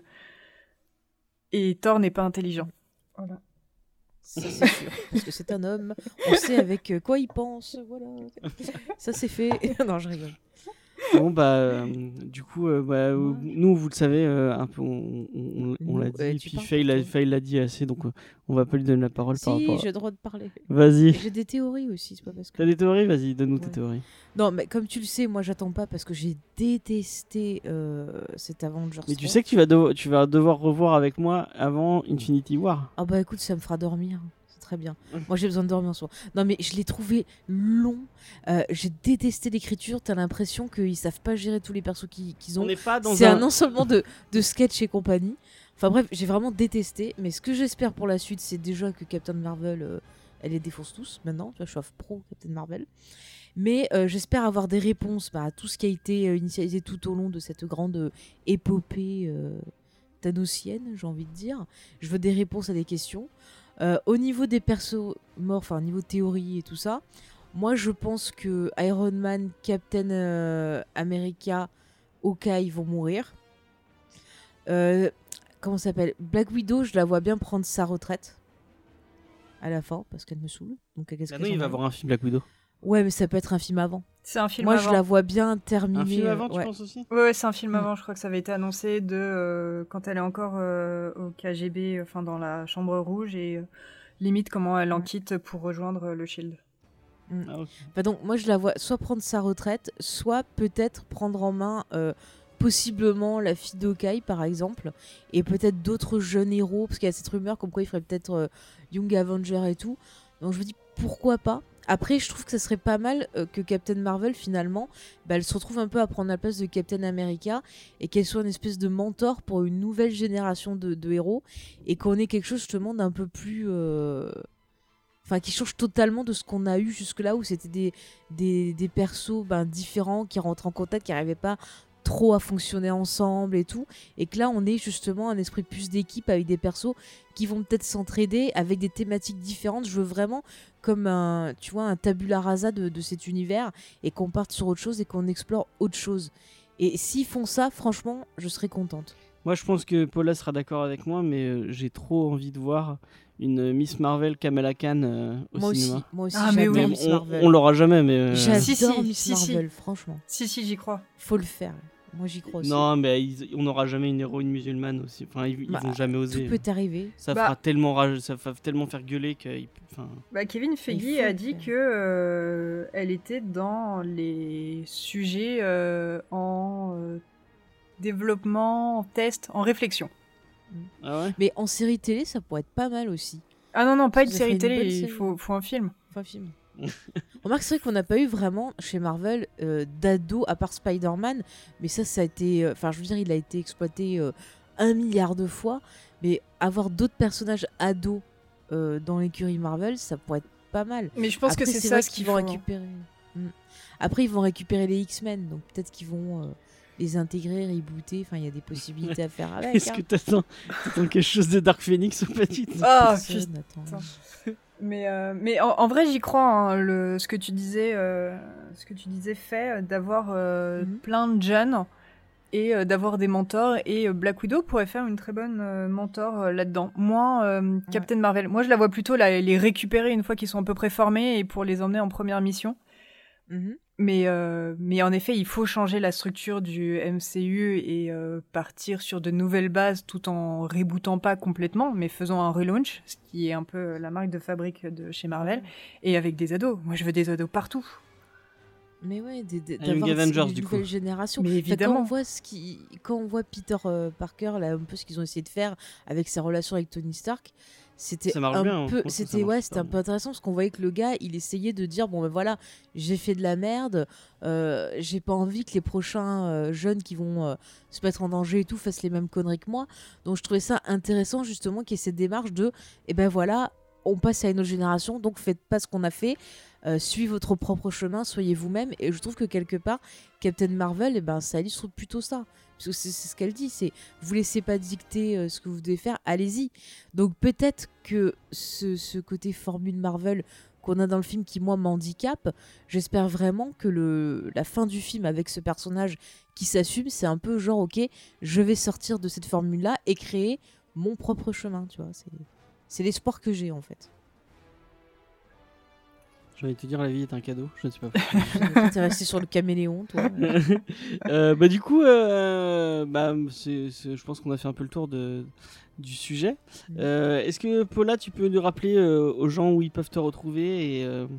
Et Thor n'est pas intelligent. Voilà. Ça, c'est sûr. Parce que c'est un homme. On sait avec euh, quoi il pense. Voilà. Ça, c'est fait. Non, je rigole. Bon bah euh, du coup euh, bah, euh, nous vous le savez euh, un peu on, on, on- on Nous, l'a dit euh, et tu puis parles Faye pour l'a, toi. Faye l'a dit assez donc euh, on va pas lui donner la parole par Si, rapport j'ai à... le droit de parler. Vas-y. J'ai des théories aussi, c'est pas parce que. T'as des théories? Vas-y donne-nous tes Ouais. théories. Non, mais comme tu le sais, moi j'attends pas parce que j'ai détesté euh, cet Avengers. Mais tu trois. sais que tu vas, devoir, tu vas devoir revoir avec moi avant Infinity War. Ah bah écoute, ça me fera dormir. C'est très bien. Moi j'ai besoin de dormir en soi. Non mais je l'ai trouvé long. Euh, j'ai détesté l'écriture. T'as l'impression qu'ils savent pas gérer tous les persos qu'ils qu'ils On ont. n'est pas dans C'est un... un ensemble de, de sketchs et compagnie. Enfin bref, j'ai vraiment détesté. Mais ce que j'espère pour la suite, c'est déjà que Captain Marvel, euh, elle les défonce tous maintenant. Tu vois, je suis pro Captain Marvel. Mais euh, j'espère avoir des réponses bah, à tout ce qui a été euh, initialisé tout au long de cette grande euh, épopée euh, thanosienne, j'ai envie de dire. Je veux des réponses à des questions. Euh, au niveau des persos morts, enfin au niveau théorie et tout ça, moi je pense que Iron Man, Captain euh, America, Hawkeye vont mourir. Euh, comment ça s'appelle? Black Widow, je la vois bien prendre sa retraite à la fin parce qu'elle me saoule. Donc qu'est-ce Ah que non, j'en il va ai voir un film Black Widow. Ouais, mais ça peut être un film avant. C'est un film Moi, avant. je la vois bien terminer. Un film avant, euh, tu ouais. penses aussi? Ouais, ouais, c'est un film Mm. avant. Je crois que ça avait été annoncé de euh, quand elle est encore euh, au K G B, enfin dans la chambre rouge et euh, limite comment elle en Ouais. quitte pour rejoindre euh, le Shield. Ah, ok. Bah donc, moi, je la vois soit prendre sa retraite, soit peut-être prendre en main euh, possiblement la fille d'Hawkeye, par exemple, et peut-être d'autres jeunes héros, parce qu'il y a cette rumeur comme quoi il ferait peut-être euh, Young Avenger et tout. Donc je me dis pourquoi pas. Après, je trouve que ça serait pas mal euh, que Captain Marvel, finalement, bah, elle se retrouve un peu à prendre la place de Captain America et qu'elle soit une espèce de mentor pour une nouvelle génération de, de héros et qu'on ait quelque chose justement d'un peu plus... euh, Enfin, qui change totalement de ce qu'on a eu jusque-là où c'était des, des, des persos ben, différents qui rentrent en contact, qui n'arrivaient pas trop à fonctionner ensemble et tout. Et que là, on est justement un esprit plus d'équipe avec des persos qui vont peut-être s'entraider avec des thématiques différentes. Je veux vraiment comme un, tu vois, un tabula rasa de, de cet univers et qu'on parte sur autre chose et qu'on explore autre chose. Et s'ils font ça, franchement, je serais contente. Moi, je pense que Paula sera d'accord avec moi, mais euh, j'ai trop envie de voir une Miss Marvel Kamala Khan euh, au Moi aussi, cinéma. moi aussi, Ah, mais j'adore oui. Mais Miss on, Marvel. on l'aura jamais, mais... euh, J'adore Si, si, Miss si, si. Marvel, franchement. Si, si, j'y crois. Faut le faire. Moi, j'y crois aussi. Non, mais ils- on n'aura jamais une héroïne musulmane aussi. Enfin, ils, ils Bah, vont jamais Tout oser. peut arriver. Ça Bah. fera tellement rage, ça va tellement faire gueuler que. Enfin, Bah, Kevin Feige faut a le dit faire. que euh, elle était dans les sujets euh, en euh, développement, en test, en réflexion. ah ouais. Mais en série télé, ça pourrait être pas mal aussi. Ah non, non, pas une Ça ferait série une télé, bonne il série. faut, faut un film. Enfin, film. Remarque, c'est vrai qu'on n'a pas eu vraiment chez Marvel euh, d'ado à part Spider-Man, mais ça, ça a été. euh, Enfin, je veux dire, il a été exploité euh, un milliard de fois. Mais avoir d'autres personnages ados euh, dans l'écurie Marvel, ça pourrait être pas mal. Mais je pense Après, que c'est c'est ça vrai ce qu'ils qu'ils vont vont récupérer. Mm. Après, ils vont récupérer les X-Men, donc peut-être qu'ils vont euh, les intégrer, rebooter. Enfin, il y a des possibilités à faire avec. Est-ce hein. que t'attends, t'attends quelque chose de Dark Phoenix ou pas du tout? Ah, Personne, putain. attends. Mais, euh, mais en, en vrai, j'y crois. Hein, le, ce que tu disais, euh, ce que tu disais fait, euh, d'avoir euh, Mhm. plein de jeunes et euh, d'avoir des mentors. Et euh, Black Widow pourrait faire une très bonne euh, mentor euh, là-dedans. Moi, euh, Captain Marvel, moi je la vois plutôt la- les récupérer une fois qu'ils sont à peu près formés et pour les emmener en première mission. Mhm. Mais, euh, mais en effet, il faut changer la structure du M C U et euh, partir sur de nouvelles bases tout en rebootant pas complètement, mais faisant un relaunch, ce qui est un peu la marque de fabrique de chez Marvel, et avec des ados. Moi, je veux des ados partout. Mais ouais, des, des, Young d'avoir Avengers, une du nouvelle coup. génération. Mais Enfin, évidemment. quand on voit ce qui, quand on voit Peter euh, Parker, là, un peu ce qu'ils ont essayé de faire avec sa relation avec Tony Stark, c'était Ça marche un bien, peu, franchement, ça c'était marche ouais, super c'était un bien. peu intéressant parce qu'on voyait que le gars, il essayait de dire bon ben voilà, j'ai fait de la merde, euh, j'ai pas envie que les prochains euh, jeunes qui vont euh, se mettre en danger et tout fassent les mêmes conneries que moi. Donc je trouvais ça intéressant justement qu'il y ait cette démarche de et ben voilà, on passe à une autre génération, donc faites pas ce qu'on a fait. Euh, suivez votre propre chemin, soyez vous-même. Et je trouve que quelque part, Captain Marvel, eh ben, ça illustre plutôt ça. Parce que c'est, c'est ce qu'elle dit, c'est vous laissez pas dicter euh, ce que vous devez faire, allez-y. Donc peut-être que ce, ce côté formule Marvel qu'on a dans le film qui, moi, m'handicape, j'espère vraiment que le, la fin du film avec ce personnage qui s'assume, c'est un peu genre, ok, je vais sortir de cette formule-là et créer mon propre chemin, tu vois. C'est, c'est l'espoir que j'ai, en fait. J'ai envie de te dire, la vie est un cadeau, je ne sais pas. T'es resté sur le caméléon, toi. euh, bah du coup, euh, bah, c'est, c'est, je pense qu'on a fait un peu le tour de, du sujet. Euh, est-ce que Paula, tu peux nous rappeler euh, aux gens où ils peuvent te retrouver et, euh,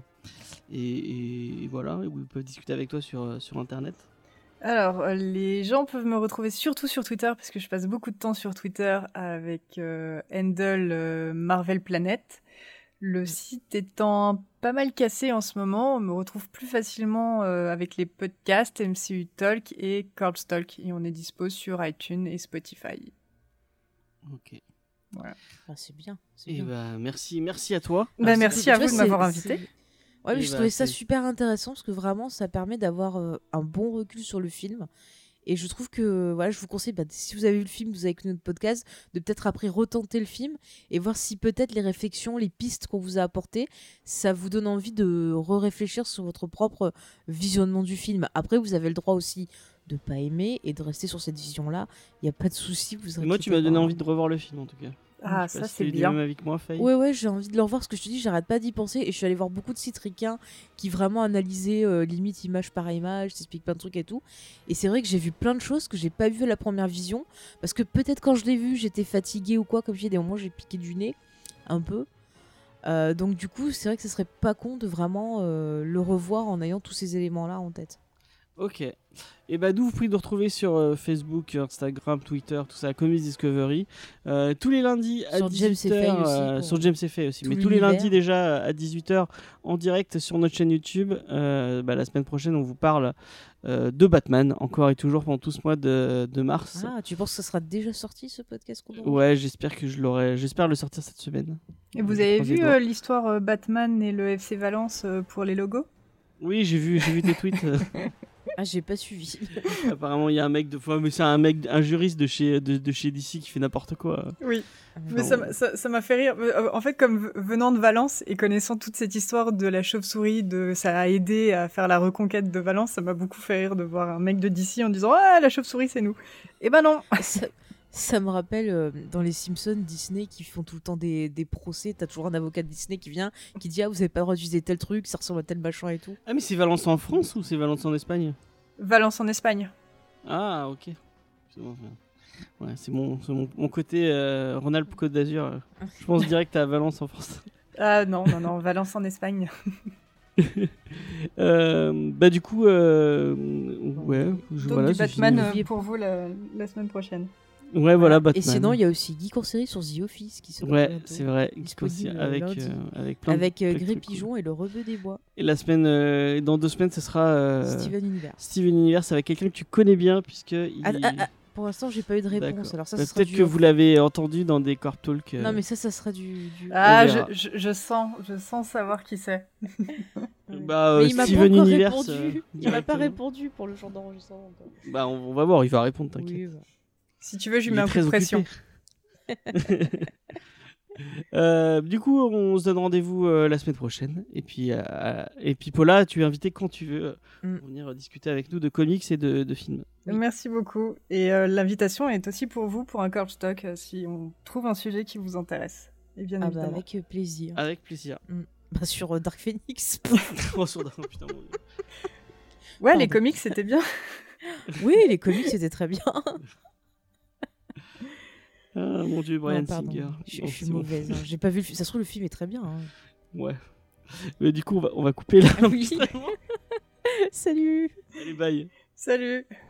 et, et voilà, où ils peuvent discuter avec toi sur, sur Internet? Alors, euh, les gens peuvent me retrouver surtout sur Twitter, parce que je passe beaucoup de temps sur Twitter avec euh, handle euh, Marvel Planet. Le site étant pas mal cassé en ce moment, on me retrouve plus facilement euh, avec les podcasts M C U Talk et Corpse Talk, et on est dispo sur iTunes et Spotify. Ok. Voilà. Ah, c'est bien. C'est Et bien. bah merci, merci à toi. Bah, Ah, merci c'était- à Tu vois, vous de m'avoir c'est- invité. c'est- Ouais, mais Et je bah, trouvais ça c'est- super intéressant parce que vraiment, ça permet d'avoir euh, un bon recul sur le film. Et je trouve que, voilà, je vous conseille, bah, si vous avez vu le film, vous avez écouté notre podcast, de peut-être après retenter le film et voir si peut-être les réflexions, les pistes qu'on vous a apportées, ça vous donne envie de re-réfléchir sur votre propre visionnement du film. Après, vous avez le droit aussi de pas aimer et de rester sur cette vision-là. Il n'y a pas de souci. Vous Moi, tu m'as donné envie de revoir le film en tout cas. Ah, Je sais pas ça si c'est t'as eu du bien. même avec moi, Faye. Ouais, ouais, j'ai envie de le revoir. Ce que je te dis, j'arrête pas d'y penser. Et je suis allée voir beaucoup de sites ricains qui vraiment analysaient euh, limite image par image, t'expliquent plein de trucs et tout. Et c'est vrai que j'ai vu plein de choses que j'ai pas vues à la première vision. Parce que peut-être quand je l'ai vu, j'étais fatiguée ou quoi. Comme j'ai des moments, j'ai piqué du nez un peu. Euh, donc, du coup, c'est vrai que ce serait pas con de vraiment euh, le revoir en ayant tous ces éléments-là en tête. Ok. Et bah nous vous pouvez nous retrouver sur euh, Facebook, Instagram, Twitter, tout ça, Comics Discovery. Euh, tous les lundis à Sur James dix-huit et Faye heures. aussi, euh, pour sur James et Faye aussi. tout Mais tous les l'univers. lundis déjà à dix-huit heures en direct sur notre chaîne YouTube. Euh, bah, la semaine prochaine on vous parle euh, de Batman, encore et toujours pendant tout ce mois de, de mars. Ah, tu penses que ça sera déjà sorti ce podcast qu'on enregistre ? Ouais, j'espère que je l'aurai. J'espère le sortir cette semaine. Et vous Je avez croise les vu doigts. euh, l'histoire euh, Batman et le F C Valence euh, pour les logos? Oui, j'ai vu, j'ai vu tes tweets. euh, Ah, j'ai pas suivi. apparemment, il y a un mec de, ouais, mais c'est un mec, un juriste de chez, de, de chez D C qui fait n'importe quoi. Oui. Ah, Mais ça m'a- ça ça m'a fait rire. Euh, En fait, comme v- venant de Valence et connaissant toute cette histoire de la chauve-souris, de ça a aidé à faire la reconquête de Valence, ça m'a beaucoup fait rire de voir un mec de D C en disant ah la chauve-souris c'est nous. Eh ben non. ça, ça me rappelle euh, dans les Simpsons, Disney qui font tout le temps des, des procès. T'as toujours un avocat de Disney qui vient, qui dit ah vous avez pas le droit d'utiliser tel truc, ça ressemble à tel machin et tout. Ah, mais c'est Valence en France ou c'est Valence en Espagne? Valence en Espagne. Ah, ok. C'est bon, ouais. Ouais, c'est mon, c'est mon, mon côté euh, Rhône-Alpes Côte d'Azur. euh. Je pense direct à Valence en France. Ah non non non Valence en Espagne. Euh, bah du coup, euh, ouais, je, Donc voilà, du c'est Batman fini. euh, pour vous la, la semaine prochaine. Ouais, voilà, Batman. Et sinon, il y a aussi Geek en série sur The Office qui sort Ouais, bientôt. c'est vrai. Disponible Aussi avec, lundi. euh, avec plein de- Avec euh, plein de Gré trucs cool. Pigeon et le Rebeu des Bois. Et la semaine, euh, dans deux semaines, ce sera euh, Steven Universe. Steven Universe avec quelqu'un que tu connais bien, puisque il... Ah, ah, ah, pour l'instant, j'ai pas eu de réponse. D'accord. Alors ça, Bah, ça sera peut-être du que off. vous l'avez entendu dans des Corp Talk. euh, Non, mais ça, ça sera du. du... Ah On je, verra. je, je sens je sens savoir qui c'est. Ouais. Bah, euh, Mais il m'a Steven pas encore Universe, répondu. euh, il m'a pas directement. répondu pour le jour d'enregistrement. encore. Bah, on, on va voir, il va répondre, t'inquiète. Oui, bah. Si tu veux je Il lui mets est un coup très de pression. occupé. Euh, du coup, on se donne rendez-vous euh, la semaine prochaine. Et puis, euh, et puis, Paula, tu es invitée quand tu veux Mm. pour venir discuter avec nous de comics et de, de films. Oui. Merci beaucoup. Et euh, l'invitation est aussi pour vous pour un Corpse Talk euh, si on trouve un sujet qui vous intéresse. Et bien Ah bah évidemment. avec euh, plaisir. Avec plaisir. Bah sur euh, Dark Phoenix. Oh, sur- putain, mon Dieu. Ouais, Pardon. les comics, c'était bien. Oui, les comics c'était très bien. Ah mon dieu, Bryan Non, pardon. Singer. Je, Non, je suis c'est bon. mauvaise. hein. J'ai pas vu le film. Ça se trouve, le film est très bien. hein. Ouais. Mais du coup, on va, on va couper là. Ah oui. Salut. Allez, bye. Salut.